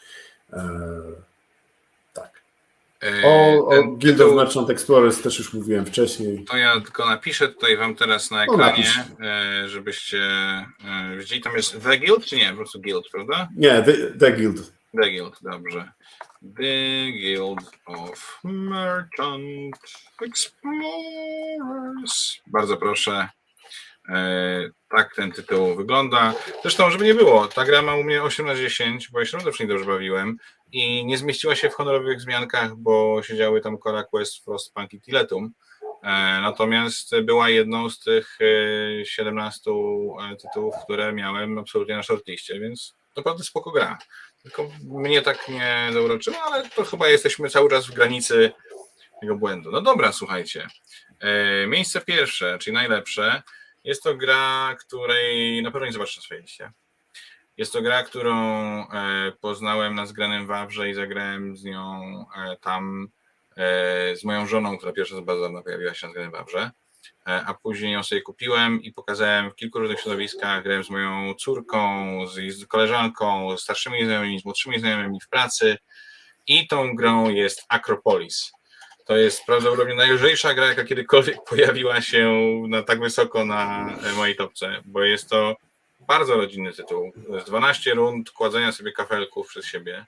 tak. O Guild of Merchant Explorers też już mówiłem wcześniej. To ja tylko napiszę tutaj wam teraz na ekranie, żebyście widzieli, tam jest The Guild, czy nie? Po prostu Guild, prawda? Nie, The Guild. The Guild, dobrze. The Guild of Merchant Explorers. Bardzo proszę. Tak ten tytuł wygląda. Zresztą, żeby nie było, ta gra ma u mnie 8/10, bo jeszcze też nie dobrze bawiłem i nie zmieściła się w honorowych wzmiankach, bo siedziały tam Cora Quest, Frostpunk i Tiletum. Natomiast była jedną z tych 17 tytułów, które miałem absolutnie na shortliście, więc naprawdę spoko gra. Tylko mnie tak nie zauroczyło, ale to chyba jesteśmy cały czas w granicy tego błędu. No dobra, słuchajcie. Miejsce pierwsze, czyli najlepsze, jest to gra, której na pewno nie zobaczysz na swojej liście. Jest to gra, którą poznałem na Zgranym Wawrze i zagrałem z nią tam z moją żoną, która pierwsza z bazarna pojawiła się na Zgranym Wawrze, a później ją sobie kupiłem i pokazałem w kilku różnych środowiskach. Grałem z moją córką, z koleżanką, z starszymi znajomymi, z młodszymi znajomymi w pracy i tą grą jest Acropolis. To jest prawdopodobnie najlżejsza gra, jaka kiedykolwiek pojawiła się tak wysoko na mojej topce, bo jest to bardzo rodzinny tytuł. To jest 12 rund kładzenia sobie kafelków przez siebie.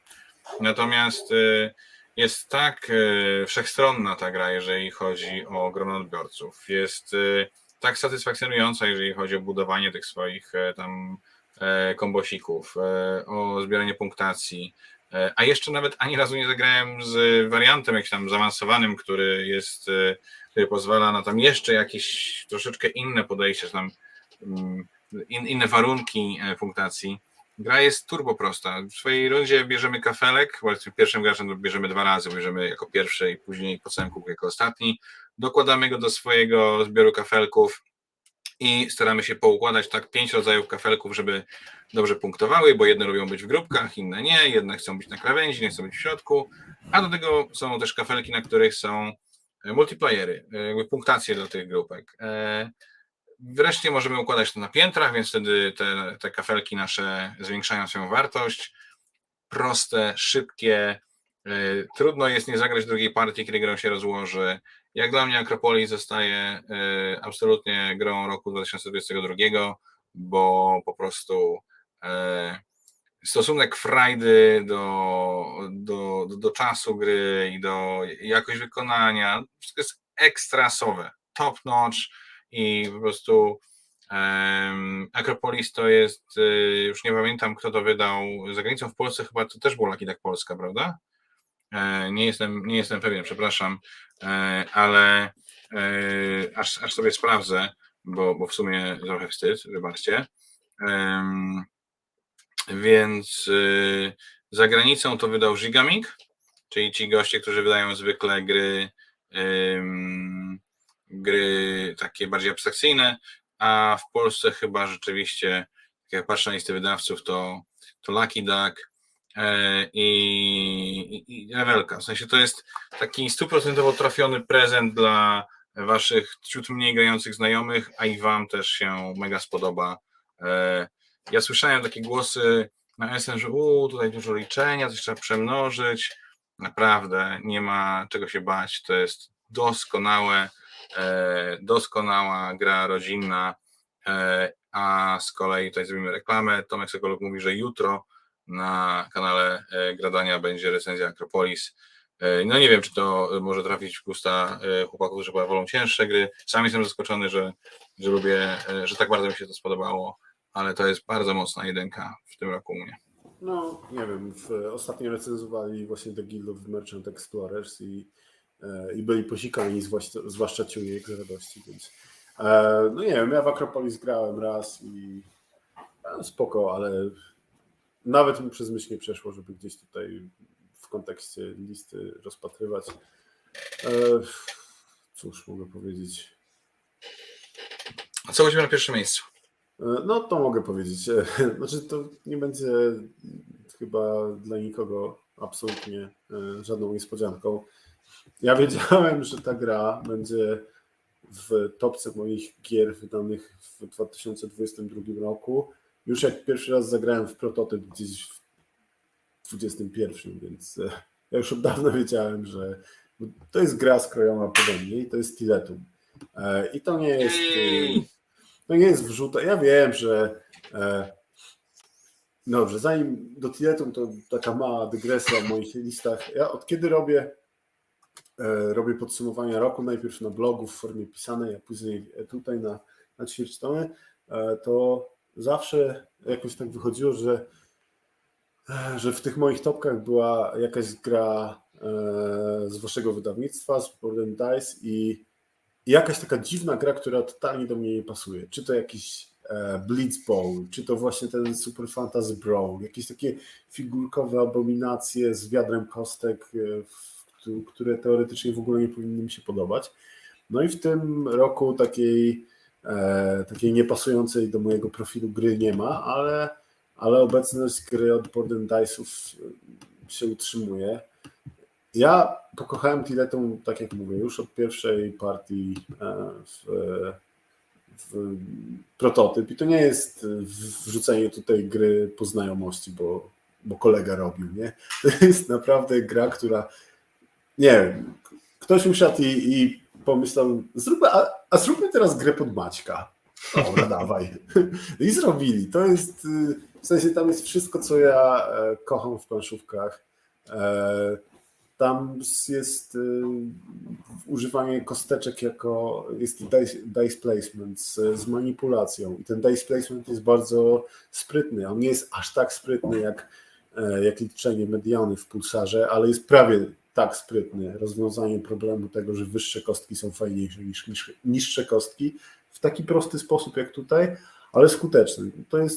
Natomiast jest tak wszechstronna ta gra, jeżeli chodzi o grono odbiorców. Jest tak satysfakcjonująca, jeżeli chodzi o budowanie tych swoich tam kombosików, o zbieranie punktacji. A jeszcze nawet ani razu nie zagrałem z wariantem jakimś tam zaawansowanym, który pozwala na tam jeszcze jakieś troszeczkę inne podejście, tam inne warunki punktacji. Gra jest turbo prosta. W swojej rundzie bierzemy kafelek, w pierwszym graczem bierzemy 2 razy, bierzemy jako pierwszy i później po całym kółku jako ostatni. Dokładamy go do swojego zbioru kafelków i staramy się poukładać tak 5 rodzajów kafelków, żeby dobrze punktowały, bo jedne lubią być w grupkach, inne nie, jedne chcą być na krawędzi, nie chcą być w środku, a do tego są też kafelki, na których są multiplayery, jakby punktacje do tych grupek. Wreszcie możemy układać to na piętrach, więc wtedy te kafelki nasze zwiększają swoją wartość. Proste, szybkie. Trudno jest nie zagrać drugiej partii, kiedy gra się rozłoży. Jak dla mnie Akropolis zostaje absolutnie grą roku 2022, bo po prostu stosunek frajdy do czasu gry i do jakość wykonania, wszystko jest ekstrasowe, top notch i po prostu Akropolis to jest, już nie pamiętam kto to wydał za granicą, w Polsce chyba to też było Lucky Duck Polska, prawda? Nie jestem pewien, przepraszam, ale aż sobie sprawdzę, bo w sumie trochę wstyd, wybaczcie. Więc za granicą to wydał Gigamig, czyli ci goście, którzy wydają zwykle gry takie bardziej abstrakcyjne, a w Polsce chyba rzeczywiście, jak patrzę na listę wydawców, to Lucky Duck i Rewelka. W sensie to jest taki 100% trafiony prezent dla waszych ciut mniej grających znajomych, a i wam też się mega spodoba. Ja słyszałem takie głosy na SN, że tutaj dużo liczenia, coś trzeba przemnożyć. Naprawdę nie ma czego się bać. To jest doskonała gra rodzinna, a z kolei tutaj zrobimy reklamę. Tomek Sokoluk mówi, że jutro na kanale Gradania będzie recenzja Akropolis. No nie wiem, czy to może trafić w gusta chłopaków, którzy wolą cięższe gry. Sam jestem zaskoczony, że lubię, że tak bardzo mi się to spodobało, ale to jest bardzo mocna jedynka w tym roku u mnie. No, nie wiem, ostatnio recenzowali właśnie The Guild of Merchant Explorers i byli posikani, zwłaszcza Ciujek z radości, więc no nie wiem, ja w Akropolis grałem raz i spoko, ale nawet mi przez myśl nie przeszło, żeby gdzieś tutaj w kontekście listy rozpatrywać. Cóż mogę powiedzieć? A co weźmiemy na pierwszym miejscu? No to mogę powiedzieć. Znaczy to nie będzie chyba dla nikogo absolutnie żadną niespodzianką. Ja wiedziałem, że ta gra będzie w topce moich gier wydanych w 2022 roku. Już jak pierwszy raz zagrałem w prototyp gdzieś w 2021, więc ja już od dawna wiedziałem, że to jest gra skrojona pode mnie i to jest Tiletum. I to nie jest wrzut. Ja wiem, że dobrze, zanim do Tiletum, to taka mała dygresja w moich listach. Ja od kiedy robię podsumowania roku, najpierw na blogu w formie pisanej, a później tutaj na ćwierćtony, to zawsze jakoś tak wychodziło, że w tych moich topkach była jakaś gra z waszego wydawnictwa, z Board & Dice i jakaś taka dziwna gra, która totalnie do mnie nie pasuje. Czy to jakiś Blitz Bowl, czy to właśnie ten Super Fantasy Brawl, jakieś takie figurkowe abominacje z wiadrem kostek, które teoretycznie w ogóle nie powinny mi się podobać. No i w tym roku takiej niepasującej do mojego profilu gry nie ma, ale obecność gry od Board & Dice'ów się utrzymuje. Ja pokochałem Tiletum, tak jak mówię, już od pierwszej partii w prototyp i to nie jest wrzucenie tutaj gry po znajomości, bo kolega robił, nie? To jest naprawdę gra, która nie wiem, ktoś usiadł i pomyślał, zróbmy teraz grę pod Maćka. Dobra, dawaj. I zrobili. To jest, w sensie tam jest wszystko, co ja kocham w planszówkach. Tam jest używanie kosteczek jest dice placement z manipulacją i ten dice placement jest bardzo sprytny. On nie jest aż tak sprytny jak liczenie mediany w pulsarze, ale jest prawie tak sprytny. Rozwiązanie problemu tego, że wyższe kostki są fajniejsze niż niższe kostki w taki prosty sposób jak tutaj, ale skuteczny.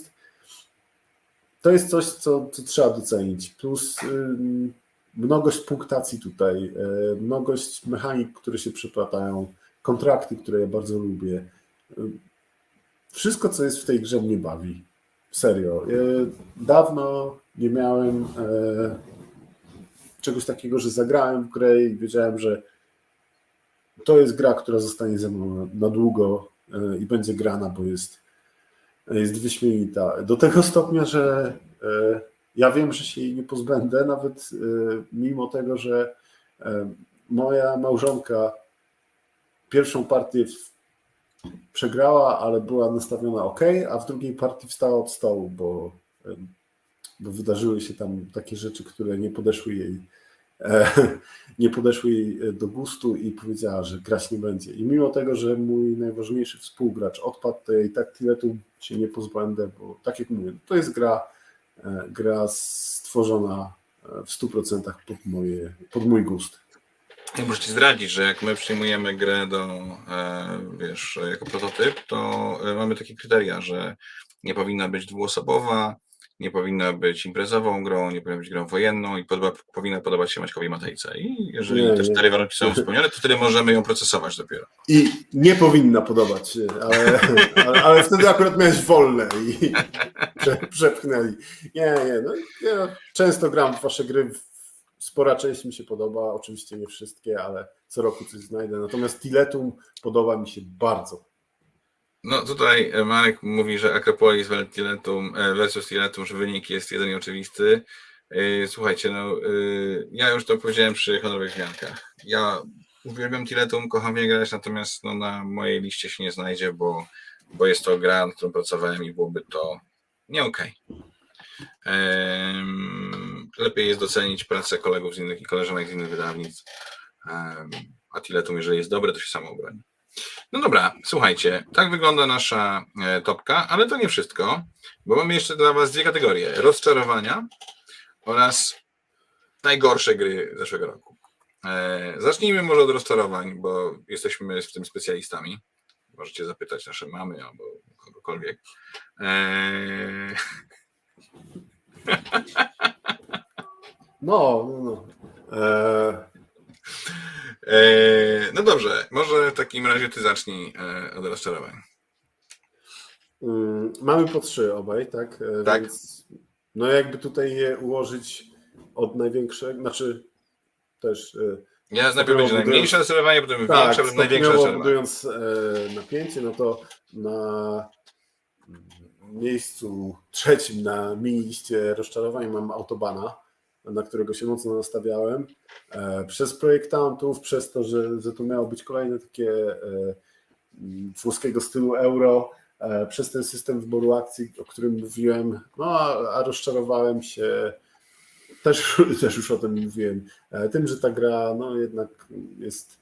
To jest coś, co trzeba docenić. Plus mnogość punktacji tutaj, mnogość mechanik, które się przeplatają, kontrakty, które ja bardzo lubię. Wszystko, co jest w tej grze, mnie bawi. Serio. Dawno nie miałem czegoś takiego, że zagrałem w grę i wiedziałem, że to jest gra, która zostanie ze mną na długo i będzie grana, bo jest wyśmienita. Do tego stopnia, że ja wiem, że się jej nie pozbędę, nawet mimo tego, że moja małżonka pierwszą partię przegrała, ale była nastawiona ok, a w drugiej partii wstała od stołu, bo wydarzyły się tam takie rzeczy, które nie podeszły jej do gustu i powiedziała, że grać nie będzie. I mimo tego, że mój najważniejszy współgracz odpadł, to ja i tak Tiletum się nie pozbędę, bo tak jak mówię, to jest gra stworzona w 100% pod mój gust. Ja muszę ci zdradzić, że jak my przyjmujemy grę jako prototyp, to mamy takie kryteria, że nie powinna być dwuosobowa, nie powinna być imprezową grą, nie powinna być grą wojenną i powinna podobać się Maćkowi Matejce. I jeżeli te 4 warunki są spełnione, to wtedy możemy ją procesować dopiero. I nie powinna podobać się, ale wtedy akurat miałeś wolne i przepchnęli. Nie, ja często gram w wasze gry, spora część mi się podoba, oczywiście nie wszystkie, ale co roku coś znajdę. Natomiast Tiletum podoba mi się bardzo. No tutaj Marek mówi, że Acropolis versus Tiletum, że wynik jest jeden i oczywisty. Słuchajcie, ja już to powiedziałem przy honorowych zmiankach. Ja uwielbiam Tiletum, kocham je grać, natomiast na mojej liście się nie znajdzie, bo jest to gra, nad którą pracowałem i byłoby to nie okej. Lepiej jest docenić pracę kolegów z innych i koleżanek z innych wydawnictw, a Tiletum, jeżeli jest dobre, to się samo obroni. No dobra, słuchajcie, tak wygląda nasza topka, ale to nie wszystko, bo mamy jeszcze dla was 2 kategorie. Rozczarowania oraz najgorsze gry zeszłego roku. Zacznijmy może od rozczarowań, bo jesteśmy w tym specjalistami. Możecie zapytać nasze mamy albo kogokolwiek. No. No dobrze, może w takim razie ty zacznij od rozczarowań. Mamy po 3 obaj, tak? Tak. Więc, jakby tutaj je ułożyć od największego, znaczy też... Ja najpierw będzie najmniejsze rozczarowanie, potem większe, potem największe rozczarowanie. Budując napięcie, no to na miejscu 3 na mini liście rozczarowań mam Autobana, na którego się mocno nastawiałem. Przez projektantów, przez to, że to miało być kolejne takie włoskiego stylu euro, przez ten system wyboru akcji, o którym mówiłem, a rozczarowałem się, też już o tym mówiłem, tym, że ta gra jednak jest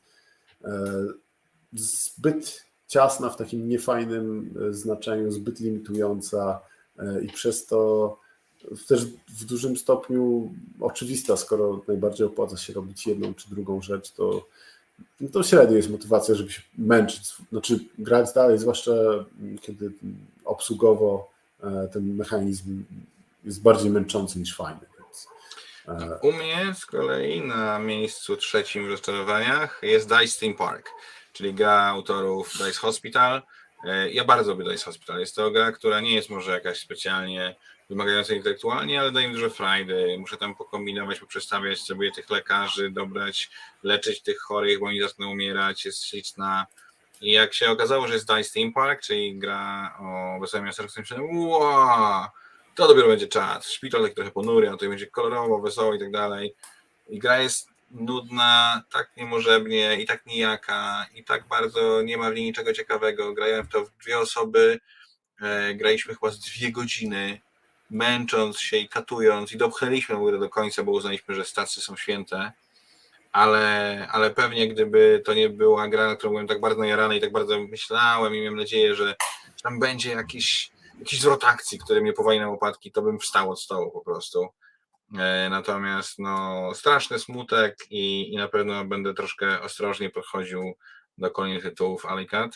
zbyt ciasna w takim niefajnym znaczeniu, zbyt limitująca i przez to też w dużym stopniu oczywista, skoro najbardziej opłaca się robić jedną czy drugą rzecz, to średnio jest motywacja, żeby się męczyć, znaczy grać dalej, zwłaszcza kiedy obsługowo ten mechanizm jest bardziej męczący niż fajny. Więc... U mnie z kolei na miejscu 3 w rozczarowaniach jest Dice Theme Park, czyli gra autorów Dice Hospital. Ja bardzo lubię Dice Hospital. Jest to gra, która nie jest może jakaś specjalnie wymagająca intelektualnie, ale daje mi dużo frajdy. Muszę tam pokombinować, poprzestawiać sobie tych lekarzy, dobrać, leczyć tych chorych, bo oni zaczną umierać, jest śliczna. I jak się okazało, że jest Dice Theme Park, czyli gra o wesołym miasteczku, to wow, to dopiero będzie czas. Szpital taki trochę ponury, a to będzie kolorowo, wesoło i tak dalej. I gra jest nudna, tak niemożebnie i tak nijaka i tak bardzo nie ma w niej niczego ciekawego. Grałem w to w 2 osoby, graliśmy chyba z 2 godziny. męcząc się i katując i dopchnęliśmy grę do końca, bo uznaliśmy, że stacje są święte, ale pewnie gdyby to nie była gra, na którą byłem tak bardzo najarany i tak bardzo myślałem i miałem nadzieję, że tam będzie jakiś zwrot akcji, który mnie powali na łopatki, to bym wstał od stołu po prostu. Natomiast straszny smutek i na pewno będę troszkę ostrożnie podchodził do kolejnych tytułów Alicat.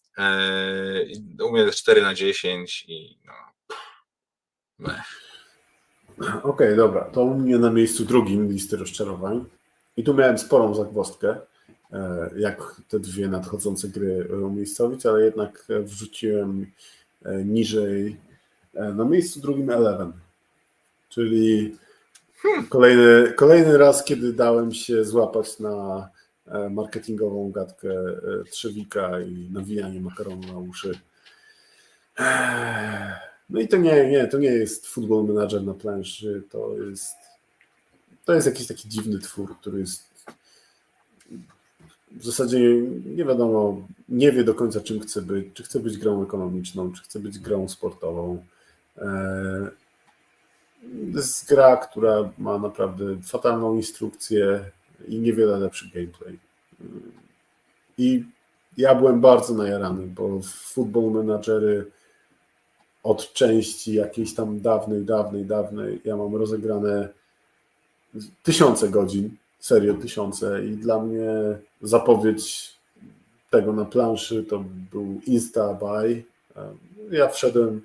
U mnie jest 4/10 i Okej, dobra, to u mnie na miejscu drugim listy rozczarowań. I tu miałem sporą zagwozdkę, jak te dwie nadchodzące gry umiejscowić, ale jednak wrzuciłem niżej na miejscu drugim Eleven. Czyli kolejny raz, kiedy dałem się złapać na marketingową gadkę Trzewika i nawijanie makaronu na uszy. No i to nie jest Football Manager na planszy, to jest jakiś taki dziwny twór, który jest w zasadzie nie wiadomo, nie wie do końca czym chce być, czy chce być grą ekonomiczną, czy chce być grą sportową. To jest gra, która ma naprawdę fatalną instrukcję i niewiele lepszy gameplay. I ja byłem bardzo najarany, bo Football Managery od części jakiejś tam dawnej, ja mam rozegrane tysiące godzin, serio tysiące i dla mnie zapowiedź tego na planszy to był insta-buy. Ja wszedłem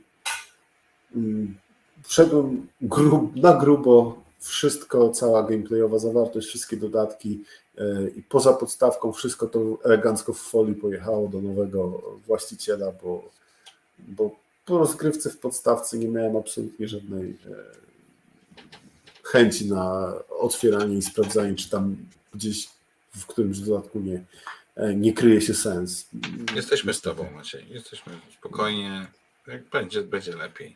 na grubo, wszystko, cała gameplayowa zawartość, wszystkie dodatki i poza podstawką wszystko to elegancko w folii pojechało do nowego właściciela, bo po rozgrywce w podstawce nie miałem absolutnie żadnej chęci na otwieranie i sprawdzanie, czy tam gdzieś w którymś dodatku nie kryje się sens. Jesteśmy z tobą, Maciej. Jesteśmy spokojnie. Jak będzie lepiej.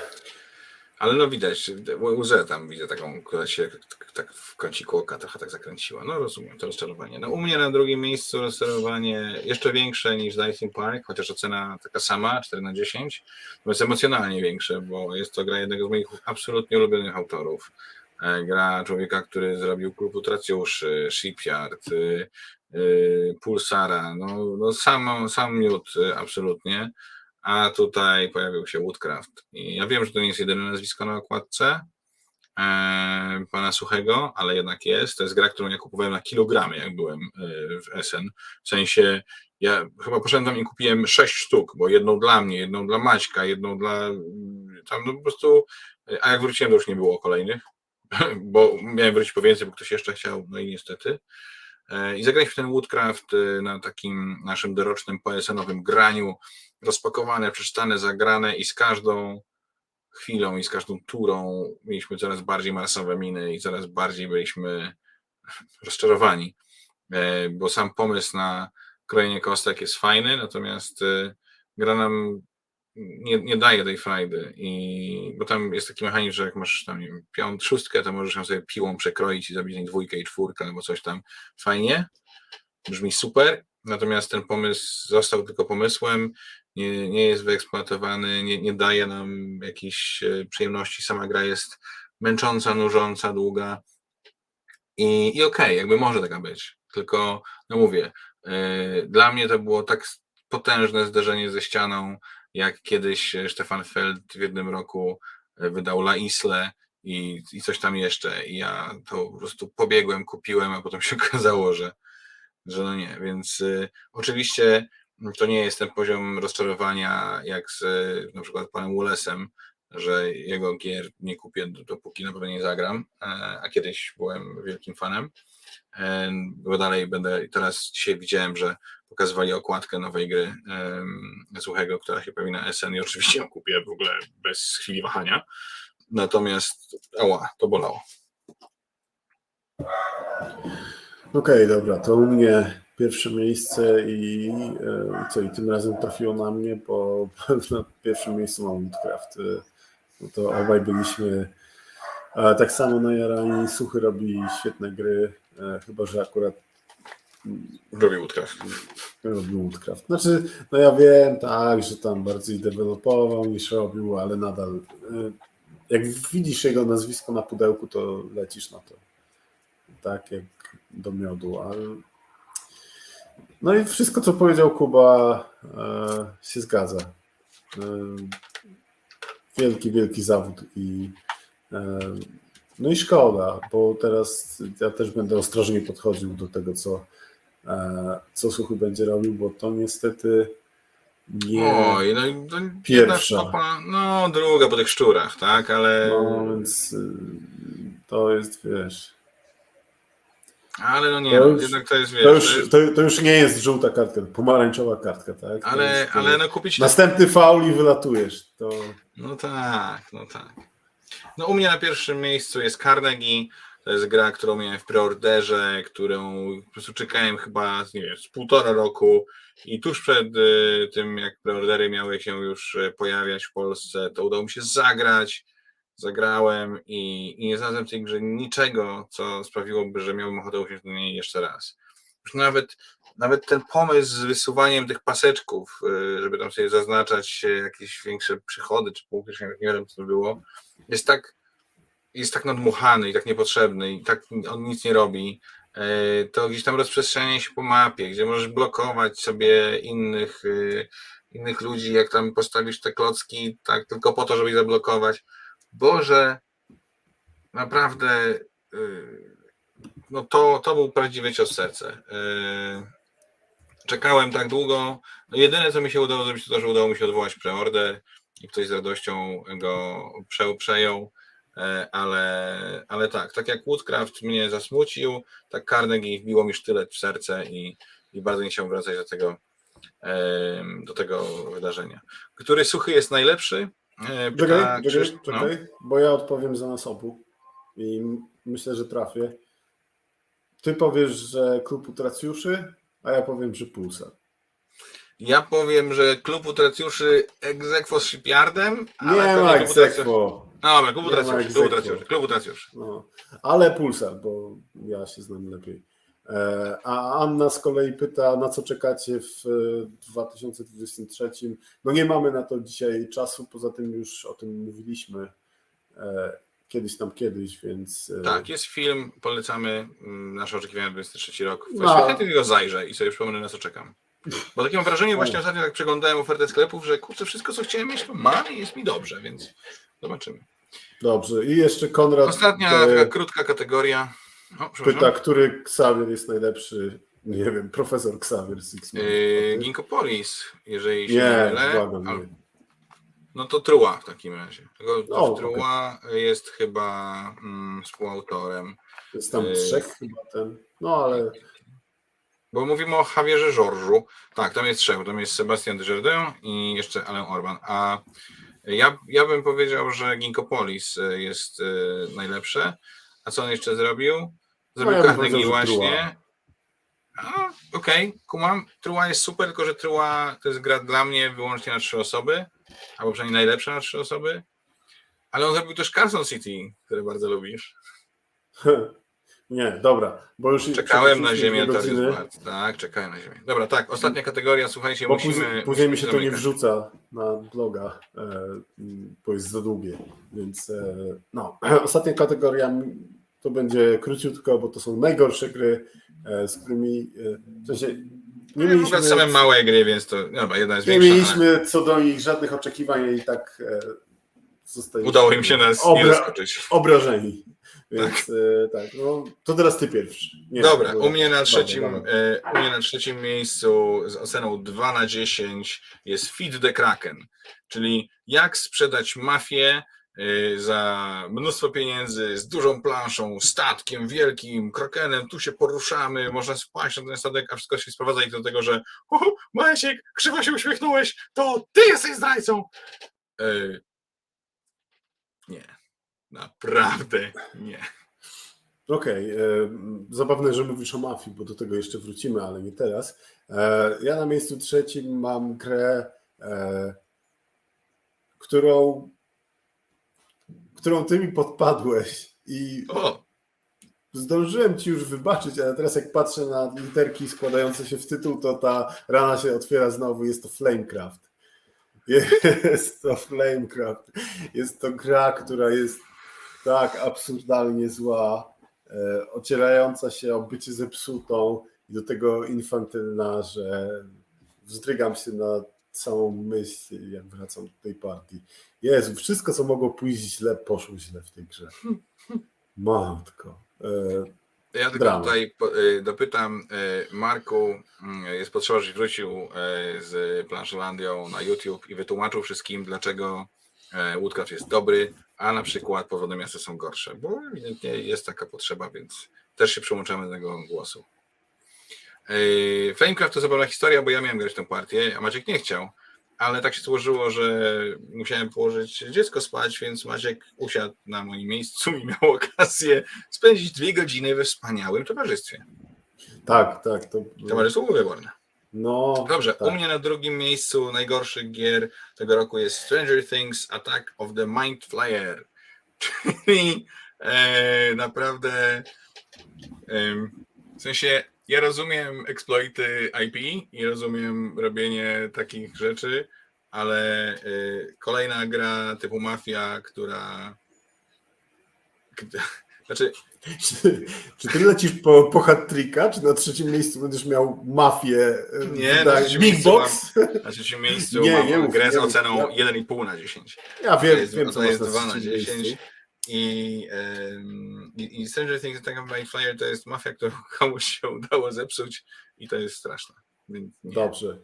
Ale widać, łzę tam widzę taką, która się tak w kąciku oka trochę tak zakręciła. Rozumiem to rozczarowanie. U mnie na drugim miejscu rozczarowanie jeszcze większe niż Dicing Park, chociaż ocena taka sama, 4/10. Natomiast emocjonalnie większe, bo jest to gra jednego z moich absolutnie ulubionych autorów. Gra człowieka, który zrobił Klub Utracjuszy, Shipyard, Pulsara, sam miód absolutnie. A tutaj pojawił się Woodcraft. I ja wiem, że to nie jest jedyne nazwisko na okładce pana Suchego, ale jednak jest. To jest gra, którą ja kupowałem na kilogramy, jak byłem w Essen. W sensie, ja chyba poszedłem tam i kupiłem 6 sztuk, bo jedną dla mnie, jedną dla Maćka, jedną dla tam po prostu, a jak wróciłem, to już nie było kolejnych, bo miałem wrócić po więcej, bo ktoś jeszcze chciał, i niestety. I zagraliśmy ten Woodcraft na takim naszym dorocznym PSN-owym graniu, rozpakowane, przeczytane, zagrane i z każdą chwilą i z każdą turą mieliśmy coraz bardziej marsowe miny i coraz bardziej byliśmy rozczarowani, bo sam pomysł na krojenie kostek jest fajny, natomiast gra nam nie daje tej frajdy, bo tam jest taki mechanizm, że jak masz tam 5, 6, to możesz ją sobie piłą przekroić i zrobić 2 i 4 albo coś tam. Fajnie, brzmi super, natomiast ten pomysł został tylko pomysłem, nie jest wyeksploatowany, nie daje nam jakiejś przyjemności, sama gra jest męcząca, nużąca, długa i okej, jakby może taka być, tylko mówię, dla mnie to było tak potężne zderzenie ze ścianą, jak kiedyś Stefan Feld w jednym roku wydał La Isle i coś tam jeszcze i ja to po prostu pobiegłem, kupiłem, a potem się okazało, że nie, więc oczywiście to nie jest ten poziom rozczarowania jak z na przykład panem Wallace'em, że jego gier nie kupię, dopóki na pewno nie zagram, a kiedyś byłem wielkim fanem, bo dalej będę, teraz dzisiaj widziałem, że pokazywali okładkę nowej gry Suchego, która się pojawi na SN i oczywiście ją kupię w ogóle bez chwili wahania, natomiast to bolało. Okej, dobra, to u mnie pierwsze miejsce i tym razem trafiło na mnie, bo na pierwszym miejscu mam Woodcraft. To obaj byliśmy tak samo najarani. Suchy robi świetne gry, chyba że akurat robi Woodcraft. Znaczy, ja wiem, tak, że tam bardziej dewelopował niż robił, ale nadal jak widzisz jego nazwisko na pudełku, to lecisz na to. Tak jak do miodu. No i wszystko, co powiedział Kuba, się zgadza. Wielki, wielki zawód no i szkoda, bo teraz ja też będę ostrożnie podchodził do tego, co Suchy będzie robił, bo to niestety nie pierwsza. Stopa, no druga po tych szczurach, tak, ale... No więc to jest, wiesz... Ale no nie, jednak to jest, wiesz... To już nie jest żółta kartka, pomarańczowa kartka, tak? Ale no kupić... Następny faul i wylatujesz. To... No tak. No u mnie na pierwszym miejscu jest Carnegie. To jest gra, którą miałem w preorderze, którą po prostu czekałem chyba, nie wiem, z 1,5 roku i tuż przed tym, jak preordery miały się już pojawiać w Polsce, to udało mi się zagrać. Zagrałem i nie znalazłem w tej grze niczego, co sprawiłoby, że miałbym ochotę usiąść do niej jeszcze raz. Już nawet ten pomysł z wysuwaniem tych paseczków, żeby tam sobie zaznaczać jakieś większe przychody czy punkty, nie wiem co to było, jest tak nadmuchany i tak niepotrzebny i tak on nic nie robi. To gdzieś tam rozprzestrzenia się po mapie, gdzie możesz blokować sobie innych ludzi, jak tam postawisz te klocki tak tylko po to, żeby ich zablokować. Boże, naprawdę no to był prawdziwy cios w serce. Czekałem tak długo. No jedyne, co mi się udało zrobić, to że udało mi się odwołać preorder i ktoś z radością go przejął. Ale tak jak Woodcraft mnie zasmucił, tak Carnegie wbiło mi sztylet w serce i bardzo nie chciałem wracać do tego wydarzenia. Który Suchy jest najlepszy? Czekaj, bo ja odpowiem za nas obu i myślę, że trafię. Ty powiesz, że Klub Utracjuszy, a ja powiem, że Pulsar. Ja powiem, że Klub Utracjuszy ex aequo z Shipyardem, ale nie ma ex aequo. Dobra, Klub Utracjuszy. No, ale Pulsar, bo ja się znam lepiej. A Anna z kolei pyta, na co czekacie w 2023. No nie mamy na to dzisiaj czasu, poza tym już o tym mówiliśmy kiedyś, więc... Tak, jest film, polecamy, nasze oczekiwania na 23 rok. Właściwie chętnie go zajrzę i sobie przypomnę, na co czekam. Bo takie mam wrażenie, właśnie ostatnio tak przeglądałem ofertę sklepów, że kurczę, wszystko co chciałem mieć to mam i jest mi dobrze, więc zobaczymy. Dobrze, i jeszcze Konrad... Ostatnia taka krótka kategoria. Pyta, który Xavier jest najlepszy, nie wiem, profesor Xavier Sixman. Ginkopolis, jeżeli się nie mylę. Nie. No to Trua w takim razie. Trua jest chyba współautorem. Jest tam 3 chyba ten, no ale... Bo mówimy o Javierze Georges'u. Tak, tam jest 3, tam jest Sebastian Desjardins i jeszcze Alain Orban. A ja bym powiedział, że Ginkopolis jest najlepsze. A co on jeszcze zrobił? Zrobił Carnegie właśnie. Okej, kumam. Trua jest super, tylko że Trua to jest gra dla mnie wyłącznie na 3 osoby, albo przynajmniej najlepsza na 3 osoby. Ale on zrobił też Carson City, które bardzo lubisz. Nie, dobra, bo już czekałem na ziemię. Tak, czekałem na ziemię. Dobra, tak, ostatnia kategoria, słuchajcie, bo później mi się to nie wrzuca na bloga, bo jest za długie, więc no, ostatnia kategoria to będzie króciutko, bo to są najgorsze gry, z którymi w sensie nie mieliśmy same małe gry, więc to jedna jest nie większa. Nie mieliśmy co do nich żadnych oczekiwań i tak zostaliśmy. Udało im się nas nie zaskoczyć. Obrażeni. Więc tak, no, to teraz ty pierwszy. Dobra, u mnie na trzecim miejscu z oceną 2/10 jest Feed the Kraken, czyli jak sprzedać mafię za mnóstwo pieniędzy, z dużą planszą, statkiem wielkim, krakenem, tu się poruszamy, można spaść na ten statek, a wszystko się sprowadza do tego, że Maciek, krzywo się uśmiechnąłeś, to ty jesteś zdrajcą. Nie. Naprawdę nie. Okej, zabawne, że mówisz o mafii, bo do tego jeszcze wrócimy, ale nie teraz. Ja na miejscu trzecim mam grę, którą ty mi podpadłeś i zdążyłem ci już wybaczyć, ale teraz jak patrzę na literki składające się w tytuł, to ta rana się otwiera znowu, jest to Flamecraft. Jest to Flamecraft. Jest to gra, która jest tak absurdalnie zła, ocierająca się o bycie zepsutą i do tego infantylna, że wzdrygam się na całą myśl, jak wracam do tej partii. Jezu, wszystko, co mogło pójść źle, poszło źle w tej grze. Matko. Ja tylko tutaj dopytam, Marku, jest potrzeba, żebyś wrócił z Planszlandią na YouTube i wytłumaczył wszystkim, dlaczego Woodcraft jest dobry, a na przykład Podwodne Miasta są gorsze, bo ewidentnie jest taka potrzeba, więc też się przyłączamy do tego głosu. Flamecraft to zabawna historia, bo ja miałem grać tę partię, a Maciek nie chciał, ale tak się złożyło, że musiałem położyć dziecko spać, więc Maciek usiadł na moim miejscu i miał okazję spędzić 2 godziny we wspaniałym towarzystwie. Tak. Towarzystwo było wyborne. No, dobrze, tak. U mnie na drugim miejscu najgorszych gier tego roku jest Stranger Things Attack of the Mind Flayer. Czyli naprawdę w sensie ja rozumiem exploity IP i rozumiem robienie takich rzeczy, ale kolejna gra typu Mafia, która... Znaczy... Czy ty lecisz po hat-tricka, czy na trzecim miejscu będziesz miał Mafię? Nie, na trzecim Big miejscu Box? Na trzecim miejscu mam grę z oceną 1,5 na 10. Ja wiem, to jest 2 na 10. I Stranger Things Attack on My Flyer to jest mafia, którą komuś się udało zepsuć i to jest straszne. Dobrze.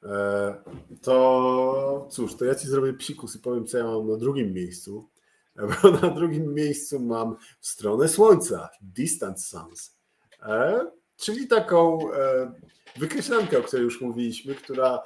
To cóż, to ja ci zrobię psikus i powiem, co ja mam na drugim miejscu. Bo na drugim miejscu mam W stronę słońca, Distant Suns, czyli taką wykreślankę, o której już mówiliśmy, która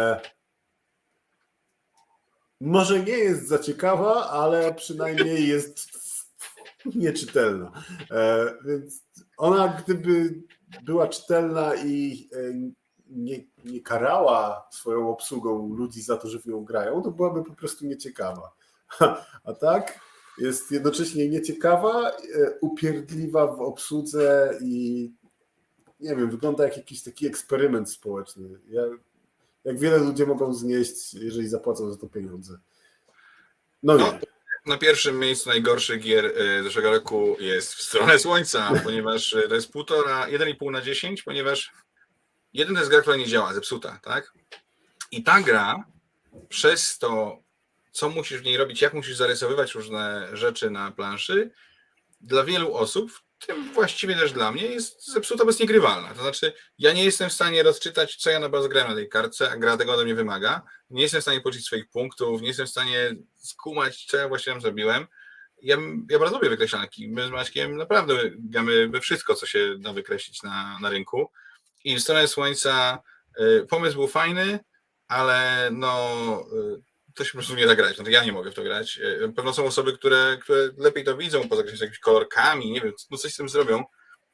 może nie jest za ciekawa, ale przynajmniej jest nieczytelna. Więc ona, gdyby była czytelna i nie karała swoją obsługą ludzi za to, że w nią grają, to byłaby po prostu nieciekawa. A tak jest jednocześnie nieciekawa, upierdliwa w obsłudze i nie wiem, wygląda jak jakiś taki eksperyment społeczny. Jak wiele ludzie mogą znieść, jeżeli zapłacą za to pieniądze. No nie. Na pierwszym miejscu najgorszych gier zeszłego roku jest W stronę słońca, ponieważ to jest 1,5 na 10, ponieważ jeden to jest gra, która nie działa, zepsuta, tak? I ta gra przez to, co musisz w niej robić, jak musisz zarysowywać różne rzeczy na planszy, dla wielu osób, w tym właściwie też dla mnie, jest zepsuta, bez niegrywalna. To znaczy, ja nie jestem w stanie rozczytać, co ja na bazę grałem na tej kartce, a gra tego ode mnie wymaga. Nie jestem w stanie policzyć swoich punktów, nie jestem w stanie skumać, co ja właśnie tam zrobiłem. Ja bardzo lubię wykreślanki. My z Maćkiem naprawdę gramy we wszystko, co się da wykreślić na rynku. I W stronę słońca pomysł był fajny, ale to się po prostu nie da grać. Ja nie mogę w to grać. Pewno są osoby, które lepiej to widzą, poza jakimiś kolorkami, nie wiem, coś z tym zrobią,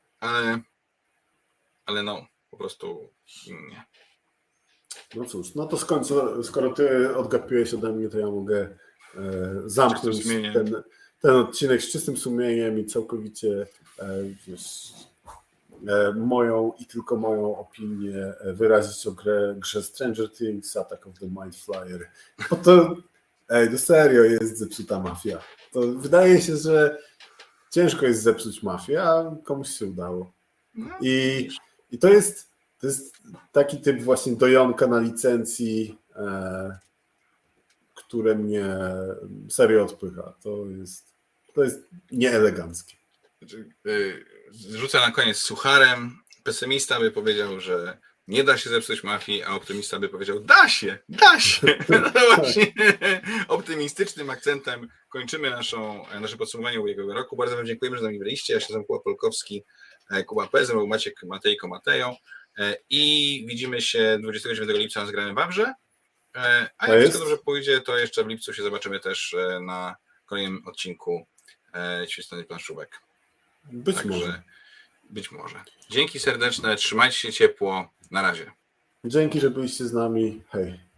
ale po prostu nie. No cóż, no to skoro ty odgapiłeś ode mnie, to ja mogę zamknąć ten odcinek z czystym sumieniem i całkowicie moją i tylko moją opinię wyrazić o grze Stranger Things, Attack of the Mind Flyer. Bo to, to serio jest zepsuta mafia. To wydaje się, że ciężko jest zepsuć mafię, a komuś się udało. I to jest taki typ właśnie dojonka na licencji, które mnie serio odpycha. To jest nieeleganckie. Rzucę na koniec sucharem. Pesymista by powiedział, że nie da się zepsuć mafii, a optymista by powiedział, da się. No właśnie optymistycznym akcentem kończymy nasze podsumowanie ubiegłego roku. Bardzo wam dziękujemy, że z nami byliście. Ja się nazywam Kuba Polkowski, Kuba P, ze mną Maciek Matejko i widzimy się 29 lipca na Zgranym Wawrze. A jak wszystko dobrze pójdzie, to jeszcze w lipcu się zobaczymy też na kolejnym odcinku Świetnych Planszówek. Być może. Dzięki serdeczne, trzymajcie się ciepło. Na razie. Dzięki, że byliście z nami. Hej.